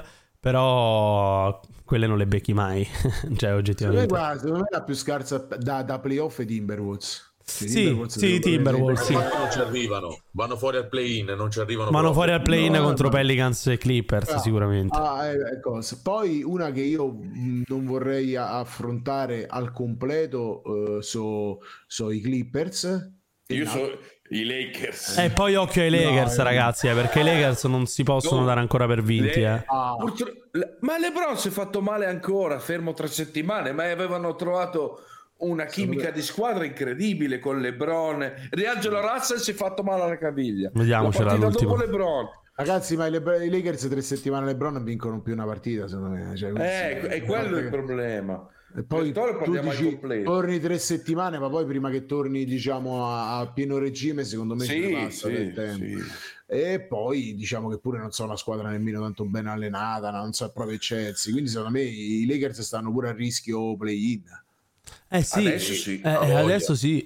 Speaker 6: però quelle non le becchi mai. Cioè oggettivamente
Speaker 8: guarda, secondo me la più scarsa da, da playoff è Timberwolves.
Speaker 6: Sì, Timberwolves, sì, Timberwolves sì.
Speaker 10: Non ci arrivano, vanno fuori al play-in, non ci arrivano.
Speaker 6: Vanno fuori al play-in
Speaker 8: no,
Speaker 6: contro
Speaker 8: no.
Speaker 6: Pelicans e Clippers, ah, sicuramente.
Speaker 8: Ah, eh, poi una che io non vorrei affrontare al completo uh, so, so i Clippers.
Speaker 7: Io so i Lakers.
Speaker 6: E poi occhio ai Lakers, no, ragazzi, eh, perché i Lakers non si possono
Speaker 7: no,
Speaker 6: dare ancora per vinti.
Speaker 7: le...
Speaker 6: Eh.
Speaker 7: Ah. Ma LeBron si è fatto male ancora, fermo tre settimane, ma avevano trovato una chimica di squadra incredibile con LeBron. D'Angelo Russell si è fatto male alla caviglia.
Speaker 6: Vediamocela l'ultimo.
Speaker 7: LeBron.
Speaker 8: Ragazzi, ma i, Le- i Lakers tre settimane LeBron vincono più una partita, secondo me. Cioè,
Speaker 7: eh, è quello il problema.
Speaker 8: E poi tu dici, torni tre settimane, ma poi prima che torni, diciamo, a, a pieno regime, secondo me
Speaker 7: sì,
Speaker 8: ci passa
Speaker 7: sì,
Speaker 8: del tempo. Sì. E poi diciamo che pure non sono una squadra nemmeno tanto ben allenata, non so proprio eccelsi. Quindi secondo me i Lakers stanno pure a rischio play-in.
Speaker 6: Eh sì,
Speaker 7: adesso sì,
Speaker 6: eh, adesso sì.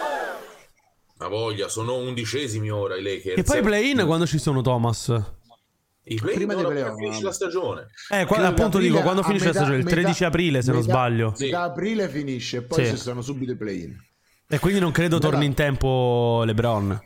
Speaker 10: La voglia, sono undicesimi ora i Lakers.
Speaker 6: E poi play-in quando ci sono Thomas?
Speaker 10: I play-in
Speaker 8: prima
Speaker 10: ora
Speaker 8: play-in
Speaker 10: finisce la stagione.
Speaker 6: Eh, quando, appunto dico, quando finisce
Speaker 8: metà,
Speaker 6: la stagione? Il tredici
Speaker 8: metà,
Speaker 6: aprile, se
Speaker 8: metà,
Speaker 6: non sbaglio.
Speaker 8: Sì. Da aprile finisce, poi
Speaker 6: sì.
Speaker 8: ci sono subito i play-in.
Speaker 6: E quindi non credo torni in tempo LeBron.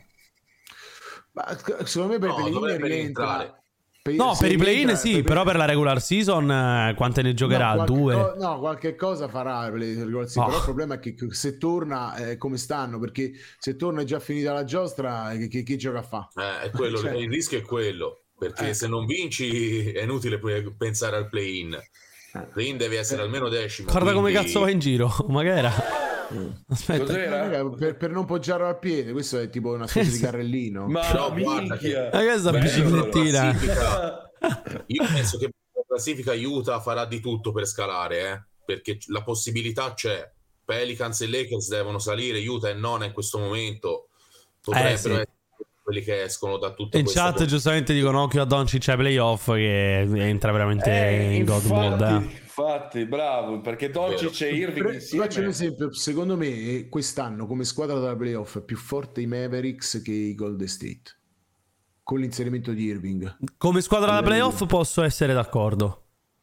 Speaker 8: Ma secondo me per
Speaker 10: no,
Speaker 8: i play-in
Speaker 10: rientra...
Speaker 8: Per,
Speaker 6: no, per i play-in entra, sì, per però per la regular season eh, quante ne giocherà?
Speaker 8: No, qualche,
Speaker 6: Due?
Speaker 8: co- no, qualche cosa farà per le regular season,
Speaker 6: oh.
Speaker 8: però il problema è che se torna eh, come stanno, perché se torna è già finita la giostra, che, che, che gioca a fa?
Speaker 10: Eh, è quello, cioè, il rischio è quello, perché eh. se non vinci è inutile pensare al play-in. Il play-in deve essere eh. almeno decimo.
Speaker 6: Guarda
Speaker 10: quindi...
Speaker 6: come cazzo va in giro, ma che era?
Speaker 7: Aspetta,
Speaker 8: per, per non poggiarlo al piede, questo è tipo una specie di carrellino.
Speaker 7: Ma
Speaker 10: no,
Speaker 7: guarda che...
Speaker 6: Ma questa biciclettina.
Speaker 10: Io penso che classifica Utah farà di tutto per scalare, eh? Perché la possibilità c'è. Pelicans e Lakers devono salire, Utah è nona in questo momento, potrebbero
Speaker 6: Eh, sì.
Speaker 10: essere quelli che escono da tutto
Speaker 6: In
Speaker 10: questo
Speaker 6: chat
Speaker 10: mondo.
Speaker 6: giustamente dicono occhio a Doncic ai playoff che entra veramente
Speaker 7: Eh,
Speaker 6: in God mode.
Speaker 7: infatti,
Speaker 6: eh.
Speaker 7: infatti, bravo, perché Doncic e Irving
Speaker 8: Pre-
Speaker 7: insieme.
Speaker 8: Faccio un esempio, secondo me quest'anno come squadra da playoff è più forte i Mavericks che i Golden State con l'inserimento di Irving.
Speaker 6: Come squadra da playoff posso essere d'accordo.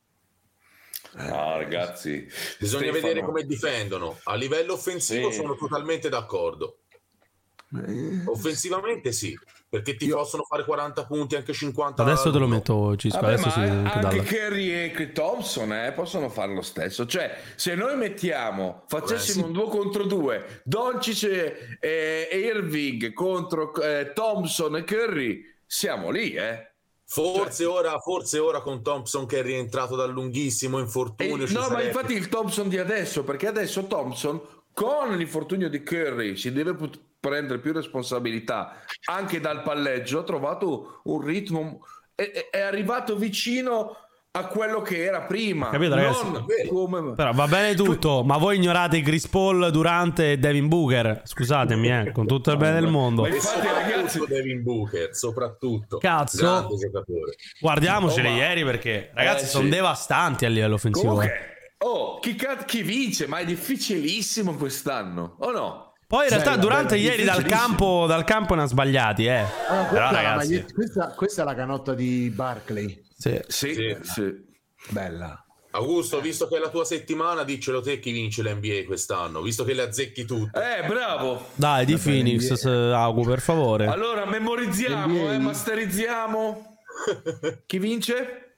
Speaker 7: No, ragazzi,
Speaker 10: Bisogna
Speaker 7: Stefano.
Speaker 10: vedere come difendono. A livello offensivo
Speaker 7: Sì.
Speaker 10: sono totalmente d'accordo. Offensivamente sì, perché ti possono fare quaranta punti, anche cinquanta.
Speaker 6: Adesso te lo metto Cisco,
Speaker 7: Vabbè,
Speaker 6: adesso
Speaker 7: ma
Speaker 6: si vede anche
Speaker 7: anche
Speaker 6: dalla...
Speaker 7: Curry e Klay Thompson eh, possono fare lo stesso. Cioè, se noi mettiamo, facessimo
Speaker 10: Eh, sì.
Speaker 7: un due contro due, Doncic e e Irving contro eh, Thompson e Curry, siamo lì, eh.
Speaker 10: Forse ora, forse ora con Thompson che è rientrato dal lunghissimo infortunio.
Speaker 7: E-
Speaker 10: ci
Speaker 7: no, ma
Speaker 10: sarebbe-
Speaker 7: infatti il Thompson di adesso, perché adesso Thompson con l'infortunio di Curry si deve put- prendere più responsabilità anche dal palleggio, ha trovato un ritmo, è, è arrivato vicino a quello che era prima.
Speaker 6: Capito, ragazzi?
Speaker 7: Non come...
Speaker 6: Però va bene tutto, ma voi ignorate Chris Paul, Durant e Devin Booker. Scusatemi, eh, con tutto il bene del mondo.
Speaker 10: Ma infatti, ragazzi, Devin Booker, soprattutto.
Speaker 6: Cazzo.
Speaker 10: Grande giocatore.
Speaker 6: Guardiamocele
Speaker 7: Oh, ma-
Speaker 6: ieri perché, ragazzi,
Speaker 7: Eh,
Speaker 6: sono
Speaker 7: sì.
Speaker 6: devastanti a livello offensivo. eh.
Speaker 7: Comunque, oh, chi, ca- chi vince? Ma è difficilissimo quest'anno, o no?
Speaker 6: Poi in realtà
Speaker 7: Sì,
Speaker 6: Durant
Speaker 7: vabbè,
Speaker 6: ieri dal
Speaker 7: difficilissimo.
Speaker 6: campo, dal campo ne ha sbagliati, eh.
Speaker 8: Ah,
Speaker 6: Però
Speaker 8: questa, è la
Speaker 6: ragazzi,
Speaker 8: maglietta- questa, questa è la canotta di Barkley.
Speaker 6: sì.
Speaker 7: Sì,
Speaker 10: Sì.
Speaker 7: sì.
Speaker 8: Bella.
Speaker 10: Augusto, visto che è la tua settimana, diccelo te chi vince l'N B A quest'anno, visto che le azzecchi tutte.
Speaker 7: Eh, bravo.
Speaker 6: Dai, di Phoenix, se- Agu, per favore.
Speaker 7: Allora, memorizziamo,
Speaker 8: N B A.
Speaker 7: eh, masterizziamo. Chi vince?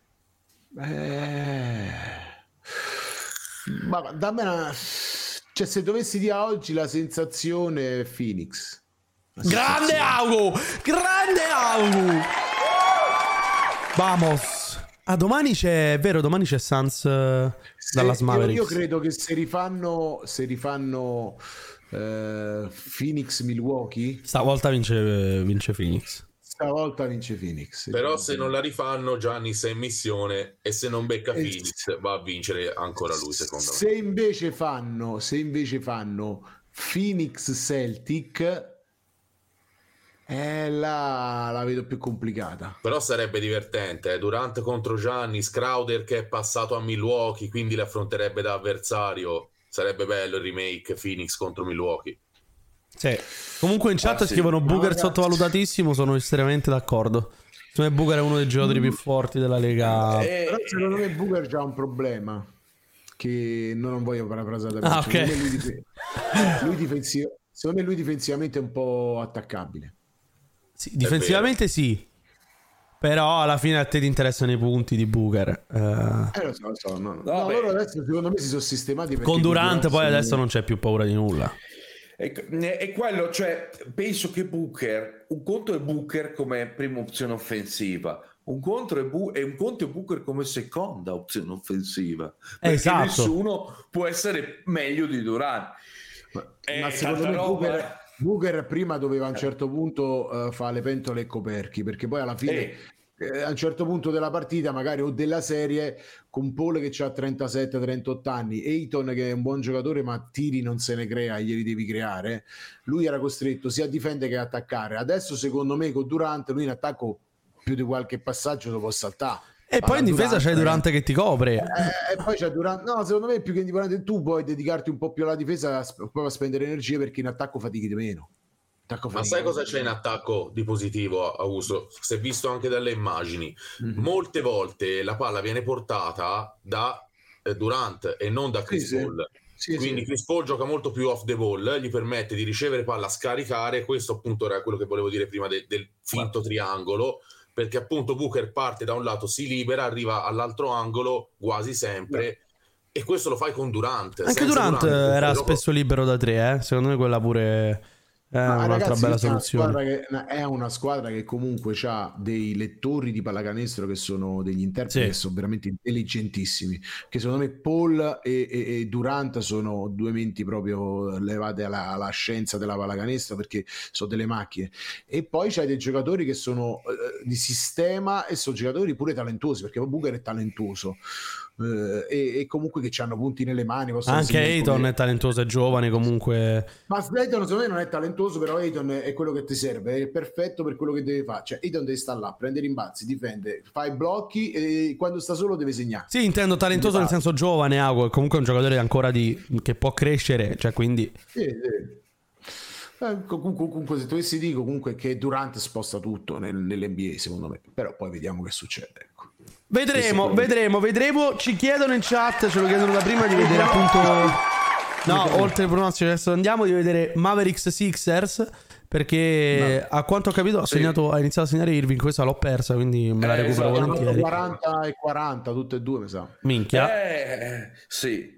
Speaker 8: Eh... Ma dammi una... Cioè, se dovessi dire a oggi la sensazione Phoenix. La
Speaker 6: Grande
Speaker 8: sensazione.
Speaker 6: Agu! Grande Agu! Vamos! Ah, domani c'è, è vero, domani c'è Suns eh,
Speaker 8: Se-
Speaker 6: Dallas
Speaker 8: io,
Speaker 6: Mavericks.
Speaker 8: io credo che se rifanno se rifanno eh, Phoenix Milwaukee,
Speaker 6: Stavolta vince, vince Phoenix.
Speaker 8: stavolta vince Phoenix.
Speaker 10: Però se non la rifanno, Giannis è in missione e se non becca
Speaker 8: Eh,
Speaker 10: Phoenix va a vincere ancora lui, secondo me.
Speaker 8: Se invece fanno, se invece fanno Phoenix Celtic, eh, là la vedo più complicata.
Speaker 10: Però sarebbe divertente, eh? Durant contro Giannis, Crowder che è passato a Milwaukee, quindi le affronterebbe da avversario. Sarebbe bello il remake Phoenix contro Milwaukee.
Speaker 6: Sì. Comunque in chat
Speaker 7: Ah, sì.
Speaker 6: scrivono Booker
Speaker 8: ragazzi.
Speaker 6: sottovalutatissimo, sono estremamente d'accordo. Secondo me Booker è uno dei giocatori più forti della Lega.
Speaker 7: Eh,
Speaker 8: Però secondo me Booker c'ha un problema che non voglio parafrasare.
Speaker 6: Ah, ok.
Speaker 8: Secondo me lui, dif- lui difensiv- secondo me lui difensivamente è un po' attaccabile.
Speaker 6: Sì, difensivamente sì. Però alla fine a te ti interessano i punti di Booker. Eh,
Speaker 8: Eh, lo so, lo so. No, no. No,
Speaker 7: Vabbè.
Speaker 8: loro adesso secondo me si sono sistemati perché
Speaker 6: con Durant poi
Speaker 8: sono-
Speaker 6: adesso non c'è più paura di nulla.
Speaker 7: E, e quello, cioè, penso che Booker, un conto è Booker come prima opzione offensiva, un conto è, Bu- e un conto è Booker come seconda opzione offensiva. Perché
Speaker 6: Esatto.
Speaker 7: nessuno può essere meglio di Durant. Eh,
Speaker 8: Ma secondo
Speaker 7: tanta
Speaker 8: me
Speaker 7: roba.
Speaker 8: Booker, Booker prima doveva a un certo punto eh, fare le pentole e coperchi, perché poi alla fine
Speaker 7: Eh.
Speaker 8: eh, a un certo punto della partita magari o della serie con Paul che ha trentasette trentotto anni, Ayton che è un buon giocatore ma tiri non se ne crea, glieli devi creare, lui era costretto sia a difendere che a attaccare. Adesso secondo me con Durant lui in attacco più di qualche passaggio lo può saltare.
Speaker 6: E
Speaker 8: Ma
Speaker 6: poi in difesa
Speaker 8: Durant,
Speaker 6: c'è
Speaker 8: eh.
Speaker 6: Durant che ti copre.
Speaker 8: Eh, e poi c'è Durant. No, secondo me più che indifferente tu puoi dedicarti un po' più alla difesa, a sp- proprio a spendere energie perché in attacco fatichi di meno. Attacco
Speaker 10: Ma
Speaker 8: fatichi
Speaker 10: sai cosa
Speaker 8: di
Speaker 10: c'è in
Speaker 8: meno.
Speaker 10: attacco di positivo, Augusto? Si è visto anche dalle immagini.
Speaker 8: Mhm.
Speaker 10: Molte volte la palla viene portata da eh, Durant e non da Chris
Speaker 8: Sì, sì.
Speaker 10: Paul.
Speaker 8: Sì,
Speaker 10: Quindi
Speaker 8: sì.
Speaker 10: Chris Paul gioca molto più off the ball, gli permette di ricevere palla, scaricare. Questo appunto era quello che volevo dire prima de- del finto triangolo, perché appunto Booker parte da un lato, si libera, arriva all'altro angolo quasi sempre, e questo lo fai con Durant.
Speaker 6: Anche
Speaker 10: Senza
Speaker 6: Durant
Speaker 10: Durant,
Speaker 6: era
Speaker 10: dopo-
Speaker 6: spesso libero da tre, eh. Secondo me quella pure È un'altra
Speaker 8: ragazzi,
Speaker 6: bella
Speaker 8: questa è una
Speaker 6: soluzione.
Speaker 8: squadra che- è una squadra che comunque ha dei lettori di pallacanestro che sono degli interpreti
Speaker 6: Sì.
Speaker 8: che sono veramente intelligentissimi, che secondo me Paul e, e- e Durant sono due menti proprio levate alla, alla scienza della pallacanestro, perché sono delle macchine. E poi c'hai dei giocatori che sono eh, di sistema e sono giocatori pure talentuosi, perché Booker è talentuoso, eh, e, e comunque che hanno punti nelle mani, possono
Speaker 6: Anche
Speaker 8: segnare
Speaker 6: Ayton
Speaker 8: come-
Speaker 6: è talentoso, è giovane comunque.
Speaker 8: ma Ayton secondo me non è talentuoso, però Ayton è quello che ti serve, è perfetto per quello che deve fare. Cioè Ayton deve stare là, prende rimbalzi, difende, fa i blocchi e quando sta solo deve segnare.
Speaker 6: Sì, intendo talentoso nel senso giovane, Ago, comunque è un giocatore ancora di che può crescere, cioè quindi
Speaker 8: Sì, sì. Eh, comunque, comunque se dovessi dico comunque che Durant sposta tutto nel, nell'N B A secondo me, però poi vediamo che succede, ecco.
Speaker 6: vedremo,
Speaker 8: Sì, sì,
Speaker 6: vedremo, vedremo. Ci chiedono in chat, ce lo chiedono da prima di vedere appunto. No, oltre ai pronostici, adesso andiamo di vedere Mavericks Sixers. Perché a quanto ho capito ha, segnato, ha iniziato a segnare Irving. Questa l'ho persa, quindi me la
Speaker 7: Eh,
Speaker 6: recupero
Speaker 7: esatto.
Speaker 6: volentieri.
Speaker 8: quaranta e quaranta tutte e due mi sa.
Speaker 6: Minchia.
Speaker 7: Eh, sì.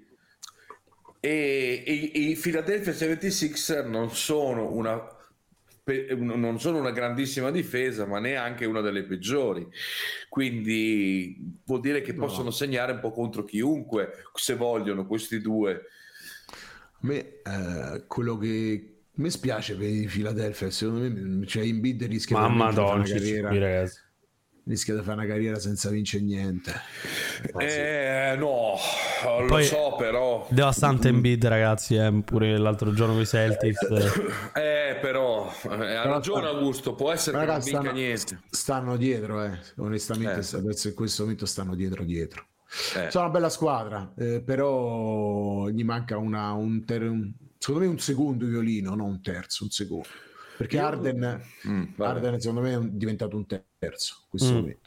Speaker 7: E, e- e i Philadelphia settantasei non sono una pe- non sono una grandissima difesa, ma neanche una delle peggiori, quindi vuol dire che
Speaker 8: No.
Speaker 7: possono segnare un po' contro chiunque se vogliono questi due.
Speaker 8: A me eh, quello che mi spiace per i Philadelphia, secondo me cioè Embiid rischia
Speaker 6: Mamma
Speaker 8: veramente di fare una
Speaker 6: Doncic,
Speaker 8: carriera,
Speaker 6: qui, ragazzi.
Speaker 8: rischia di fare una carriera senza vincere niente.
Speaker 7: Eh, no, lo
Speaker 6: Poi-
Speaker 7: so, però
Speaker 6: Devastante Embiid, ragazzi. Eh, pure l'altro giorno con i Celtics.
Speaker 7: eh, però eh, ha ragione Augusto, può essere che non
Speaker 8: Ragazzi,
Speaker 7: vinca
Speaker 8: stanno,
Speaker 7: niente.
Speaker 8: stanno dietro, eh. onestamente,
Speaker 7: Eh.
Speaker 8: sta- penso in questo momento stanno dietro dietro.
Speaker 7: Eh.
Speaker 8: Sono una bella squadra, eh, però gli manca una, un, ter- un- secondo me un secondo violino, non un terzo, un secondo. Perché
Speaker 7: Io-
Speaker 8: Harden,
Speaker 7: Mm, vabbè.
Speaker 8: Harden secondo me è diventato un terzo in questo
Speaker 6: Mm.
Speaker 8: momento.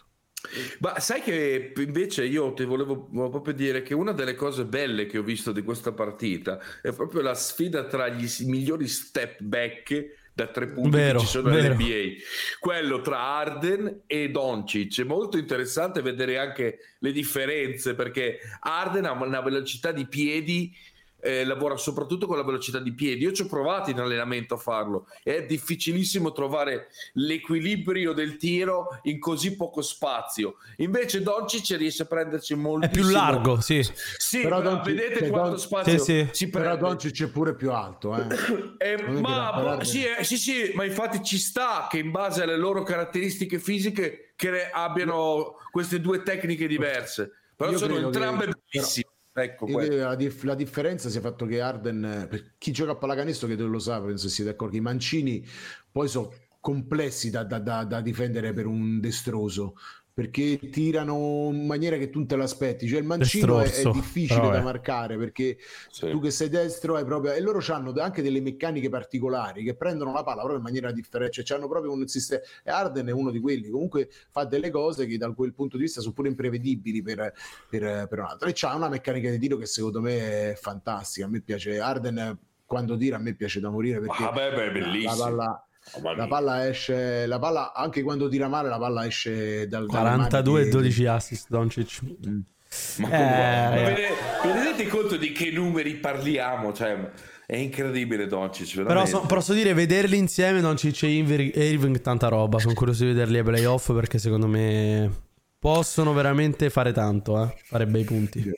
Speaker 7: Ma sai che invece io ti volevo, volevo proprio dire che una delle cose belle che ho visto di questa partita è proprio la sfida tra gli s- migliori step back da tre punti
Speaker 6: Vero,
Speaker 7: che ci sono
Speaker 6: vero.
Speaker 7: nell'N B A, quello tra Harden e Doncic. È molto interessante vedere anche le differenze, perché Harden ha una velocità di piedi, eh, lavora soprattutto con la velocità di piedi. Io ci ho provato in allenamento a farlo, è difficilissimo trovare l'equilibrio del tiro in così poco spazio. Invece Doncic riesce a prenderci
Speaker 6: È
Speaker 7: moltissimo.
Speaker 6: più largo, sì.
Speaker 7: Sì,
Speaker 8: Però
Speaker 7: ma
Speaker 8: Doncic-
Speaker 7: vedete
Speaker 8: cioè,
Speaker 7: quanto
Speaker 8: Don-
Speaker 7: spazio
Speaker 6: Sì, sì.
Speaker 7: si
Speaker 8: Però
Speaker 7: prende.
Speaker 8: Doncic è pure più alto, eh.
Speaker 7: Eh,
Speaker 8: Non è
Speaker 7: ma
Speaker 8: che da-
Speaker 7: sì, eh, sì, sì, ma infatti ci sta che in base alle loro caratteristiche fisiche che re- abbiano queste due tecniche diverse, però
Speaker 8: Io
Speaker 7: sono
Speaker 8: credo che-
Speaker 7: entrambe
Speaker 8: però-
Speaker 7: bellissime. Ecco
Speaker 8: Io
Speaker 7: questo.
Speaker 8: credo che la, dif- la differenza sia fatto che Harden, eh, per chi gioca a pallacanestro che lo sa, penso siete d'accordo, che i mancini poi sono complessi da, da- da- da difendere per un destroso, perché tirano in maniera che tu non te l'aspetti, cioè il mancino è, è
Speaker 6: Destrorso,
Speaker 8: difficile
Speaker 6: però
Speaker 8: da
Speaker 6: è.
Speaker 8: marcare, perché
Speaker 7: Sì.
Speaker 8: tu che sei destro hai proprio, e loro hanno anche delle meccaniche particolari che prendono la palla proprio in maniera differente, cioè hanno proprio un sistema, e Harden è uno di quelli, comunque fa delle cose che da quel punto di vista sono pure imprevedibili per, per, per un altro, e c'ha una meccanica di tiro che secondo me è fantastica. A me piace Harden quando tira, a me piace da morire, perché
Speaker 7: Ah, beh, beh,
Speaker 8: la
Speaker 7: bellissimo.
Speaker 8: palla,
Speaker 7: Mamma
Speaker 8: la
Speaker 7: mia.
Speaker 8: palla esce, la palla anche quando tira male la palla esce dal dalle
Speaker 6: quarantadue e
Speaker 8: mani di-
Speaker 6: dodici assist Doncic.
Speaker 7: Ma,
Speaker 6: Eh,
Speaker 7: come- ma
Speaker 6: eh.
Speaker 7: ve ne- vi rendete conto di che numeri parliamo? Cioè, è incredibile Doncic,
Speaker 6: Però
Speaker 7: veramente.
Speaker 6: so- posso dire, vederli insieme Doncic e Irving, e Irving tanta roba. Sono curioso di vederli ai playoff, perché secondo me possono veramente fare tanto, eh? Fare bei punti.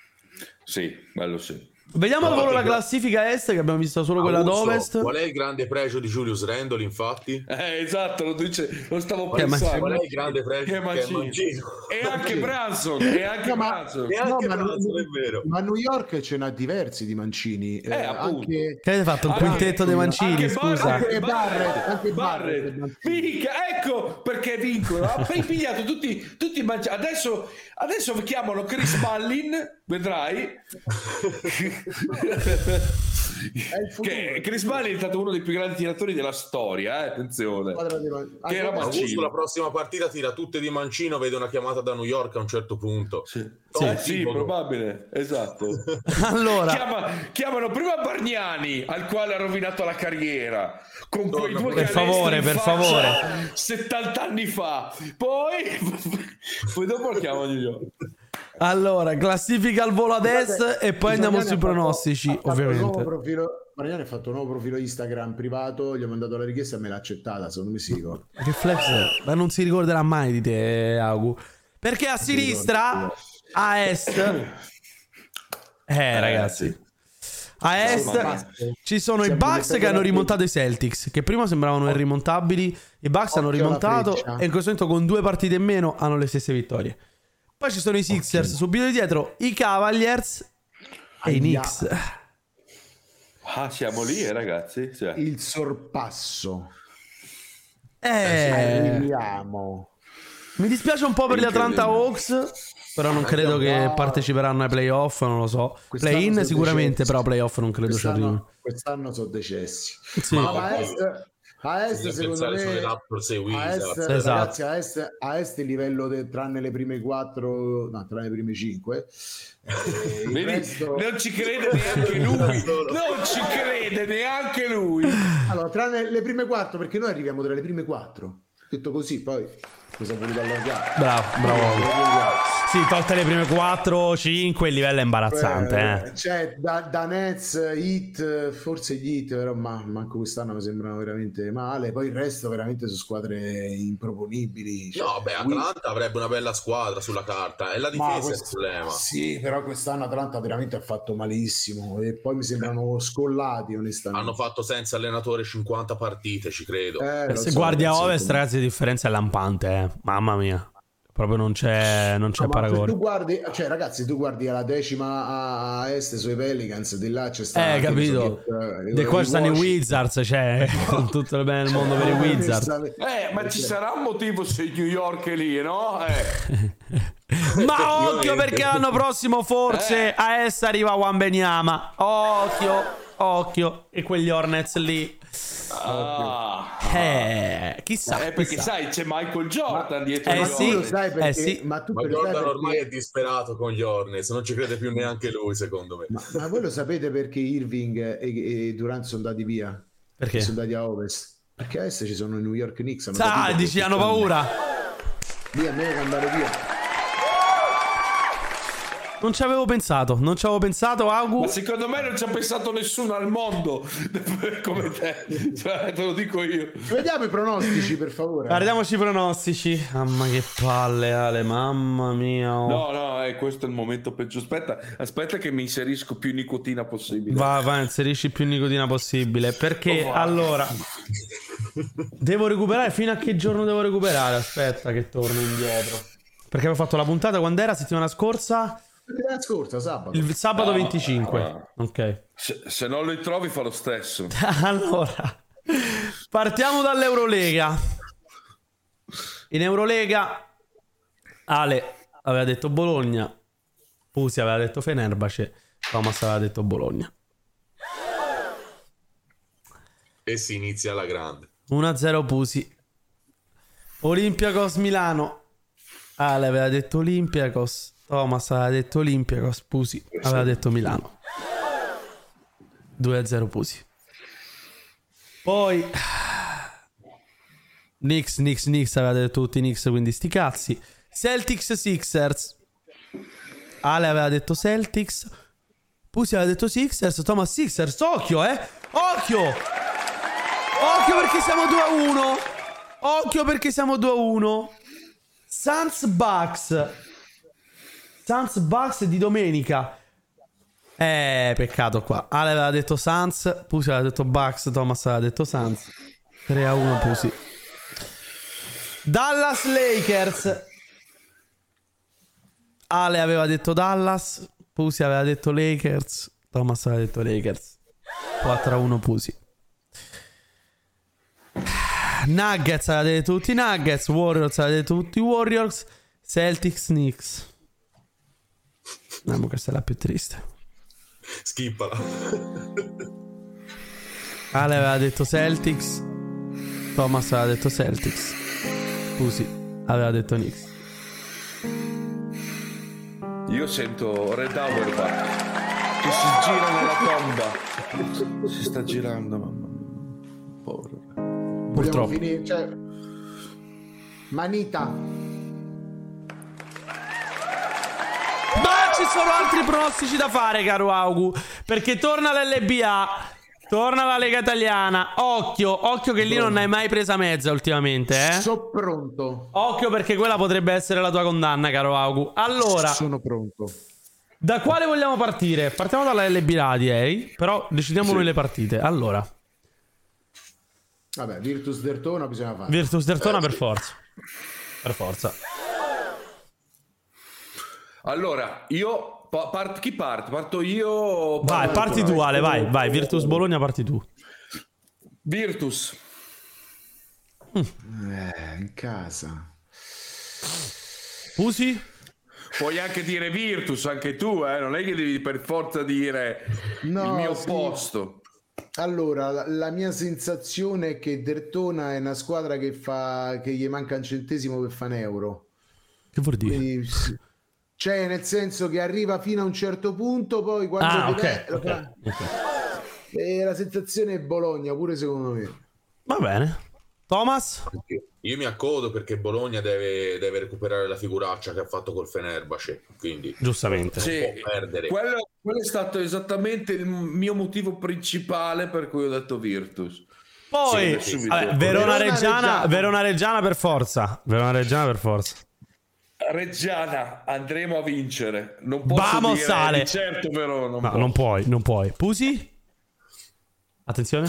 Speaker 7: Sì, bello sì.
Speaker 6: Vediamo al
Speaker 10: No,
Speaker 6: volo la
Speaker 10: che-
Speaker 6: classifica est, che abbiamo visto solo quella
Speaker 10: Augusto,
Speaker 6: d'ovest.
Speaker 10: Qual è il grande pregio di Julius Randle, infatti?
Speaker 7: Eh, esatto, lo, dice, lo stavo
Speaker 6: Che
Speaker 7: pensando.
Speaker 10: Qual è il grande pregio?
Speaker 7: Che è
Speaker 10: Che è
Speaker 7: Mancini.
Speaker 10: Mancino.
Speaker 7: E anche Branson, e anche
Speaker 8: No, ma-
Speaker 7: Branson.
Speaker 10: E anche
Speaker 8: No, ma-
Speaker 10: Branson, è vero.
Speaker 8: Ma a New York ce n'ha diversi di mancini, eh,
Speaker 7: Eh, appunto.
Speaker 8: anche
Speaker 6: Che avete fatto? Un
Speaker 7: Anche-
Speaker 6: quintetto dei mancini,
Speaker 7: anche
Speaker 6: scusa.
Speaker 7: Barrett,
Speaker 8: Anche Barrett,
Speaker 7: Barrett,
Speaker 8: anche
Speaker 7: Barrett.
Speaker 8: Barrett, Mancini.
Speaker 7: Mica, ecco perché vincono. Ha poi pigliato tutti, tutti i manci- adesso, adesso chiamano Chris Mullin, vedrai.
Speaker 8: il futuro.
Speaker 7: Che Chris Mullin è stato uno dei più grandi tiratori della storia, eh, attenzione.
Speaker 8: Squadra di Man-
Speaker 7: Che era
Speaker 8: anche-
Speaker 7: Mancini.
Speaker 10: Augusto la prossima partita tira tutte di Mancino, vede una chiamata da New York a un certo punto.
Speaker 7: Sì,
Speaker 10: Sì,
Speaker 7: Eh, sì,
Speaker 10: tipo-
Speaker 7: probabile, esatto.
Speaker 6: Allora,
Speaker 7: Chiama- chiamano prima Bargnani, al quale ha rovinato la carriera, con quei due
Speaker 6: per
Speaker 7: canestri
Speaker 6: favore,
Speaker 7: in
Speaker 6: per
Speaker 7: faccia
Speaker 6: favore.
Speaker 7: settanta anni fa. Poi, poi dopo lo chiamano New York.
Speaker 6: allora, classifica al volo ad est
Speaker 8: Guardate,
Speaker 6: e poi andiamo
Speaker 8: Bisogna
Speaker 6: sui
Speaker 8: ha fatto-
Speaker 6: pronostici,
Speaker 8: ha fatto il nuovo
Speaker 6: ovviamente.
Speaker 8: profilo, Mariani ha fatto un nuovo profilo Instagram privato, gli ho mandato la richiesta e me l'ha accettata, secondo me si ricorda.
Speaker 6: Che flex è? Ma non si ricorderà mai di te, Augu. Perché a sinistra, a est... Eh, ragazzi... A est ci sono i Bucks che hanno rimontato i Celtics, che prima sembravano irrimontabili. I Bucks hanno rimontato e in questo momento con due partite in meno hanno le stesse vittorie. Poi ci sono i Sixers subito dietro, i Cavaliers e i Knicks.
Speaker 7: Ah, siamo lì, eh, ragazzi. Cioè.
Speaker 8: Il sorpasso.
Speaker 6: Eh,
Speaker 8: arriviamo.
Speaker 6: Mi dispiace un po' per gli Atlanta Hawks, però non credo che parteciperanno ai playoff, non lo so. Play-in sicuramente, però playoff non credo ci arrivino.
Speaker 8: Quest'anno sono decessi.
Speaker 6: Sì.
Speaker 8: Ma a est, a est secondo me a est,
Speaker 6: esatto.
Speaker 8: Ragazzi, a est, a est il livello de, tranne le prime quattro, no, tranne le prime cinque. Eh,
Speaker 7: Vedi,
Speaker 8: resto...
Speaker 7: non ci crede neanche lui. Non ci crede neanche lui.
Speaker 8: Allora, tranne le prime quattro, perché noi arriviamo tra le prime quattro. Detto così, poi cosa voluto allargare?
Speaker 6: Bravo, bravo. Sì, tolte le prime quattro cinque, il livello è imbarazzante.
Speaker 8: Eh,
Speaker 6: eh.
Speaker 8: Cioè, da, da Nets, Heat, forse gli Heat, però ma, manco quest'anno mi sembrano veramente male. Poi il resto veramente sono squadre improponibili. Cioè,
Speaker 10: no, beh, Atlanta qui... avrebbe una bella squadra sulla carta. È la difesa questo... il problema.
Speaker 8: Sì, però quest'anno Atlanta veramente ha fatto malissimo. E poi mi sembrano scollati, onestamente.
Speaker 10: Hanno fatto senza allenatore cinquanta partite, ci credo.
Speaker 6: Eh, se so, guardi a Ovest, come... ragazzi, la differenza è lampante, eh. Mamma mia. Proprio non c'è, non c'è no, paragone.
Speaker 8: Tu guardi, cioè, ragazzi, tu guardi alla decima a, a est sui Pelicans, di là c'è sta.
Speaker 6: Eh, capito. Di qua stanno i Wizards, cioè, tutto il bene del mondo per i Wizards.
Speaker 7: Eh, ma ci sarà un motivo se New York è lì, no? Eh.
Speaker 6: Ma occhio, perché l'anno prossimo forse eh. a est arriva Wembanyama. Occhio, occhio. E quegli Hornets lì.
Speaker 7: Ah,
Speaker 6: eh, chissà,
Speaker 7: eh, perché
Speaker 6: chissà.
Speaker 7: sai c'è Michael Jordan
Speaker 6: ma,
Speaker 7: dietro
Speaker 6: eh, sì,
Speaker 8: lo sai perché,
Speaker 6: eh sì.
Speaker 8: ma, tu
Speaker 10: ma Jordan perché... ormai è disperato con gli Hornets, non ci crede più neanche lui, secondo me.
Speaker 8: Ma, ma voi lo sapete perché Irving e, e Durant sono andati via?
Speaker 6: Perché?
Speaker 8: Sono andati a Ovest. Perché adesso ci sono i New York Knicks.
Speaker 6: Ah, dici hanno paura?
Speaker 8: Via, me ne andare via.
Speaker 6: Non ci avevo pensato, non ci avevo pensato, Augu.
Speaker 7: Ma secondo me non ci ha pensato nessuno al mondo come te, cioè, te lo dico io.
Speaker 8: Vediamo i pronostici, per favore.
Speaker 6: Guardiamoci i pronostici. Mamma che palle, Ale, mamma mia. Oh.
Speaker 7: No, no, eh, questo è il momento peggio. Aspetta, aspetta che mi inserisco più nicotina possibile.
Speaker 6: Va, va, inserisci più nicotina possibile. Perché oh, allora devo recuperare, fino a che giorno devo recuperare? Aspetta che torno indietro. Perché avevo fatto la puntata quando era settimana scorsa?
Speaker 8: La scorsa, sabato.
Speaker 6: Il sabato
Speaker 7: ah,
Speaker 6: venticinque.
Speaker 7: Ah.
Speaker 6: Ok.
Speaker 7: Se, se non li trovi fa lo stesso.
Speaker 6: Allora, partiamo dall'Eurolega. In Eurolega Ale aveva detto Bologna, Pusi aveva detto Fenerbahce, Thomas aveva detto Bologna.
Speaker 10: E si inizia alla grande.
Speaker 6: uno a zero Pusi. Olympiacos Milano. Ale aveva detto Olympiacos, Thomas aveva detto Olympiacos, Pusi aveva detto Milano. due a zero Pusi. Poi Knicks, Knicks, Knicks aveva detto tutti Knicks, quindi sti cazzi. Celtics, Sixers. Ale aveva detto Celtics, Pusi aveva detto Sixers, Thomas Sixers. Occhio, eh! Occhio! Occhio perché siamo due a uno. Occhio perché siamo due a uno. Suns Bucks. Suns Bucks di domenica. Eh, peccato qua. Ale aveva detto Suns, Pusi aveva detto Bucks, Thomas aveva detto Suns. tre a uno Pusi. Dallas Lakers. Ale aveva detto Dallas, Pusi aveva detto Lakers, Thomas aveva detto Lakers. quattro a uno Pusi. Nuggets aveva detto tutti Nuggets, Warriors aveva detto tutti Warriors, Celtics, Knicks. Andiamo, questa è la più triste.
Speaker 10: Schippala.
Speaker 6: Ale aveva detto Celtics, Thomas aveva detto Celtics, Pusi aveva detto Knicks.
Speaker 7: Io sento Red Auerbach che si gira nella tomba. Si sta girando, mamma mia. Povero.
Speaker 6: Purtroppo.
Speaker 8: Finire, cioè... Manita.
Speaker 6: Ma ci sono altri pronostici da fare, caro Augu, perché torna l'L B A Torna la Lega Italiana. Occhio, occhio che lì non hai mai presa mezza ultimamente, eh.
Speaker 8: Sono pronto.
Speaker 6: Occhio perché quella potrebbe essere la tua condanna, caro Augu. Allora,
Speaker 8: sono pronto.
Speaker 6: Da quale vogliamo partire? Partiamo dalla L B là, direi. Però decidiamo sì. noi le partite. Allora.
Speaker 8: Vabbè, Virtus Dertona bisogna fare.
Speaker 6: Virtus Dertona eh, per sì. forza. Per forza.
Speaker 7: Allora, io... Part, chi parte? Parto io?
Speaker 6: Vai, parti tu, Ale, vai, vai. Virtus Bologna, parti tu.
Speaker 7: Virtus.
Speaker 8: Mm. Eh, in casa.
Speaker 6: Pusi?
Speaker 7: Puoi anche dire Virtus, anche tu, eh? Non è che devi per forza dire no, il mio sì. posto.
Speaker 8: Allora, la, la mia sensazione è che Dertona è una squadra che fa che gli manca un centesimo per fare un euro.
Speaker 6: Che vuol dire?
Speaker 8: Quindi, sì. Cioè, nel senso che arriva fino a un certo punto, poi quando
Speaker 6: ah,
Speaker 8: deve,
Speaker 6: okay, okay,
Speaker 8: fa... okay. E la sensazione è Bologna, pure secondo me.
Speaker 6: Va bene. Thomas?
Speaker 10: Io mi accodo perché Bologna deve, deve recuperare la figuraccia che ha fatto col Fenerbahce, quindi
Speaker 6: giustamente
Speaker 7: sì,
Speaker 10: non può perdere.
Speaker 7: Quello, quello è stato esattamente il mio motivo principale per cui ho detto Virtus.
Speaker 6: Poi sì, vabbè, Verona Reggiana, Verona Reggiana per forza. Verona Reggiana per forza.
Speaker 7: Reggiana, andremo a vincere. Non posso
Speaker 6: Vamos,
Speaker 7: dire
Speaker 6: sale.
Speaker 7: certo, però non,
Speaker 6: no, non puoi, non puoi. Pusi? Attenzione.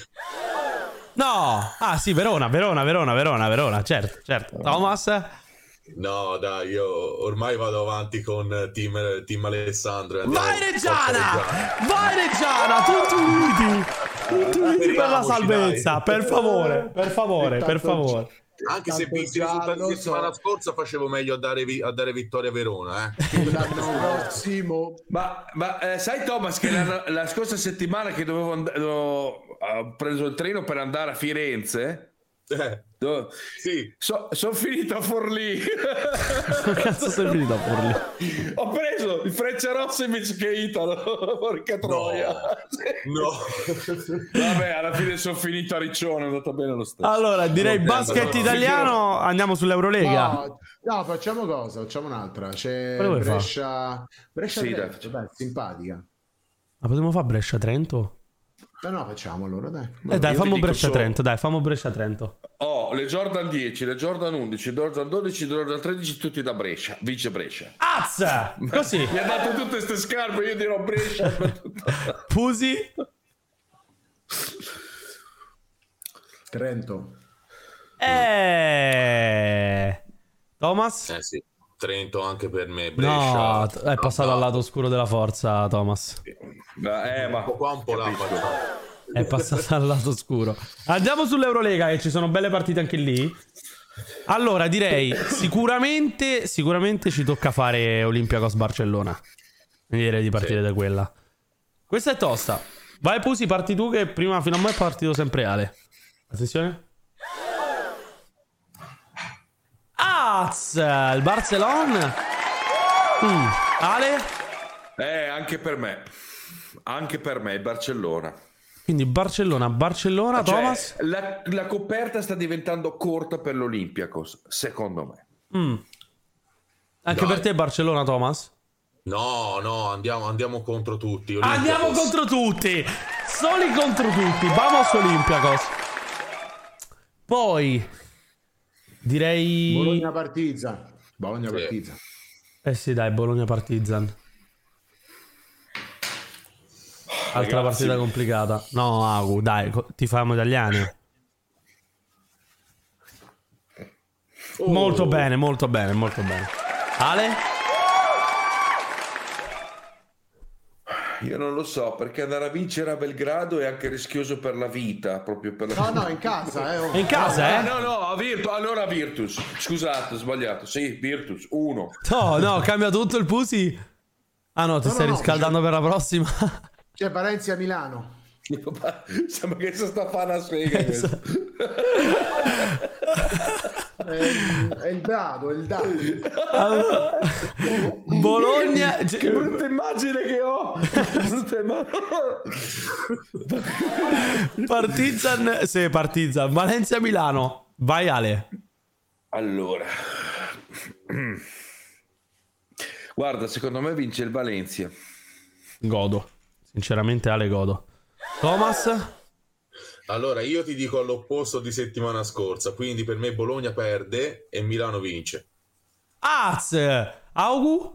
Speaker 6: No, ah sì, Verona, Verona, Verona, Verona, Verona, certo, certo. Thomas?
Speaker 10: No, dai, io ormai vado avanti con Team, team Alessandro.
Speaker 6: Vai Reggiana! Vai Reggiana! Tutti uniti! Tutti uniti per la salvezza, dai. Per favore, per favore, per favore.
Speaker 10: Anche se visti i risultati la settimana so. scorsa facevo meglio a dare, vi- a dare vittoria a Verona, eh.
Speaker 8: L'anno prossimo.
Speaker 7: Ma, ma eh, sai Thomas che la, la scorsa settimana che dovevo and- ho preso il treno per andare a Firenze.
Speaker 10: Eh,
Speaker 7: Do-
Speaker 10: sì.
Speaker 7: so- sono finito a Forlì.
Speaker 6: Cazzo sei finito a Forlì?
Speaker 7: Ho preso il Frecciarossa invece che Italo. Porca troia.
Speaker 10: No.
Speaker 7: Vabbè, alla fine sono finito a Riccione, è andato bene lo stesso.
Speaker 6: Allora, direi allora, basket allora, italiano, andiamo sull'Eurolega.
Speaker 8: No, no, facciamo cosa? Facciamo un'altra. C'è Brescia Brescia
Speaker 7: sì,
Speaker 8: Trento, dai, simpatica.
Speaker 6: Ma potremmo fare Brescia Trento?
Speaker 8: No, no, facciamo allora, dai.
Speaker 6: Eh dai, fammo Brescia Trento, dai, fammo Brescia Trento.
Speaker 7: Oh, le Jordan dieci, le Jordan undici, le Jordan dodici, le Jordan tredici, tutti da Brescia, vice Brescia.
Speaker 6: Azza! Così.
Speaker 7: Mi ha dato tutte queste scarpe, io dirò Brescia.
Speaker 6: Pusi?
Speaker 8: Trento.
Speaker 6: Eh... Thomas?
Speaker 10: Eh sì. Trento anche per me. Brescia.
Speaker 6: No, è passato no. al lato oscuro della forza, Thomas.
Speaker 7: Eh, ma
Speaker 10: un po' qua, un po' là.
Speaker 6: È passato al lato oscuro. Andiamo sull'Eurolega, che ci sono belle partite anche lì. Allora, direi sicuramente, sicuramente ci tocca fare Olympiacos Barcellona. Direi di partire sì. da quella. Questa è tosta. Vai Pusi, parti tu, che prima fino a me è partito sempre Ale. Attenzione. Az, il Barcellona. Mm. Ale?
Speaker 7: Eh, anche per me. Anche per me, il Barcellona.
Speaker 6: Quindi Barcellona, Barcellona,
Speaker 7: cioè,
Speaker 6: Thomas?
Speaker 7: La, la coperta sta diventando corta per l'Olympiacos, secondo me.
Speaker 6: Mm. Anche Dai. per te Barcellona, Thomas?
Speaker 10: No, no, andiamo, andiamo contro tutti.
Speaker 6: Olympiacos. Andiamo contro tutti. Soli contro tutti. Vamos Olympiacos. Poi direi
Speaker 8: Bologna Partizan. Bologna
Speaker 10: sì.
Speaker 8: Partizan.
Speaker 6: Eh sì, dai, Bologna Partizan. Altra Ragazzi. partita complicata. No, Agu, dai, ti famo italiani. Oh. Molto bene, molto bene, molto bene. Ale?
Speaker 7: Io non lo so, perché andare a vincere a Belgrado è anche rischioso per la vita, proprio per la...
Speaker 8: No, no, in casa, eh. Oh.
Speaker 6: In casa, eh?
Speaker 7: No, no, no, Virtus, allora Virtus. Scusate, ho sbagliato. Sì, Virtus, uno.
Speaker 6: No, no, cambia tutto il Pusi. Ah no, ti no, stai no, riscaldando no, per la prossima.
Speaker 8: C'è Valencia a Milano.
Speaker 7: Sembra che si sta a fare una sfega.
Speaker 8: È, è il dado, è il dado.
Speaker 6: Allora, Bologna.
Speaker 7: Che brutta immagine che ho.
Speaker 6: Partizan. Sì, Partizan. Valencia Milano. Vai Ale.
Speaker 7: Allora. Guarda, secondo me vince il Valencia.
Speaker 6: Godo. Sinceramente Ale godo. Thomas?
Speaker 10: Allora, io ti dico all'opposto di settimana scorsa, quindi per me Bologna perde e Milano vince.
Speaker 6: Az! Augu?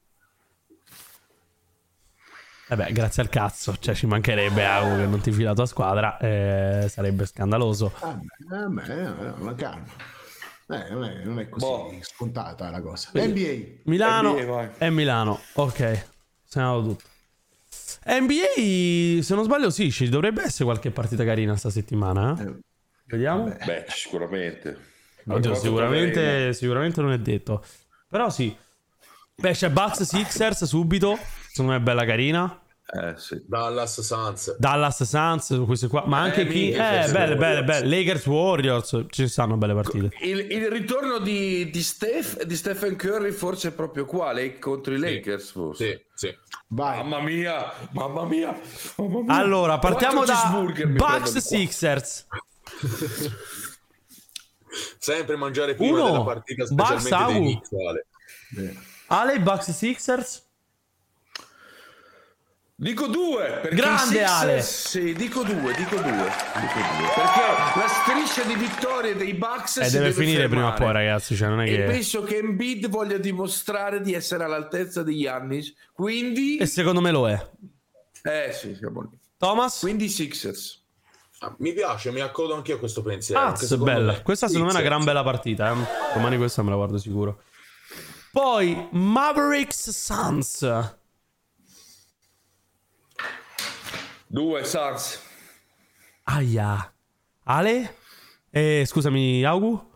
Speaker 6: Vabbè, grazie al cazzo, cioè ci mancherebbe Augu che non ti fila la tua squadra, eh, sarebbe scandaloso.
Speaker 8: Vabbè, vabbè, ma calma. Eh, non, è, non è così
Speaker 7: boh.
Speaker 8: scontata la cosa. N B A.
Speaker 6: Milano
Speaker 7: N B A,
Speaker 6: e Milano, ok. Segnato tutto. N B A, se non sbaglio, sì, ci dovrebbe essere qualche partita carina sta settimana. Eh? Vediamo.
Speaker 7: Beh, Beh sicuramente.
Speaker 6: Oddio, sicuramente, sicuramente non è detto. Però sì. Beh, c'è Bucks Sixers subito. Secondo me è bella carina.
Speaker 7: Eh, sì.
Speaker 10: Dallas Suns.
Speaker 6: Dallas Suns, queste qua. Ma anche
Speaker 7: eh,
Speaker 6: chi.
Speaker 7: minchia,
Speaker 6: Eh, belle, belle, belle. Lakers Warriors. Ci stanno belle partite.
Speaker 7: Il, il ritorno di, di, Steph, di Stephen Curry forse è proprio qua, lei contro i Lakers. Forse.
Speaker 10: Sì, sì.
Speaker 8: Vai.
Speaker 7: Mamma mia, mamma mia, mamma mia.
Speaker 6: Allora, partiamo da Bucks
Speaker 7: mi
Speaker 6: Sixers.
Speaker 10: Sempre mangiare prima
Speaker 6: Uno.
Speaker 10: della partita, specialmente
Speaker 6: Bucks,
Speaker 10: dei Knicks, Ale.
Speaker 6: Ale, Bucks Sixers.
Speaker 7: Dico due, perché
Speaker 6: grande
Speaker 7: Sixers,
Speaker 6: Ale.
Speaker 7: Sì, dico due, dico due, dico due, perché la striscia di vittorie dei Bucks
Speaker 6: Eh,
Speaker 7: si
Speaker 6: deve,
Speaker 7: deve
Speaker 6: finire
Speaker 7: fermare.
Speaker 6: prima o poi, ragazzi, cioè non è
Speaker 7: e
Speaker 6: che...
Speaker 7: penso che Embiid voglia dimostrare di essere all'altezza di Giannis, quindi
Speaker 6: E secondo me lo è.
Speaker 7: eh sì, siamo lì.
Speaker 6: Thomas?
Speaker 7: Quindi Sixers.
Speaker 10: Ah, mi piace, mi accodo anche a questo pensiero.
Speaker 6: Ah, bella. Me... Questa secondo me è una gran bella partita, eh. Domani questa me la guardo sicuro. Poi Mavericks Suns.
Speaker 7: Due Suns.
Speaker 6: Aia. Ale? Eh, scusami, Augu?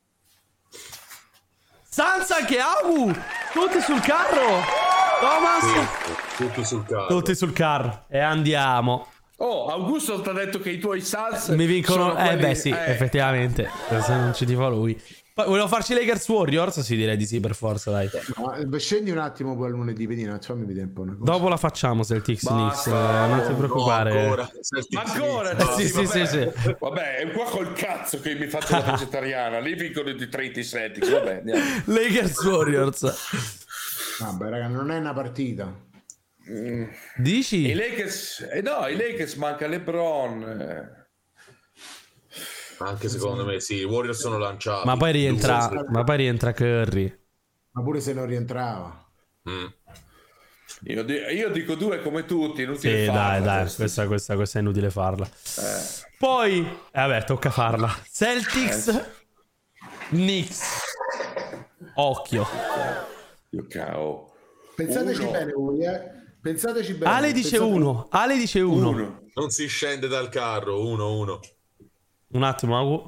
Speaker 6: Suns anche Augu! Tutti sul carro! Thomas?
Speaker 10: Sì, tutti sul carro.
Speaker 6: Tutti sul carro. E andiamo.
Speaker 7: Oh, Augusto ti ha detto che i tuoi Suns
Speaker 6: mi vincono.
Speaker 7: sono
Speaker 6: Eh,
Speaker 7: quelli...
Speaker 6: beh, sì,
Speaker 7: eh.
Speaker 6: effettivamente. Se non ci tifo lui. Poi volevo farci Lakers Warriors? Sì, direi di sì, per forza, dai.
Speaker 8: Ma scendi un attimo poi lunedì, vedi, non fammi vedere un po' una cosa.
Speaker 6: Dopo la facciamo Celtics Knicks, eh, non ti preoccupare.
Speaker 10: No, ancora.
Speaker 7: Ancora?
Speaker 6: Eh, sì, sì,
Speaker 7: vabbè.
Speaker 6: sì, sì.
Speaker 7: Vabbè, è qua col cazzo che mi faccio la vegetariana. Lì vincono di trenta Celtics, vabbè, andiamo.
Speaker 6: Lakers Warriors.
Speaker 8: Vabbè, raga, non è una partita.
Speaker 7: Mm.
Speaker 6: Dici?
Speaker 7: I Lakers, eh no, i Lakers manca LeBron. Eh.
Speaker 10: Anche secondo me sì, i Warriors sono lanciati.
Speaker 6: Ma poi rientra, ma poi rientra Curry.
Speaker 8: Ma pure se non rientrava.
Speaker 10: Mm.
Speaker 7: Io, io dico due come tutti, inutile
Speaker 6: sì,
Speaker 7: farla.
Speaker 6: dai, dai, questa, questa, questa è inutile farla.
Speaker 7: Eh.
Speaker 6: Poi, eh, vabbè, tocca farla. Celtics, eh. Knicks. Occhio.
Speaker 7: Io cao.
Speaker 8: Pensateci
Speaker 7: uno.
Speaker 8: bene voi, eh. Pensateci bene.
Speaker 6: Ale dice
Speaker 8: Pensate...
Speaker 6: uno. Ale dice uno.
Speaker 10: uno. Non si scende dal carro, uno, uno.
Speaker 6: Un attimo, Agu.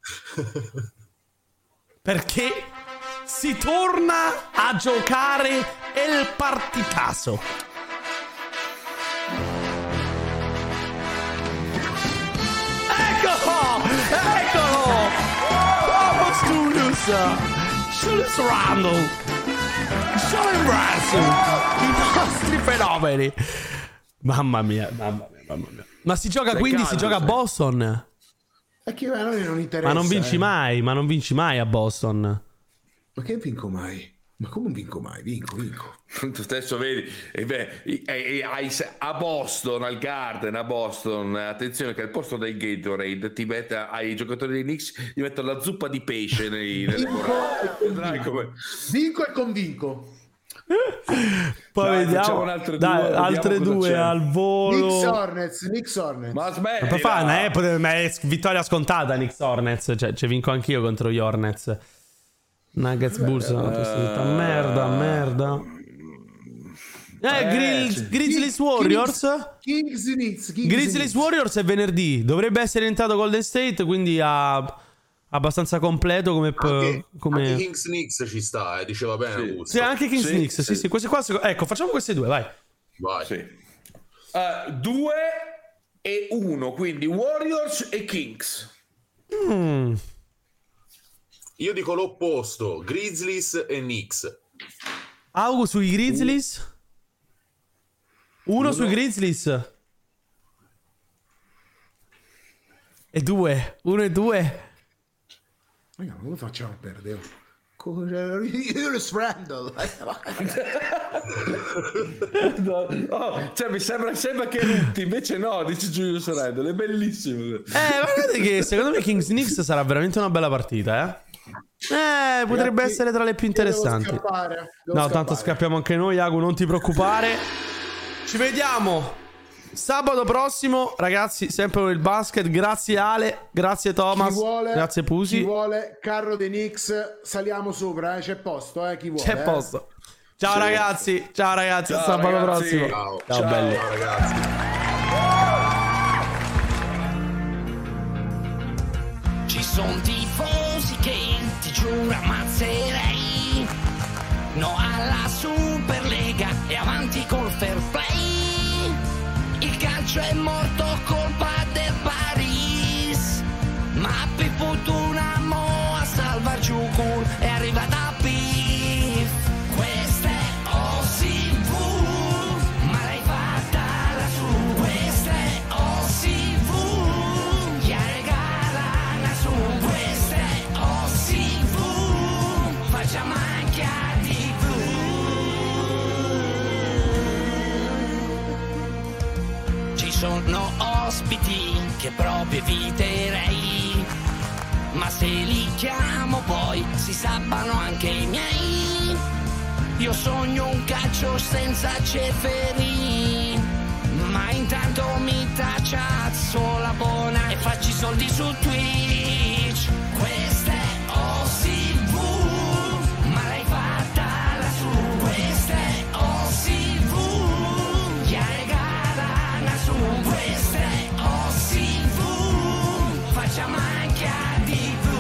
Speaker 6: Perché si torna a giocare il partitaso. Eccolo! Eccolo! Bravo Studios! Julius Randle! Jalen Brunson! I nostri fenomeni! Mamma mia, mamma mia, mamma mia. Ma si gioca, sei quindi caldo, si gioca sei. a Boston?
Speaker 8: E che a noi non interessa.
Speaker 6: Ma non vinci
Speaker 8: eh.
Speaker 6: mai, ma non vinci mai a Boston.
Speaker 8: Ma che vinco mai? Ma come vinco mai? Vinco, vinco.
Speaker 7: Tu stesso vedi, e beh, a Boston, al Garden, a Boston, attenzione che al posto del Gatorade ti mette ai giocatori dei Knicks, gli mettono la zuppa di pesce nei, nelle
Speaker 8: borrate. Come... Vinco e convinco.
Speaker 6: Poi dai, vediamo altre due, dai, altre due c'è. Al volo.
Speaker 8: Knicks Hornets, Knicks Hornets.
Speaker 7: Ma smetti,
Speaker 6: ma fa, eh, ma è vittoria scontata Knicks Hornets, cioè, cioè vinco anch'io contro gli Hornets. Nuggets Bulls uh, merda, merda. Eh, eh Grizz, Grizzlies Warriors.
Speaker 8: Kings Knicks, Kings
Speaker 6: Grizzlies
Speaker 8: Knicks.
Speaker 6: Warriors è venerdì. Dovrebbe essere entrato Golden State, quindi ha abbastanza completo come,
Speaker 10: anche,
Speaker 6: come...
Speaker 10: anche Kings Knicks ci sta, eh, diceva bene.
Speaker 6: Sì, sì anche Kings
Speaker 10: sì,
Speaker 6: Knicks, sì,
Speaker 10: sì,
Speaker 6: sì. Queste qua, ecco, facciamo queste due, vai.
Speaker 10: Vai.
Speaker 7: Sì. Uh, due e uno, quindi Warriors e Kings.
Speaker 6: Mm.
Speaker 10: Io dico l'opposto, Grizzlies e Knicks.
Speaker 6: Augu sui Grizzlies? Uno, uno sui Grizzlies. E due. Uno e due.
Speaker 8: Ma come facciamo a perdere? Julius Randle.
Speaker 7: no, oh, cioè mi sembra, sembra che rutti, invece no, dice Julius Randle, è bellissimo.
Speaker 6: Eh, guardate che secondo me Kings Knicks sarà veramente una bella partita, eh. Eh, potrebbe Ragazzi, essere tra le più interessanti. Devo scappare, devo no, scappare. Tanto scappiamo anche noi, Agu, non ti preoccupare. Ci vediamo sabato prossimo, ragazzi, sempre con il basket. Grazie Ale, grazie Thomas, vuole, grazie Pusi.
Speaker 8: Chi vuole carro dei Knicks, saliamo sopra, eh? C'è posto, eh? Chi vuole?
Speaker 6: C'è
Speaker 8: eh?
Speaker 6: posto. Ciao sì. ragazzi, ciao ragazzi,
Speaker 7: ciao,
Speaker 6: sabato
Speaker 7: ragazzi.
Speaker 6: prossimo.
Speaker 10: Ciao,
Speaker 6: ciao,
Speaker 10: ciao
Speaker 6: belli.
Speaker 10: Ciao ragazzi.
Speaker 16: Ci sono tifosi che ti giuro ammazzerei. No alla Superlega e avanti col fair play. Il calcio è morto, colpa del Paris. Ma per fortuna mo a salvar Giucur è arrivata Pif. Questa è O S I V, ma l'hai fatta lassù. Questa è O S I V, gli regala su. Questa è O S I V, facciamo anche a di più. Ci sono ospiti che proprio eviterei, ma se li chiamo poi si sabbano anche i miei. Io sogno un calcio senza Ceferi, ma intanto mi tacciazzo la buona e faccio i soldi su Twitch. Questa è O S I V, ma l'hai fatta lassù. Questa è O S I V, gli regala su. Questa è O S I V, facciamo anche a di più.